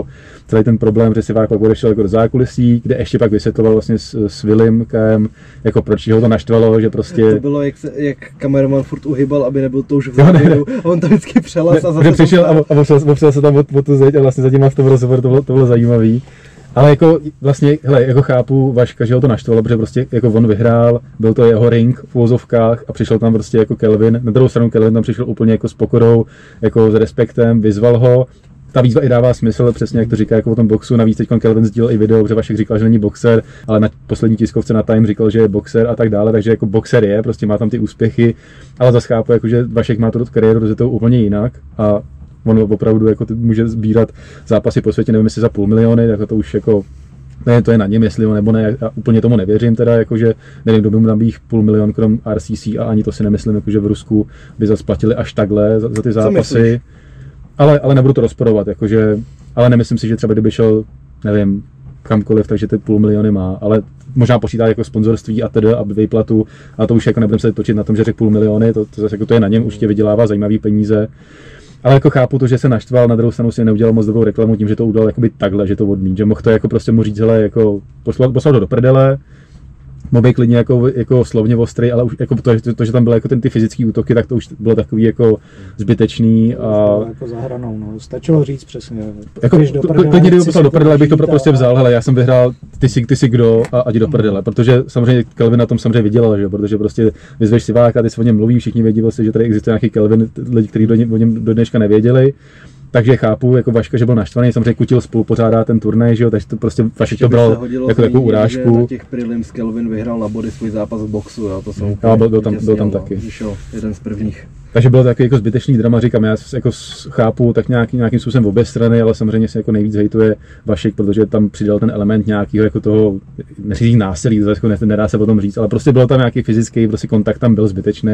ten problém, že si pak odešel jako do zákulisí, kde ještě pak vysvětloval vlastně s Willimkem, jako proč ho to naštvalo, že prostě... To bylo jak kameraman furt uhybal, aby nebyl to už v záběru a on tam vždycky přelas a zase... Přišel a opřel se tam o tu zeď a vlastně zatím v tom rozhovoru to bylo zajímavý. Ale jako vlastně, hele, jako chápu Vaška, že ho to naštvalo, protože prostě jako on vyhrál, byl to jeho ring v uvozovkách a přišel tam prostě jako Kelvin. Na druhou stranu Kelvin tam přišel úplně jako s pokorou, jako s respektem, vyzval ho. Ta výzva i dává smysl, přesně jak to říká jako o tom boxu. Navíc teď Kelvin sdílel i video, protože Vašek říkal, že není boxer, ale na poslední tiskovce na Time říkal, že je boxer a tak dále, takže jako boxer je, prostě má tam ty úspěchy, ale zase chápu, jako, že Vašek má tu kariéru rozjetou úplně jinak a on opravdu jako může sbírat zápasy po světě, nevím jestli za 500 000, tak to už jako, ne, to je na něm, jestli nebo ne, já úplně tomu nevěřím teda, jakože nevím, kdo by mu nabíhl 500 000 krom RCC a ani to si nemyslím, jakože v Rusku by zase platili až takhle za ty zápasy, ale nebudu to rozporovat, jakože, ale nemyslím si, že třeba kdyby šel, nevím, kamkoliv, takže ty 500 000 má, ale možná počítá jako sponzorství a tedy, aby výplatu, a to už jako nebudeme se točit na tom, že řekl 500 000, to zase jako to je na něm, určitě vydělává zajímavý peníze. Ale jako chápu to, že se naštval, na druhou stranu si neudělal moc dobrou reklamu tím, že to udělal jakoby takhle, že to odmít, že mohl to jako prostě mu říct, hele, jako poslal to do prdele, mohl být klidně jako slovně ostrý, ale už jako to, že tam byly jako ty fyzické útoky, tak to už bylo takový jako zbytečný a... Jako za hranou, no, stačilo říct přesně. Jako klidně kdyby poslal do prdele, bych to prostě vzal, hele, já jsem vyhrál, ty jsi kdo a jdi do prdele, protože samozřejmě Kelvin na tom samozřejmě vydělal, že, protože prostě vyzveš Siváka, ty se o něm mluví, všichni vědí vlastně, že tady existuje nějaký Kelvin, lidi, kteří o něm do dneška nevěděli. Takže chápu, jako Vaška, že byl naštvaný, samozřejmě Kutil spolu pořádá ten turnaj, že jo, takže to prostě Vašek to bral jako takovou urážku. Na těch prelims Kelvin vyhrál na body svůj zápas v boxu, jo, to jsou byl tam taky. Vyšel jeden z prvních. Takže bylo takový jako zbytečný drama, říkám, já jako chápu tak nějakým způsobem v obě strany, ale samozřejmě se jako nejvíc hejtuje Vašek, protože tam přidal ten element nějakého jako toho, neříct násilí, to jako nedá se o tom říct, ale prostě bylo tam nějaký fyzický prostě kontakt tam byl zbytečný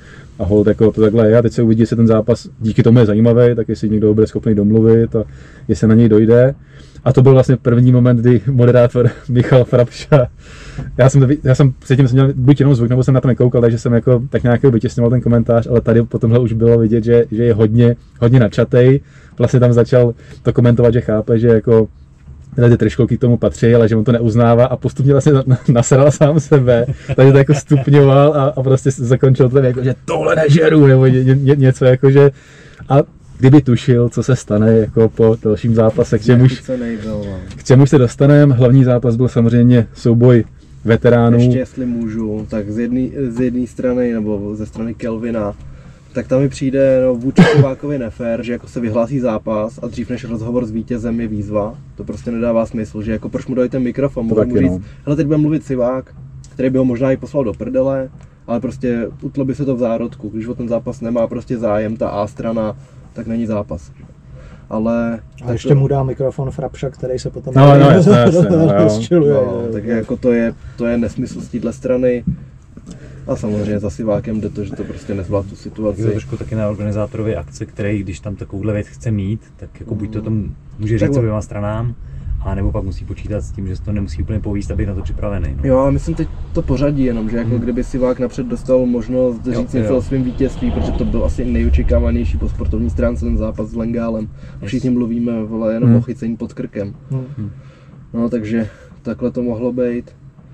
a hold jako to takhle je. A teď se uvidí, jestli ten zápas díky tomu je zajímavý, tak jestli někdo bude schopný domluvit a jestli na něj dojde. A to byl vlastně první moment, kdy moderátor Michal Frapša, já jsem předtím měl buď jenom zvuk, nebo jsem na to nekoukal, takže jsem jako tak nějak vytěsňoval ten komentář, ale tady po tomhle už bylo vidět, že je hodně načatej. Vlastně tam začal to komentovat, že chápe, že jako ty triškolky k tomu patří, ale že on to neuznává a postupně vlastně nasral sám sebe, takže to jako stupňoval a prostě zakončil to jako, že tohle nežeru, nebo něco jako, že a kdyby tušil, co se stane jako po dalším zápase, k čemuž se dostaneme. Hlavní zápas byl samozřejmě souboj veteránů. Ještě jestli můžu, tak z jedné strany, nebo ze strany Kelvina, tak tam mi přijde vůči Sivákovi nefér, že jako se vyhlásí zápas a dřív než rozhovor s vítězem je výzva. To prostě nedává smysl, že jako proč mu dají ten mikrofon, mohl mu říct, hele teď bude mluvit Sivák, který by ho možná i poslal do prdele, ale prostě utlo by se to v zárodku, když o ten zápas nemá prostě zájem ta A strana, tak není zápas. Ale a ještě to mu dá mikrofon Frapša, který se potom rozčiluje. Tak jako to je nesmysl z téhle strany. A samozřejmě za Sivákem jde to, že to prostě nezvládá tu situaci. Je to trošku taky na organizátorovi akce, který když tam takovouhle věc chce mít, tak jako buď to tam může říct oběma stranám, a nebo pak musí počítat s tím, že to nemusí úplně povíst, aby na to připravený. No. Jo, ale myslím teď to pořadí jenom, že jako kdyby Sivák napřed dostal možnost říct něco o svém vítězství, protože to byl asi nejočekávanější po sportovní stránce ten zápas s Lengálem. Všichni mluvíme jenom o chycení pod krkem. No takže takhle to mohlo být.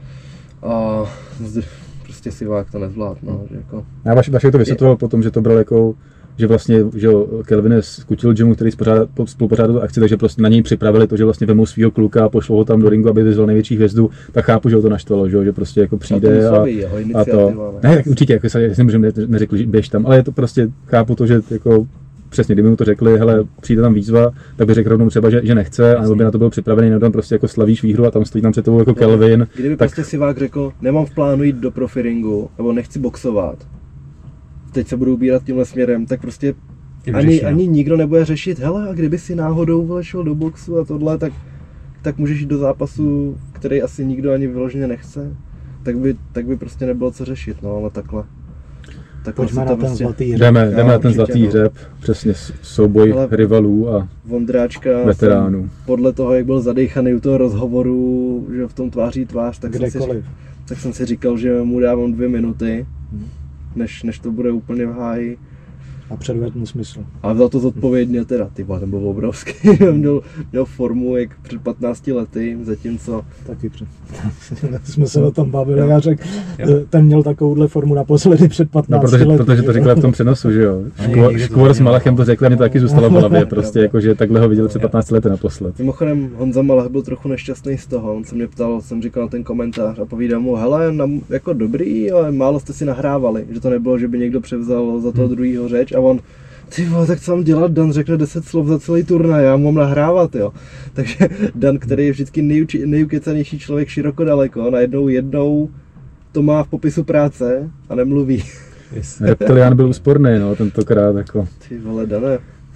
A prostě Sivák to nezvládl, no, že jako... Já Vašek to vysvětloval potom, že to bral jako, že vlastně, že Kelvin skutil Jimu, který spolupořádal tu akci, takže prostě na něj připravili to, že vlastně vemou svýho kluka a pošlou ho tam do ringu, aby vyzval největší hvězdu, tak chápu, že ho to naštvalo, že prostě jako přijde a to... Ne, tak určitě, jako se neřekli, že běž tam, ale je to prostě, chápu to, že jako přesně, kdyby mu to řekli, hele, přijde tam výzva, tak by řekl rovnou třeba, že nechce, anebo by na to byl připravený, nebo tam prostě jako slavíš výhru a tam stojí tam před tebou jako Kelvin. Kdyby tak... prostě Sivák řekl, nemám v plánu jít do profi ringu, nebo nechci boxovat, teď se budu ubírat tímhle směrem, tak prostě ani nikdo nebude řešit, hele, a kdyby si náhodou šel do boxu a tohle, tak můžeš jít do zápasu, který asi nikdo ani vyloženě nechce, tak by prostě nebylo co řešit, no, ale takhle. Pojďme na ten zlatý hřeb. Jdeme na ten zlatý hřeb, přesně souboj rivalů a Vondráčka veteránů. Podle toho, jak byl zadejchaný u toho rozhovoru, že v tom tváří tvář, tak jsem si říkal, že mu dávám 2 minuty, než to bude úplně v háji. A předvedl smysl. A vzal to zodpovědně teda, ty ten byl obrovský, měl formu jak před 15 lety, zatímco... Taky jsme se o tom bavili, já řekl, ten měl takovouhle formu naposledy před 15 lety. Protože to řekl v tom přenosu, že jo. Škvor s Malachem to řekl a mě to taky zůstalo v hlavě, prostě jakože takhle ho viděli před 15 lety naposled. Mimochodem Honza Malach byl trochu nešťastný z toho, on se mě ptal, jsem říkal na ten komentář a povídám mu, hele, jako dobrý, ale málo jste si nahrávali, že to nebylo, že by někdo převzal za toho druhýho řeč. A on, ty vole, tak co mám dělat, Dan řekne 10 slov za celý turnaj, já mám nahrávat, jo. Takže Dan, který je vždycky nejukecanější člověk široko daleko, najednou jednou to má v popisu práce a nemluví. Yes. Reptilian byl úsporný, no, tentokrát, jako. Ty vole, Dane.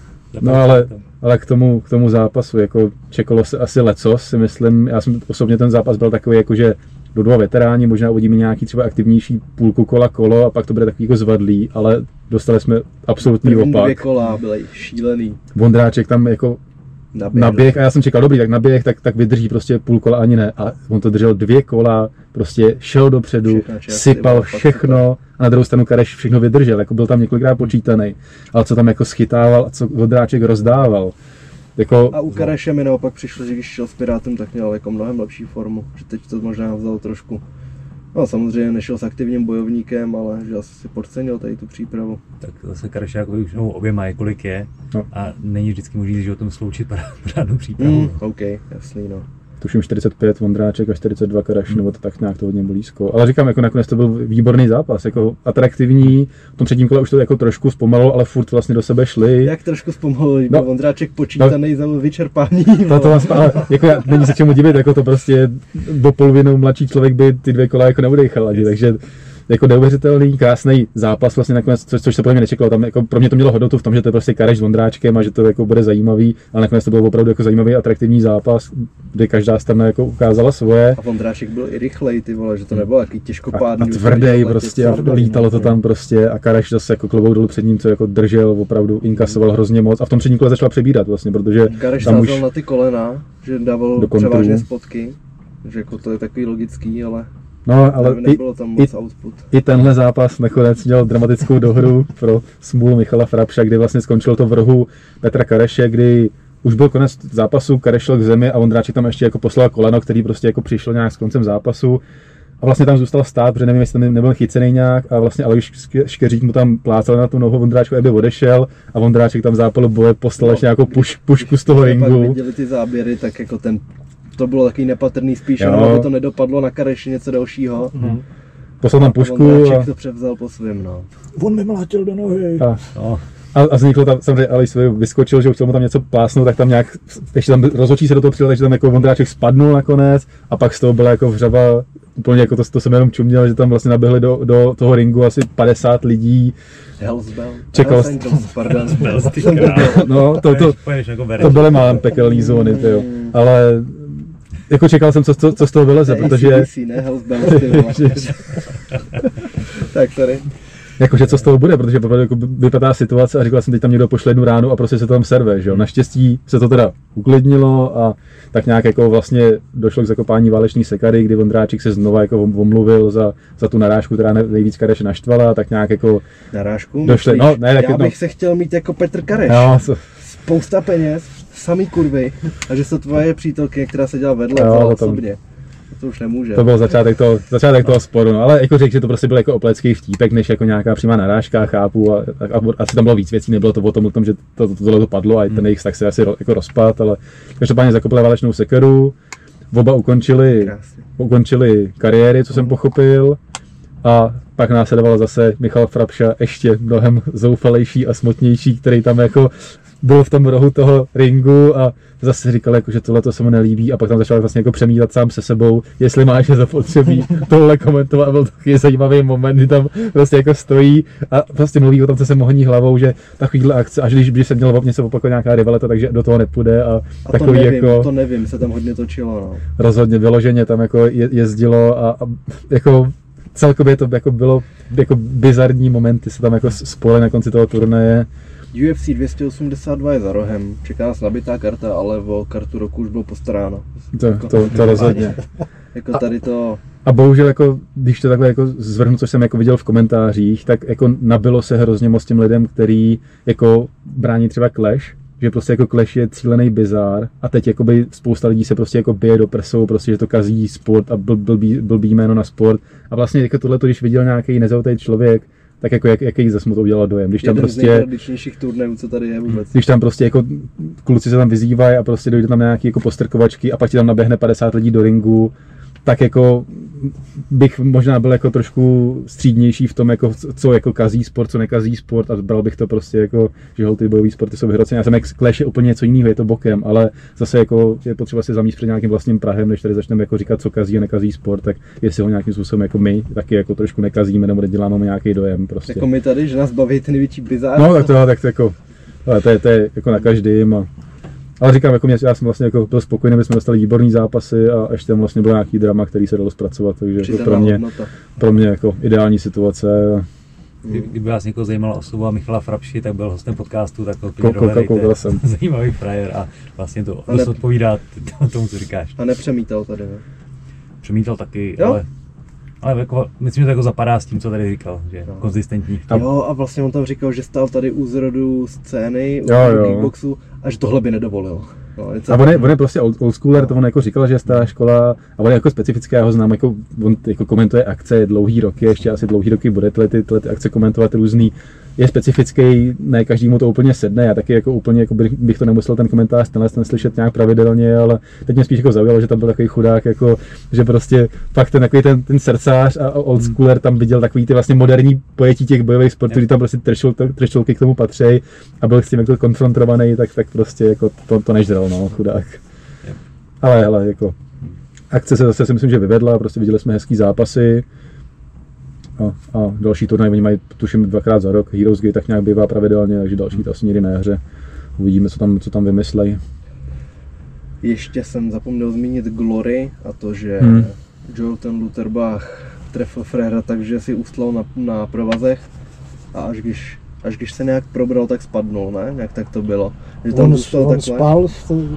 No ale k tomu zápasu, jako čekalo se asi lecos, si myslím, já jsem osobně ten zápas byl takový, jako že do 2 veteráni, možná uvidíme nějaký třeba aktivnější půlku kolo a pak to bude takový jako zvadlý, ale dostali jsme absolutní opak. 2 kola byly šílený. Vondráček tam jako naběh a já jsem čekal, dobrý, tak naběh, tak vydrží prostě půl kola ani ne. A on to držel 2 kola, prostě šel dopředu, sypal všechno a na druhou stranu Kareš všechno vydržel, jako byl tam několikrát počítaný, ale co tam jako schytával a co Vondráček rozdával. Jako, a u Kareše mi naopak přišlo, že když šel s Pirátem, tak měl jako mnohem lepší formu, že teď to možná vzal trošku. No samozřejmě nešel s aktivním bojovníkem, ale že asi si podcenil tady tu přípravu. Tak zase Kareše jako už obě mají, kolik je a není vždycky možný, že o tom sloučit parádnou přípravu. OK, jasný, no. Tuším 45 Vondráček a 42 Kareš, nebo to tak nějak to hodně blízko. Ale říkám, jako nakonec to byl výborný zápas, jako atraktivní. V tom třetím kole už to jako trošku zpomalilo, ale furt vlastně do sebe šli. Jak trošku zpomalilo, no, Vondráček počítaný za vyčerpání. Ale jako není se čemu divit, jako to prostě do poloviny mladší člověk by ty 2 kola jako neudejchal, takže jako neuvěřitelný, krásný zápas vlastně nakonec, což se pro mě nečekalo, tam jako pro mě to mělo hodnotu v tom, že to je prostě Kareš s Vondráčkem a že to jako bude zajímavý, ale nakonec to byl opravdu jako zajímavý, atraktivní zápas, kde každá strana jako ukázala svoje. A Vondráček byl i rychlej, ty vole, že to nebylo jaký těžkopádný. A tvrdý prostě a lítalo to tam prostě a Kareš zase jako klobouk dolů před ním, co jako držel, opravdu inkasoval hrozně moc a v tom třetím kole začal přebírat vlastně, protože Kareš tam už na ty kolena, že dával převážně spotky, že jako to je takový logický, ale no, ale i tenhle zápas nakonec měl dramatickou dohru pro smůlu Michala Frapša, kdy vlastně skončilo to v rohu Petra Kareše, kdy už byl konec zápasu, Kareš šel k zemi a Vondráček tam ještě jako poslal koleno, který prostě jako přišlo nějak s koncem zápasu. A vlastně tam zůstal stát, protože nevím, jestli tam nebyl chycený nějak a vlastně Aleš Škeřík mu tam plácal na tu nohu Vondráčku, aby odešel a Vondráček tam v zápalu boje poslal ještě nějakou pušku z toho ringu. Pak viděli ty záběry, tak jako ten to bylo takový nepatrný spíš, aby to nedopadlo na Kareši něco dalšího. Poslal tam pušku Vondráček to převzal po svým, no. On mi mlátil do nohy. A vzniklo tam, samozřejmě Aleš vyskočil, že chtěl mu tam něco plásnout, tak tam nějak, ještě tam rozhodčí se do toho přidal, takže tam jako Vondráček spadnul nakonec a pak z toho byla jako vřava, úplně jako to jsem jenom čuměl, že tam vlastně naběhli do toho ringu asi 50 lidí. Čekal jsem. No, to byly málem pekelný zóny, tyjo. Ale jako čekal jsem, co z toho vyleze, protože... Tak, sorry. Jakože co z toho bude, protože jako vypadá situace a říkal jsem, teď tam někdo pošle jednu ránu a prostě se to tam serve, že jo. Naštěstí se to teda uklidnilo a tak nějak jako vlastně došlo k zakopání váleční sekary, kdy Vondráček se znova jako omluvil za tu narážku, která nejvíc Kareše naštvala, tak nějak jako... Narážku? Došli, no, ne, já bych se chtěl mít jako Petr Kareš. No, spousta peněz, samý kurvy a že se tvoje přítelkyně, která se dělala vedle, osobně. To už nemůže. To byl začátek toho sporu, no, ale jako řekl, že to prostě byl jako oplecký vtípek, než jako nějaká přímá narážka, chápu, a asi tam bylo víc věcí, nebylo to o tom, že tohle padlo a ten jejich vztah se asi jako rozpad, ale každopádně zakopili válečnou sekeru, oba ukončili kariéry, co jsem pochopil, a pak následoval zase Michal Frapša, ještě mnohem zoufalejší a smutnější, který tam jako byl v tom rohu toho ringu a zase říkal, jako, že tohle se mu nelíbí a pak tam začal vlastně jako přemítat sám se sebou, jestli má ještě zapotřebí tohle komentovat a byl takový zajímavý moment, kdy tam prostě jako stojí a prostě mluví o tom, co se mu honí hlavou, že takovýhle akce, až když se mělo něco opakovat nějaká rivalita, takže do toho nepůjde a takový to nevím, jako... to nevím, se tam hodně točilo, no. Rozhodně vyloženě tam jako jezdilo a jako celkově to jako bylo jako bizarní momenty se tam jako spojily na konci toho turnaje. UFC 282 je za rohem, čeká nás nabitá karta, ale o kartu roku už bylo postaráno. To rozhodně. Jako tady to... A bohužel, jako, když to takhle jako zvrhnu, co jsem jako viděl v komentářích, tak jako nabilo se hrozně moc těm lidem, který jako brání třeba Clash, že prostě jako Clash je cílený bizár a teď jakoby spousta lidí se prostě jako bije do prsou, prostě, že to kazí sport a blbý jméno na sport. A vlastně jako tohleto, když viděl nějaký nezautej člověk, tak jako jaký zase mu to udělalo dojem. Když tam prostě, z nejtradičnějších turnajů, co tady je vůbec. Když tam prostě jako kluci se tam vyzývají a prostě dojde tam nějaký jako postrkovačky a pak ti tam naběhne 50 lidí do ringu, tak jako bych možná byl jako trošku střídnější v tom, jako, co jako kazí sport, co nekazí sport a bral bych to prostě jako, že ty bojové sporty jsou vyhrocené. Já jsem jak Clash je úplně něco jiného, je to bokem, ale zase jako je potřeba se zamíst před nějakým vlastním prahem, než tady začneme jako říkat, co kazí a nekazí sport, tak jestli ho nějakým způsobem jako my taky jako trošku nekazíme nebo neděláme nějaký dojem prostě. Jako my tady, že nás baví ten největší bizár. No tak jako, to je jako na každým. Ale říkám, jako já jsem vlastně jako byl spokojený, my jsme dostali výborný zápasy a ještě tam vlastně bylo nějaký drama, který se dalo zpracovat, takže jako pro mě jako ideální situace. Kdyby vás někoho zajímala osoba Michala Frapši, tak byl hostem podcastu, tak koukal jsem. Zajímavý frajer a vlastně to dost odpovídá tomu, co říkáš. A nepřemítal tady, ne? Přemítal taky, ale jako, myslím, že to jako zapadá s tím, co tady říkal, že je konzistentní. Jo, a vlastně on tam říkal, že stál tady u zrodu scény, u kickboxu a že tohle by nedovolil. No, a on je prostě old schooler, to on jako říkal, že je stará škola a on je jako specifické, já ho znám, jako, on jako komentuje akce dlouhý roky, ještě asi dlouhý roky bude tyhle akce komentovat různý. Je specifický, ne každému to úplně sedne, já taky jako úplně jako bych to nemusel ten komentář ten slyšet nějak pravidelně, ale teď mě spíš jako zaujalo, že tam byl takový chudák, jako, že prostě fakt takový ten srdcář a old schooler tam viděl takový ty vlastně moderní pojetí těch bojových sportů, kdy tam prostě trešťolky k tomu patří a byl s tím jako konfrontovaný, tak prostě jako to nežral, no, chudák. Ale jako akce se zase si myslím, že vyvedla, prostě viděli jsme hezký zápasy. A další turnaj, oni mají tuším 2krát za rok, Heroes Gate tak nějak bývá pravidelně, takže další to asi nikdy nehře. Uvidíme, co tam vymyslejí. Ještě jsem zapomněl zmínit Glory a to, že Jonathan Lutherbach trefil Frera, takže si ustlal na provazech a až když se nějak probral, tak spadnul, ne? Nějak tak to bylo. Že tam on spal,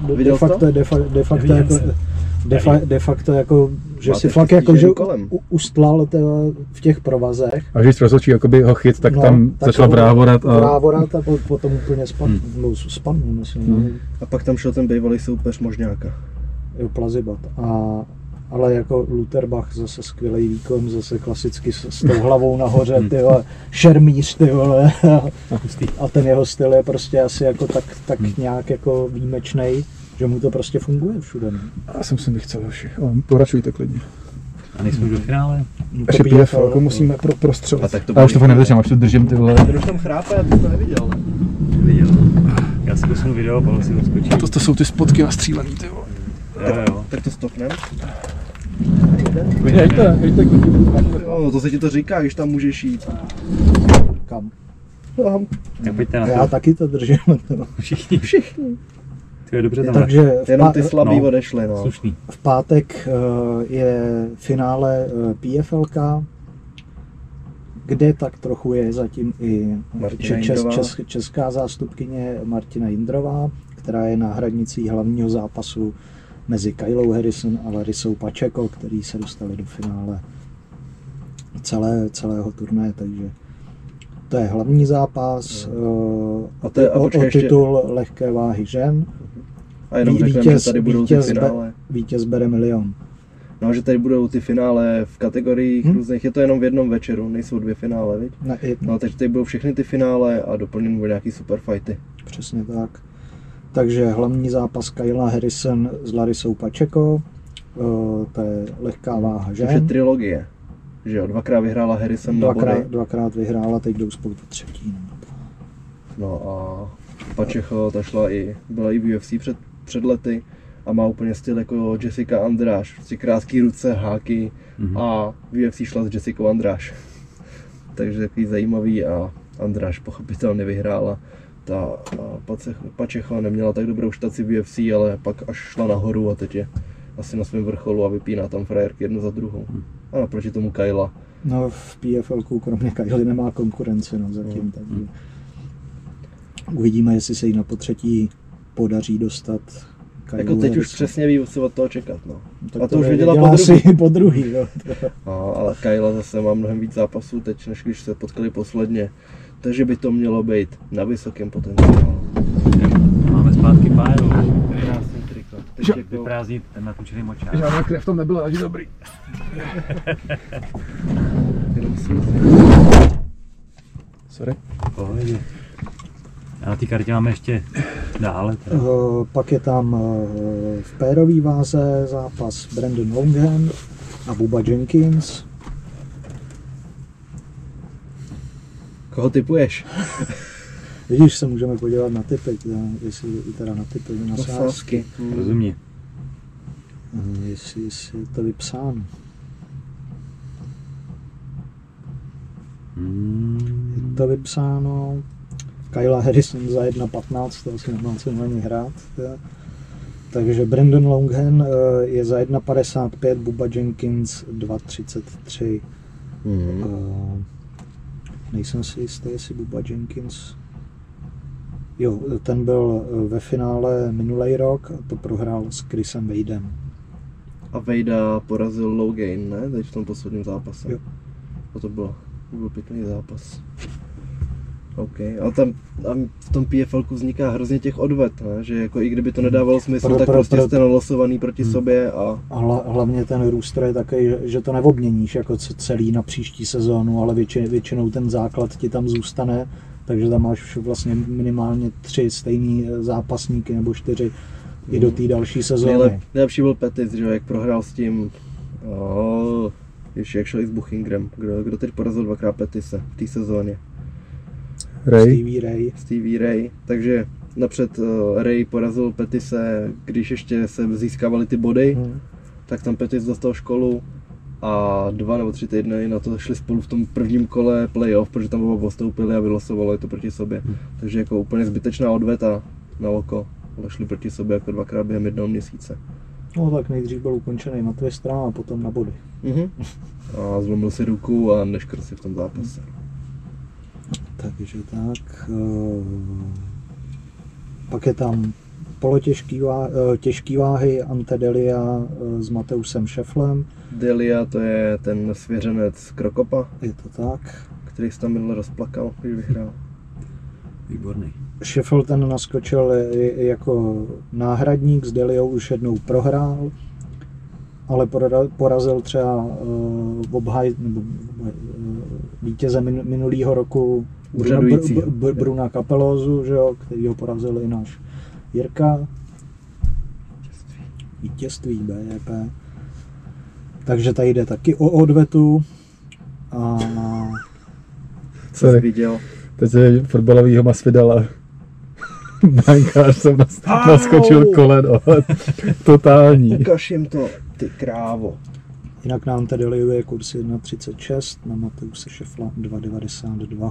de facto jako, že si fakt jako, že ustlal v těch provazech. A když rozhodčí jakoby ho chyt, tak tam začal vrávorat a potom úplně spadnul, myslím. A pak tam šel ten bývalý soupeř Možňáka. Jo, Plazibat. Ale jako Lutherbach zase skvělý výkon, zase klasicky s tou hlavou nahoře, ty vole, šermíř, ty vole. A ten jeho styl je prostě asi jako tak nějak jako výjimečnej. Že mu to prostě funguje všude. Ne? Já si musím vychcel hoši. Pokračujte klidně. A nejsme už do finále? Ještě PFL, musíme prostřelit. A tak to já už to fakt nevydržím, až to držím ty vole. Ten už tam chrápe, já bych to neviděl. Viděl. Já si posunu video, Pavel si odskočí. To jsou ty spotky na střílení, ty vole. Jo. Tak to stopnem. Hejte. No, to se ti to říká, když tam můžeš jít. Kam? Tak pojďte na to. Já taky to držím. Všichni. Ty je dobře tam. Takže Jenom ty slabý odešly, no. Slušný. v pátek je finále PFLK, kde tak trochu je zatím i česká zástupkyně Martina Jindrová, která je náhradnicí hlavního zápasu mezi Kylou Harrison a Larissou Pacheco, který se dostali do finále celého turnaje, takže to je hlavní zápas o titul lehké váhy žen. A jenom řekneme, že tady budou ty finále. Vítěz bere $1 milion. No, že tady budou ty finále v kategoriích různých, je to jenom v jednom večeru, nejsou 2 finále, viď? No, takže tady budou všechny ty finále a doplněny budou nějaký super fighty. Přesně tak. Takže hlavní zápas Kyla Harrison s Larissou Pacheco, to je lehká váha žen. To je trilogie, že jo, 2krát vyhrála Harrison na body. Dvakrát vyhrála, teď jdou spolu do třetí. No a Pacheco, ta byla i v UFC před lety a má úplně styl jako Jessica Andrade, prostě krátké ruce, háky a v UFC šla s Jessicou Andrade. Takže takový zajímavý a Andrade pochopitelně vyhrála. Ta Pacheco neměla tak dobrou štaci v UFC, ale pak až šla nahoru a teď je asi na svém vrcholu a vypíná tam frajerky jednu za druhou. A naproti tomu Kyla. No v PFLku kromě Kyly nemá konkurence zatím, takže uvidíme, jestli se jí na potřetí podaří dostat Kylu jako teď Harrison. už přesně ví, co od toho čekat, no. Tak a to už viděla po druhý. No, ale Kyla zase má mnohem víc zápasů teď, než když se potkali posledně. Takže by to mělo být na vysokém potenciálu. Máme zpátky páru. Krásný triko. Teď jak vyprázdnit ten natučený močák. Žádná krev tam nebyla, takže dobrý. Sorry. Pohodě. A na té kartě máme ještě dále. Pak je tam v pérové váze zápas Brandon Longham a Bubba Jenkins. Koho typuješ? Vidíš, se můžeme podívat na tipy, jestli teda na tipy, na sázky. Rozumím. Jestli je to vypsáno. Je to vypsáno. Kyla Harrison za 1.15, to asi nemám co ani hrát. Takže Brandon Longham je za 1.55, Bubba Jenkins 2.33. Nejsem si jistý, jestli Bubba Jenkins... Jo, ten byl ve finále minulý rok a to prohrál s Chrisem Wadem. A Wada porazil Logan, ne? Teď v tom posledním zápase. Jo. A to byl pěkný zápas. OK. A tam v tom PFLku vzniká hrozně těch odvet, ne? Že jako i kdyby to nedávalo smysl, tak prostě jste nalosovaný proti sobě a hlavně ten rooster je takový, že to neobměníš jako celý na příští sezónu, ale většinou ten základ ti tam zůstane, takže tam máš vlastně minimálně 3 stejný zápasníky nebo 4 i do té další sezóny. Nejlepší byl Pettis, že jak prohrál s tím, ještě jak šel i s Buchingrem, kdo teď porazil 2krát Pettise v té sezóně. Stevie Ray. Takže napřed Ray porazil Pettise, když ještě se získávaly ty body, tak tam Pettis dostal školu a 2 nebo 3 týdny na to šli spolu v tom prvním kole playoff, protože tam oba postoupili a vylosovalo je to proti sobě. Takže jako úplně zbytečná odveta na oko, ale šli proti sobě jako 2krát během 1 měsíce. No tak nejdřív byl ukončený na twistera a potom na body. A zlomil si ruku a neškr si v tom zápase. Takže tak. Pak je tam těžký váhy Ante Delia s Mateusem Schefflem. Delia to je ten svěřenec Krokopa. Je to tak. Který se tam minule rozplakal, když vyhrál. Výborný. Scheffel ten naskočil jako náhradník, s Deliou už jednou prohrál, ale porazil třeba vítěze minulého roku Bruna Capellozu, že jo, který ho porazil i náš Jirka. vítězství BJP. Takže tady jde taky o odvetu. A Co jsi viděl? Teď je fotbalovýho Masvidala. Brankář jsem naskočil koleno. Totální. Ukaž jim to, ty krávo. jinak nám tady lejuje kurz 1,36, na Mateuse Šefla 2,92.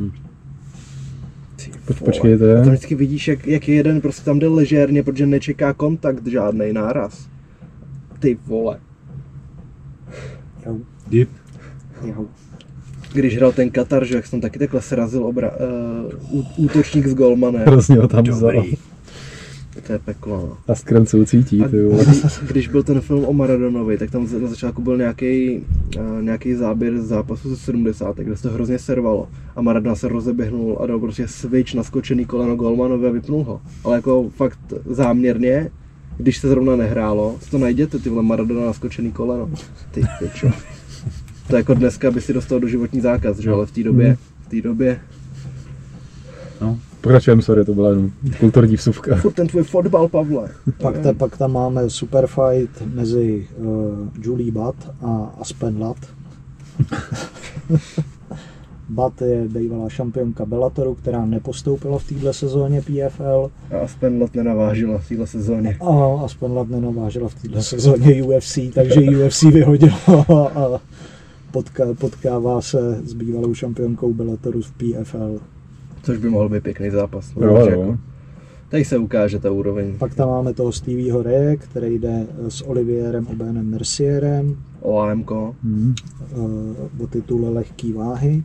Počkejte. A tam vždycky vidíš, jak jeden prostě tam jde ležérně, protože nečeká kontakt žádnej náraz. Ty vole. Jau. Dip. Jau. Když hrál ten Katar, že jak jsem taky takhle srazil útočník s golmanem. Hrozně ho tam vzal. To je peklo, no. A skrnců cítí, ty vole. Když byl ten film o Maradonovi, tak tam na začátku byl nějaký záběr z zápasu ze 70, kde se to hrozně servalo. A Maradona se rozeběhnul a dal prostě switch naskočený koleno golmanovi a vypnul ho. Ale jako fakt záměrně, když se zrovna nehrálo, si to najděte, ty vole Maradona naskočený koleno. Ty pičo. To je jako dneska by si dostal doživotní zákaz, že? Ale v té době. No. Pokračujeme, sorry, to byla jenom kulturní vsuvka. Furt ten tvůj fotbal, Pavle. Pak tam máme super fight mezi Julie Butt a Aspen Ladd. Butt je bývalá šampionka Bellatoru, která nepostoupila v této sezóně PFL. A Aspen Ladd nenavážila v této sezóně. A Aspen Ladd nenavážila v této sezóně UFC, takže UFC vyhodila a potkává se s bývalou šampionkou Bellatoru v PFL. Což by mohl být pěkný zápas. Jo. Tady se ukáže ta úroveň. Pak tam máme toho Stevieho Raye, který jde s Olivierem Obenem Mercierem. O AMko. O titule lehký váhy.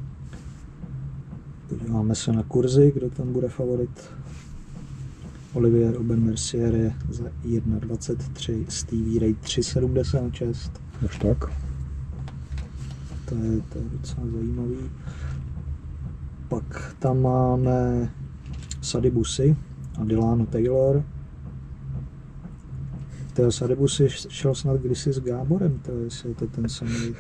Podíváme se na kurzy, kdo tam bude favorit. Olivier Oben Mercier je za 1,23, Stevie Ray 3,76. Už tak. To je docela zajímavý. Pak tam máme Sadibusy a Delano Taylor. Sadibusy šel snad kdysi s Gáborem, jestli je to ten samý.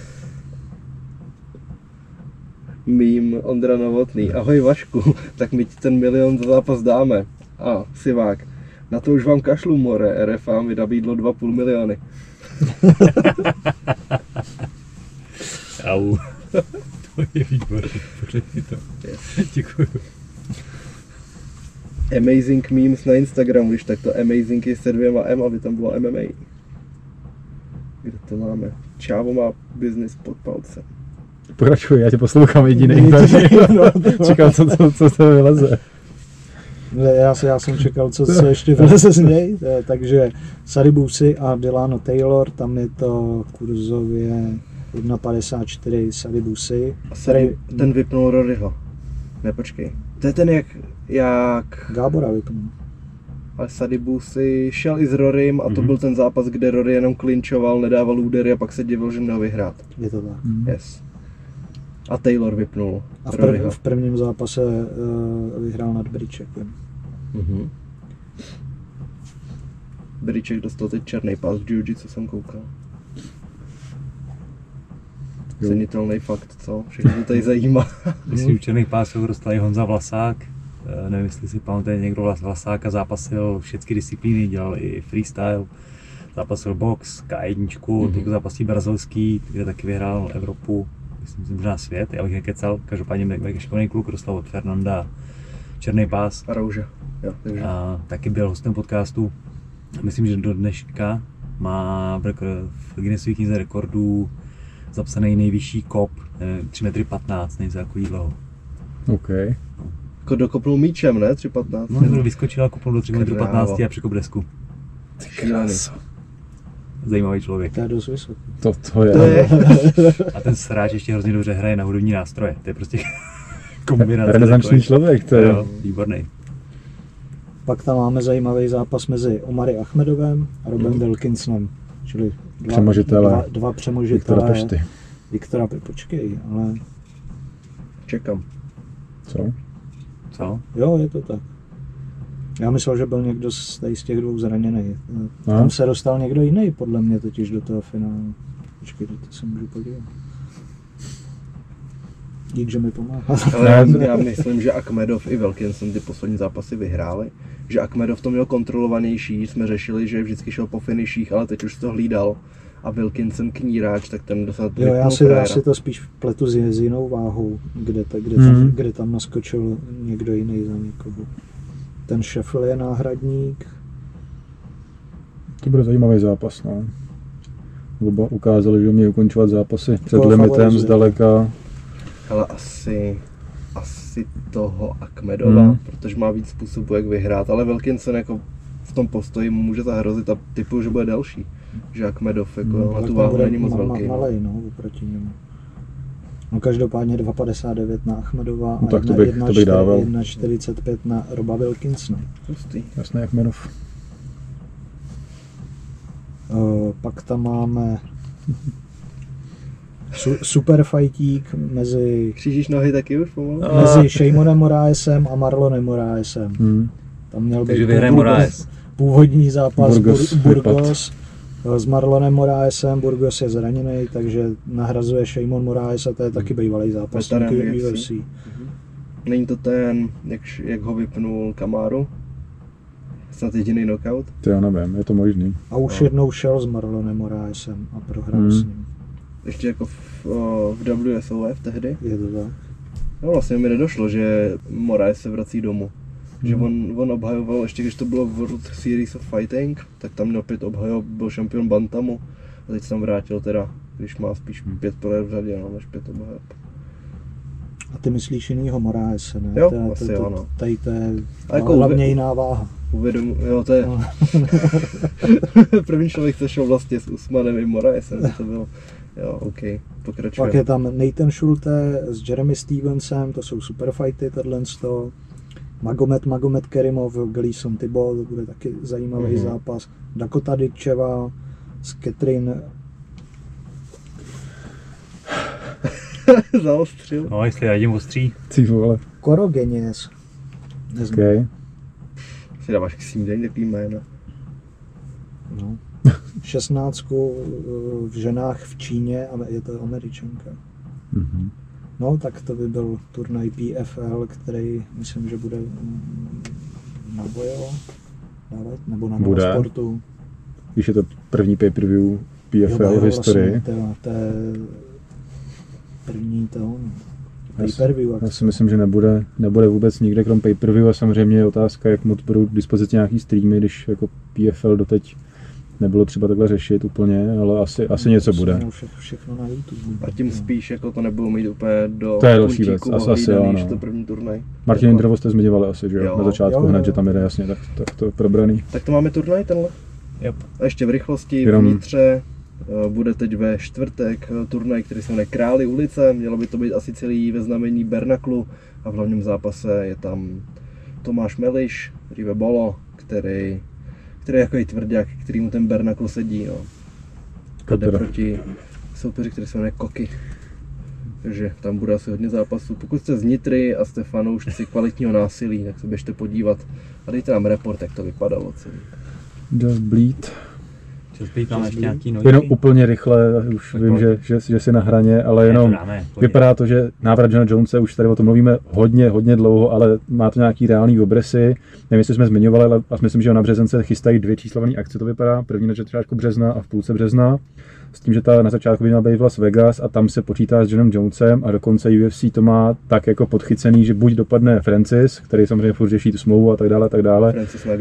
Mým Ondra Novotný. Ahoj Vašku, tak my ti ten 1 milion za zápas dáme. A Sivák, na to už vám kašlu more, RFA mi nabídlo 2,5 miliony. Au. To je výborný, pořádně to. Děkuju. Amazing memes na Instagramu, když tak to Amazing je se 2 M, aby tam bylo MMA. Kde to máme? Čávo má business pod palcem. Pokračuj, já tě poslouchám jediný. Čekám, co se vyleze. Já jsem čekal, co se ještě vyleze z něj, takže Sadibusy a Delano Taylor, tam je to kurzově 1,54 Sadibusy. Ten vypnul Roryho. Ne, počkej. To je ten jak... Gábora vypnul. Ale Sadibusy šel i s Rorym a to byl ten zápas, kde Rory jenom klinčoval, nedával údery a pak se divil, že měl vyhrát. Je to tak. Yes. A Taylor vypnul. A v prvním zápase vyhrál nad Beričekem. Beriček dostal teď černý pás v jiu-jitsu, co jsem koukal. Cenitelný fakt, co? Všechno to tady zajímá. Myslím, že černých pásů dostal i Honza Vlasák. Nevím, jestli si pamatuje, někdo Vlasáka zápasil všechny disciplíny, dělal i freestyle. Zápasil box, K1, teď zápasí brazilský, kde taky vyhrál Evropu, myslím, možná svět, já bych nekecal. Každopádně je šikovný kluk, dostal od Fernanda černý pás. A Rouže. Jo, takže. A taky byl hostem podcastu. Myslím, že do dneška má v Guinnessově knize rekordů zapsaný nejvyšší kop, 3,15 m, něco jako jídlo. OK. Jako dokopnul míčem, ne? 3,15? No, vyskočil a kopnul do 3,15 m a překop desku. Zajímavý člověk. To je dost vysoký. To je. A ten sráč ještě hrozně dobře hraje na hudební nástroje. To je prostě kombinace. Renesanční člověk, to je. Výborný. Pak tam máme zajímavý zápas mezi Omari Achmedovem a Robem Wilkinsonem. Čili dva přemožitelé Viktora Pešty. Počkej, ale... Čekám. Co? Jo, je to tak. Já myslel, že byl někdo z těch dvou zraněný. Tam se dostal někdo jiný, podle mě, totiž do toho finále. Počkej, to se můžu podívat. Dík, že mi pomáhá. Ale já myslím, že Akhmedov i Wilkinson ty poslední zápasy vyhráli. Že Akhmedov to měl kontrolovanější, jsme řešili, že vždycky šel po finiších, ale teď už to hlídal. A Wilkinson kníráč, tak ten dostal Jo, já si to spíš pletu s jinou váhou, kde tam naskočil někdo jiný za někoho. Ten Sheffield je náhradník. To bude zajímavý zápas, no. Oba ukázali, že umějí ukončovat zápasy před limitem zdaleka. Ale asi toho Akhmedova, protože má víc způsobů, jak vyhrát, ale Wilkinson jako v tom postoji mu může zahrozit a typu, že bude další. Že Akhmedov jako na tu váhu není moc velký. Malej, no, oproti němu. No každopádně 2,59 na Akhmedova no, a 1,45 na Roba Wilkinsona. Pustý. Jasný Akhmedov. Pak tam máme super fightík mezi... Křížíš nohy taky už pomalu? Mezi Shamonem Moraesem a Marlonem Moraesem. Tam měl být původní zápas Burgos s Marlonem Moraesem. Burgos je zraněný, takže nahrazuje Shamon Moraes a to je taky bývalý zápasník UFC. Není to ten, jak ho vypnul Kamaru? Snad jediný knockout? To já nevím, je to možný. A už jednou šel s Marlonem Moraesem a prohrál s ním. Ještě jako v WSOF tehdy? Je to tak. No vlastně mi nedošlo, že Moraes se vrací domů. Že on obhajoval, ještě když to bylo World Series of Fighting, tak tam měl 5 obhajob, byl šampion Bantamu. A teď se tam vrátil teda, když má spíš 5 proher v řadě, no, než 5 obhajob. A ty myslíš jinýho Moraese, ne? Jo, asi jo, no. Tady to je jako hlavně jiná váha. Jo, to je... První člověk, co šel vlastně s Usmanem i Moraesem, to bylo... Jo, OK, pokračujeme. Pak je tam Nathan Schulte s Jeremy Stevensem, to jsou super fighty, tohle. Magomed Kerimov, Gleason Thibault, to bude taky zajímavý zápas. Dakota Ditcheva s Catherine... Zaostřil. No, jestli já jdem ostří. Ty vole. Korogeněz. Okay. Si dáváš k snídani takový jména. No. 16 v ženách v Číně a je to Američanka. No, tak to by byl turnaj PFL, který myslím, že bude na Bojo dávat, nebo na Nova Sportu. Když je to první pay-per-view PFL v historii. Vlastně, to je první pay-per-view. Já si myslím, že nebude vůbec nikde krom pay-per-view a samozřejmě je otázka, jak moc budou k dispozici nějaký streamy, když jako PFL doteď nebylo třeba takhle řešit úplně, ale asi něco bude. Všechno na YouTube. A tím spíš jako to nebudou mít úplně do to je další věc, asi jo, no. To první turnaj. Martin Indrovo jste zmiňovali asi, že jo? Na začátku hned, že tam jede jasně, tak to je probraný. Tak to máme turnaj tenhle? Yep. A ještě v rychlosti, vnitře, bude teď ve čtvrtek turnaj, který se jmenuje Králi ulice, mělo by to být asi celý ve znamení Bernaklu a v hlavním zápase je tam Tomáš Meliš, Rive Bolo, který je jako tvrdák, který mu ten Bernakl sedí, no. Jde proti soupeři, který se jmenuje Koky. Takže tam bude asi hodně zápasů. Pokud jste z Nitry a jste fanoušci kvalitního násilí, tak se běžte podívat a dejte nám report, jak to vypadalo celý. Just Bleed. Máme ještě nějaký novinky? Jenom úplně rychle, už tak vím, že jsi na hraně, ale jenom vypadá to, že návrat Johna Jonese, už tady o tom mluvíme hodně dlouho, ale má to nějaký reálný obresy. Nevím, jestli jsme zmiňovali, ale myslím, že na březen se chystají 2 číslované akce, to vypadá. První na začátku března a v půlce března. S tím, že ta na začátku by měla být v Las Vegas a tam se počítá s Johnem Jonesem a dokonce UFC to má tak jako podchycený, že buď dopadne Francis, který samozřejmě furt řeší tu smlouvu a tak dále.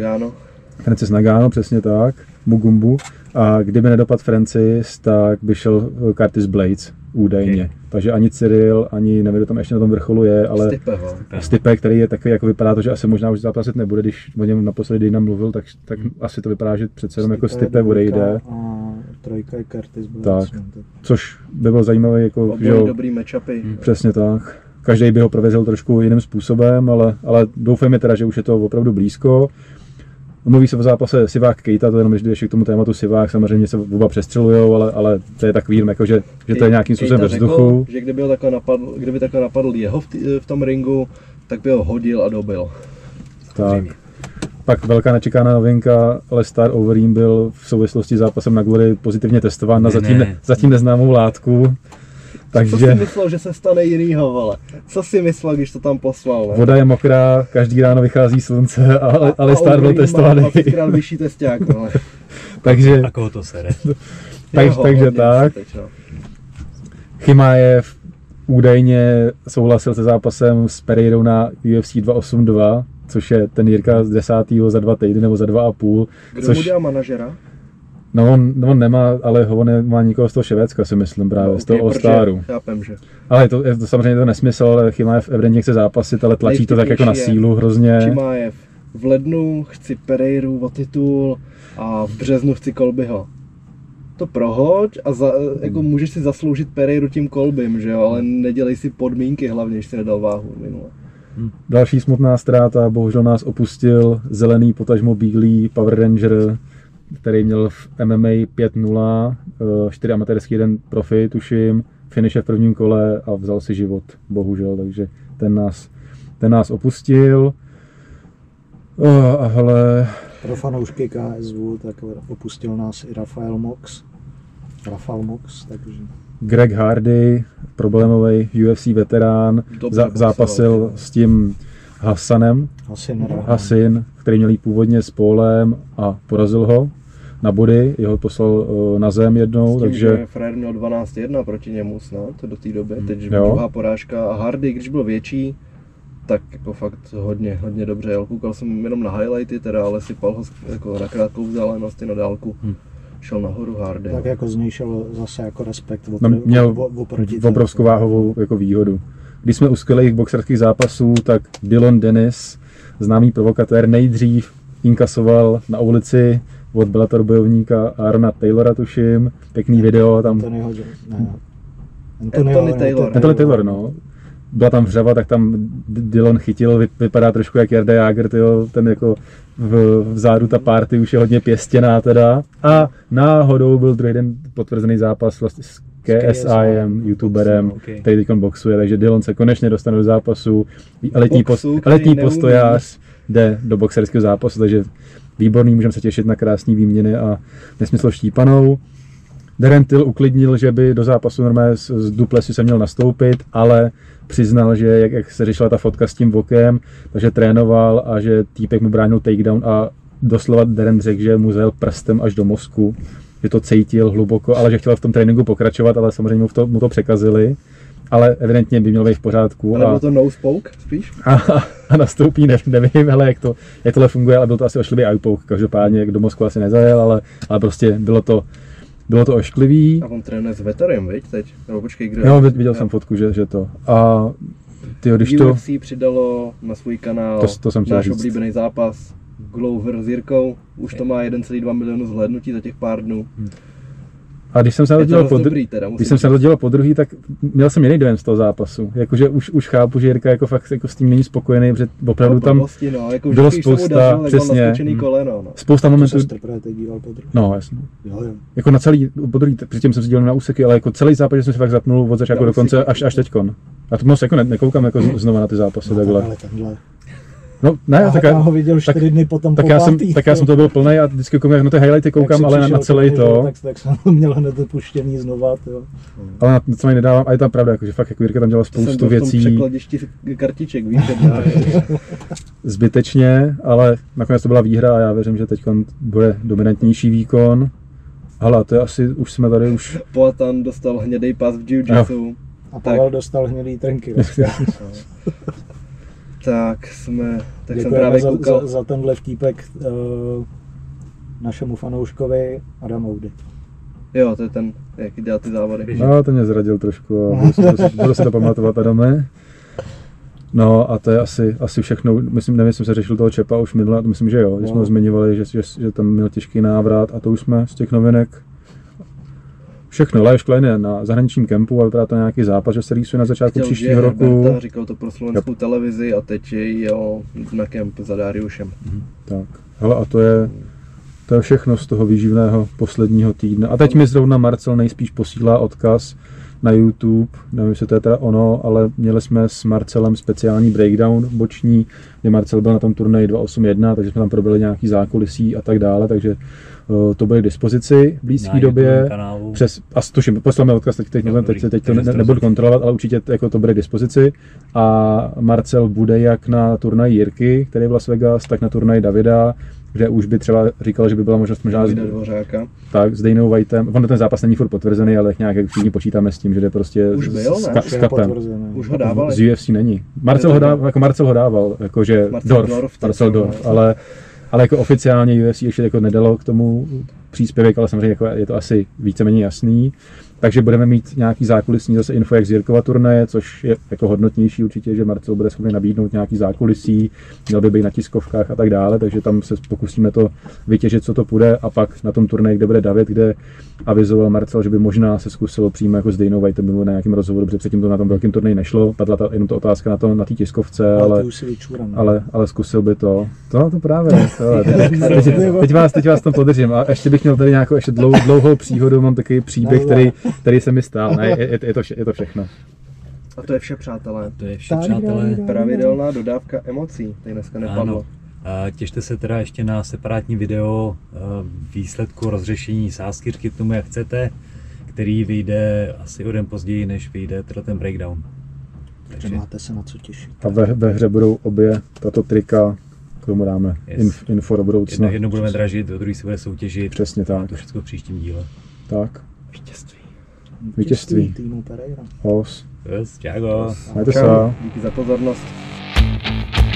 Francis Nagano, přesně tak, Mugumbu. A kdyby nedopadl Francis, tak by šel Curtis Blades, údajně. Okay. Takže ani Cyril, ani nevím, kdo tam ještě na tom vrcholu je, ale Stipe, který je takový, jako vypadá to, že asi možná už zápasit nebude, když o něm naposledy Dana mluvil, tak asi to vypadá, že přece jenom jako Stipe odejde. A trojka je Curtis Blades. Tak, což by byl zajímavý, jako, že dobrý matchupy. Přesně tak. Každý by ho prověřil trošku jiným způsobem, ale doufejme teda, že už je to opravdu blízko. Mluví se o zápase Sivák Keita, to jenom ještě k tomu tématu Sivák, samozřejmě se oba přestřelujou, ale to je takový, jako, že to je nějakým způsobem ve vzduchu. Že kdyby takhle napadl jeho v tom ringu, tak by ho hodil a dobil. Tak. Pak velká nečekaná novinka, ale Star Overeem byl v souvislosti s zápasem na Glory pozitivně testován na zatím neznámou látku. Takže... Co si myslel, že se stane jinýho, vole? Co si myslel, když to tam poslal, ne? Voda je mokrá, každý ráno vychází slunce, ale Star byl testovaný. 20krát vyšší testák, vole. Takže... A koho to sere? takže tak. Chimaev údajně souhlasil se zápasem s Pereirou na UFC 282, což je ten Jirka z 10. za 2 týdny nebo za 2,5. Kdo mu dělá manažera? No on nemá, ale on nemá nikoho z toho Švédska, si myslím právě, no, z toho All-Staru. Chápem, že. Ale je to samozřejmě to nesmysl, ale Chimaev evidentně chce zápasit, ale tlačí to tak jako na sílu hrozně. Chimaev, v lednu chci Pereiru o titul a v březnu chci Colbyho. To prohoď a jako můžeš si zasloužit Pereiru tím Colbym, že jo, ale nedělej si podmínky hlavně, když si nedal váhu minule. Další smutná ztráta, bohužel nás opustil zelený potažmo bílý Power Ranger, který měl v MMA 5-0, 4 amatérský, 1 profi, tuším, finiše v prvním kole a vzal si život, bohužel, takže ten nás opustil. Pro fanoušky KSV tak opustil nás i Rafael Mox, takže... Greg Hardy, problémový UFC veterán, zápasil s tím Hassin, který měl jít původně s Paulem a porazil ho na body, jeho poslal na zem jednou, s tím, takže... že Frajer měl 12-1 proti němu snad do té doby, teď druhá porážka a Hardy, když byl větší, tak jako fakt hodně dobře jel. Koukal jsem jenom na highlighty teda, ale sypal ho jako na krátkou vzdálenost na dálku. Šel nahoru Hardy. Tak jako z něj šel zase jako respekt měl obrovskou váhovou jako výhodu. Když jsme u skvělých boxerských zápasů, tak Dillon Dennis, známý provokatér, nejdřív inkasoval na ulici od Bellator bojovníka Aarona Taylora, tuším. Pěkný video tam. Anthony Taylor, no. Byla tam vřava, tak tam Dillon chytil, vypadá trošku jak Jarda Jágr, ten jako vzadu ta party už je hodně pěstěná teda. A náhodou byl druhý den potvrzený zápas vlastně s KSIem, youtuberem, který teď boxuje, takže Dillon se konečně dostane do zápasu. Elitní postojář jde do boxerského zápasu, takže výborný, můžeme se těšit na krásné výměny a nesmysl štípanou. Darren Till uklidnil, že by do zápasu normálně z Duplessis se měl nastoupit, ale přiznal, že jak se řešila ta fotka s tím vokem, takže trénoval a že týpek mu bránil takedown a doslova Darren řekl, že mu zajel prstem až do mozku, že to cítil hluboko, ale že chtěl v tom tréninku pokračovat, ale samozřejmě mu to překazili. Ale evidentně by měl být v pořádku. Ale byl to nose poke spíš? A nastoupí, nevím, hele, jak tohle funguje, ale byl to asi ošklivý eye poke, každopádně do mozku asi nezajel, ale prostě bylo to ošklivý. A on trénuje s Veterem, viď, teď? Nebo počkej, kde? Jo, viděl jsem fotku, že to. A když UFC přidalo na svůj kanál náš oblíbený zápas Glover s Jirkou. Už to má 1,2 milionu zhlédnutí za těch pár dnů. A když jsem se na to dělal po druhý, tak měl jsem jiný dojem z toho zápasu. Jakože už chápu, že Jirka jako fakt jako s tím není spokojený, protože opravdu tam jako bylo spousta, přesně, koleno, no. Spousta momentů. No, jasně. Jako na celý, po druhý, předtím jsem si díval na úseky, ale jako celý zápas jsem si fakt zapnul od začátku do konce až teďkon. A to moc jako nekoukám jako znova na ty zápasy takhle. No, ne, tak já ho viděl 4 dny potom tak já jsem to byl plnej a vždycky na ty highlighty koukám, ale na celý to. Tak jsem měl hned puštěný znova, jo. Ale na celý nedávám, a je tam pravda, že fakt jako Jirka tam dělal spoustu věcí. To jsem překladišti kartiček, víš, zbytečně, ale nakonec to byla výhra a já věřím, že teď bude dominantnější výkon. Ale to je asi, už jsme tady už... Poatan dostal hnědej pas v jiu-jitsu. A Pavel dostal hnědý trnky. Tak jsem právě koukal. Za tenhle vtípek našemu fanouškovi Adam Oudy. Jo, to je ten, jaký dělá ty závody. No, to mě zradil trošku a budu si to pamatovat, Adame. No a to je asi všechno, nevím, jsem se řešil toho Čepa už minule, myslím, že jo, že jsme ho zmiňovali, že tam měl těžký návrat a to už jsme z těch novinek všechno. Lajos Klein je na zahraničním kempu a vypadá to nějaký zápas, že se rýsuje na začátku příštího roku. Říkal to pro slovenskou televizi a teď jel na kemp za Dariušem. Tak, hele, a to je všechno z toho výživného posledního týdne. A teď mi zrovna Marcel nejspíš posílá odkaz, na YouTube, nevím, jestli to je teda ono, ale měli jsme s Marcelem speciální breakdown boční, kde Marcel byl na tom turnaji 281, takže jsme tam probili nějaký zákulisí a tak dále, takže to bude k dispozici v blízké době. A tuším, posláme odkaz, teď to nebudu kontrolovat, ale určitě jako to bude k dispozici. A Marcel bude jak na turnaji Jirky, který je v Las Vegas, tak na turnaji Davida, kde už by třeba říkal, že by byla možnost možná tak, s Danou Whiteem. On ten zápas není furt potvrzený, ale nějak jak všichni počítáme s tím, že jde prostě už byl, s kapem. Už ho dávali. Z UFC není. Marcel ho dával, jakože Marcel Dorf, ale jako oficiálně UFC ještě jako nedalo k tomu příspěvek, ale samozřejmě jako je to asi víceméně jasný. Takže budeme mít nějaký zákulisní zase info jak z Jirkova turnaje, což je jako hodnotnější určitě, že Marcel bude schopný nabídnout nějaký zákulisí, měl by být na tiskovkách a tak dále, takže tam se pokusíme to vytěžit, co to půjde, a pak na tom turnaji, kde bude David, kde avizoval Marcel, že by možná se zkusil přímo jako s Danou Whiteem byl na nějakém rozhovoru, protože předtím to na tom velkém turnaji nešlo, padla jenom to otázka na té tiskovce, ale zkusil by to. To právě. Teď vás tam podržím a ještě bych měl tady nějakou ještě dlouhou příhodu, mám takový příběh, který se mi stál. Ne, je to všechno. A to je vše, přátelé. přátelé. Pravidelná dodávka emocí, tady dneska nepadlo. Ano. A těšte se teda ještě na separátní video výsledku rozřešení sázky, k tomu jak chcete, který vyjde asi o den později, než vyjde ten breakdown. Takže máte se na co těšit. A ve hře budou obě tato trika, k tomu dáme info do budoucna. Jedno budeme dražit, druhý se bude soutěžit. Přesně tak. To všechno v příštím díle. Tak. Vítězství týmu Pereira. Os. Čau. Majte se. Díky za pozornost.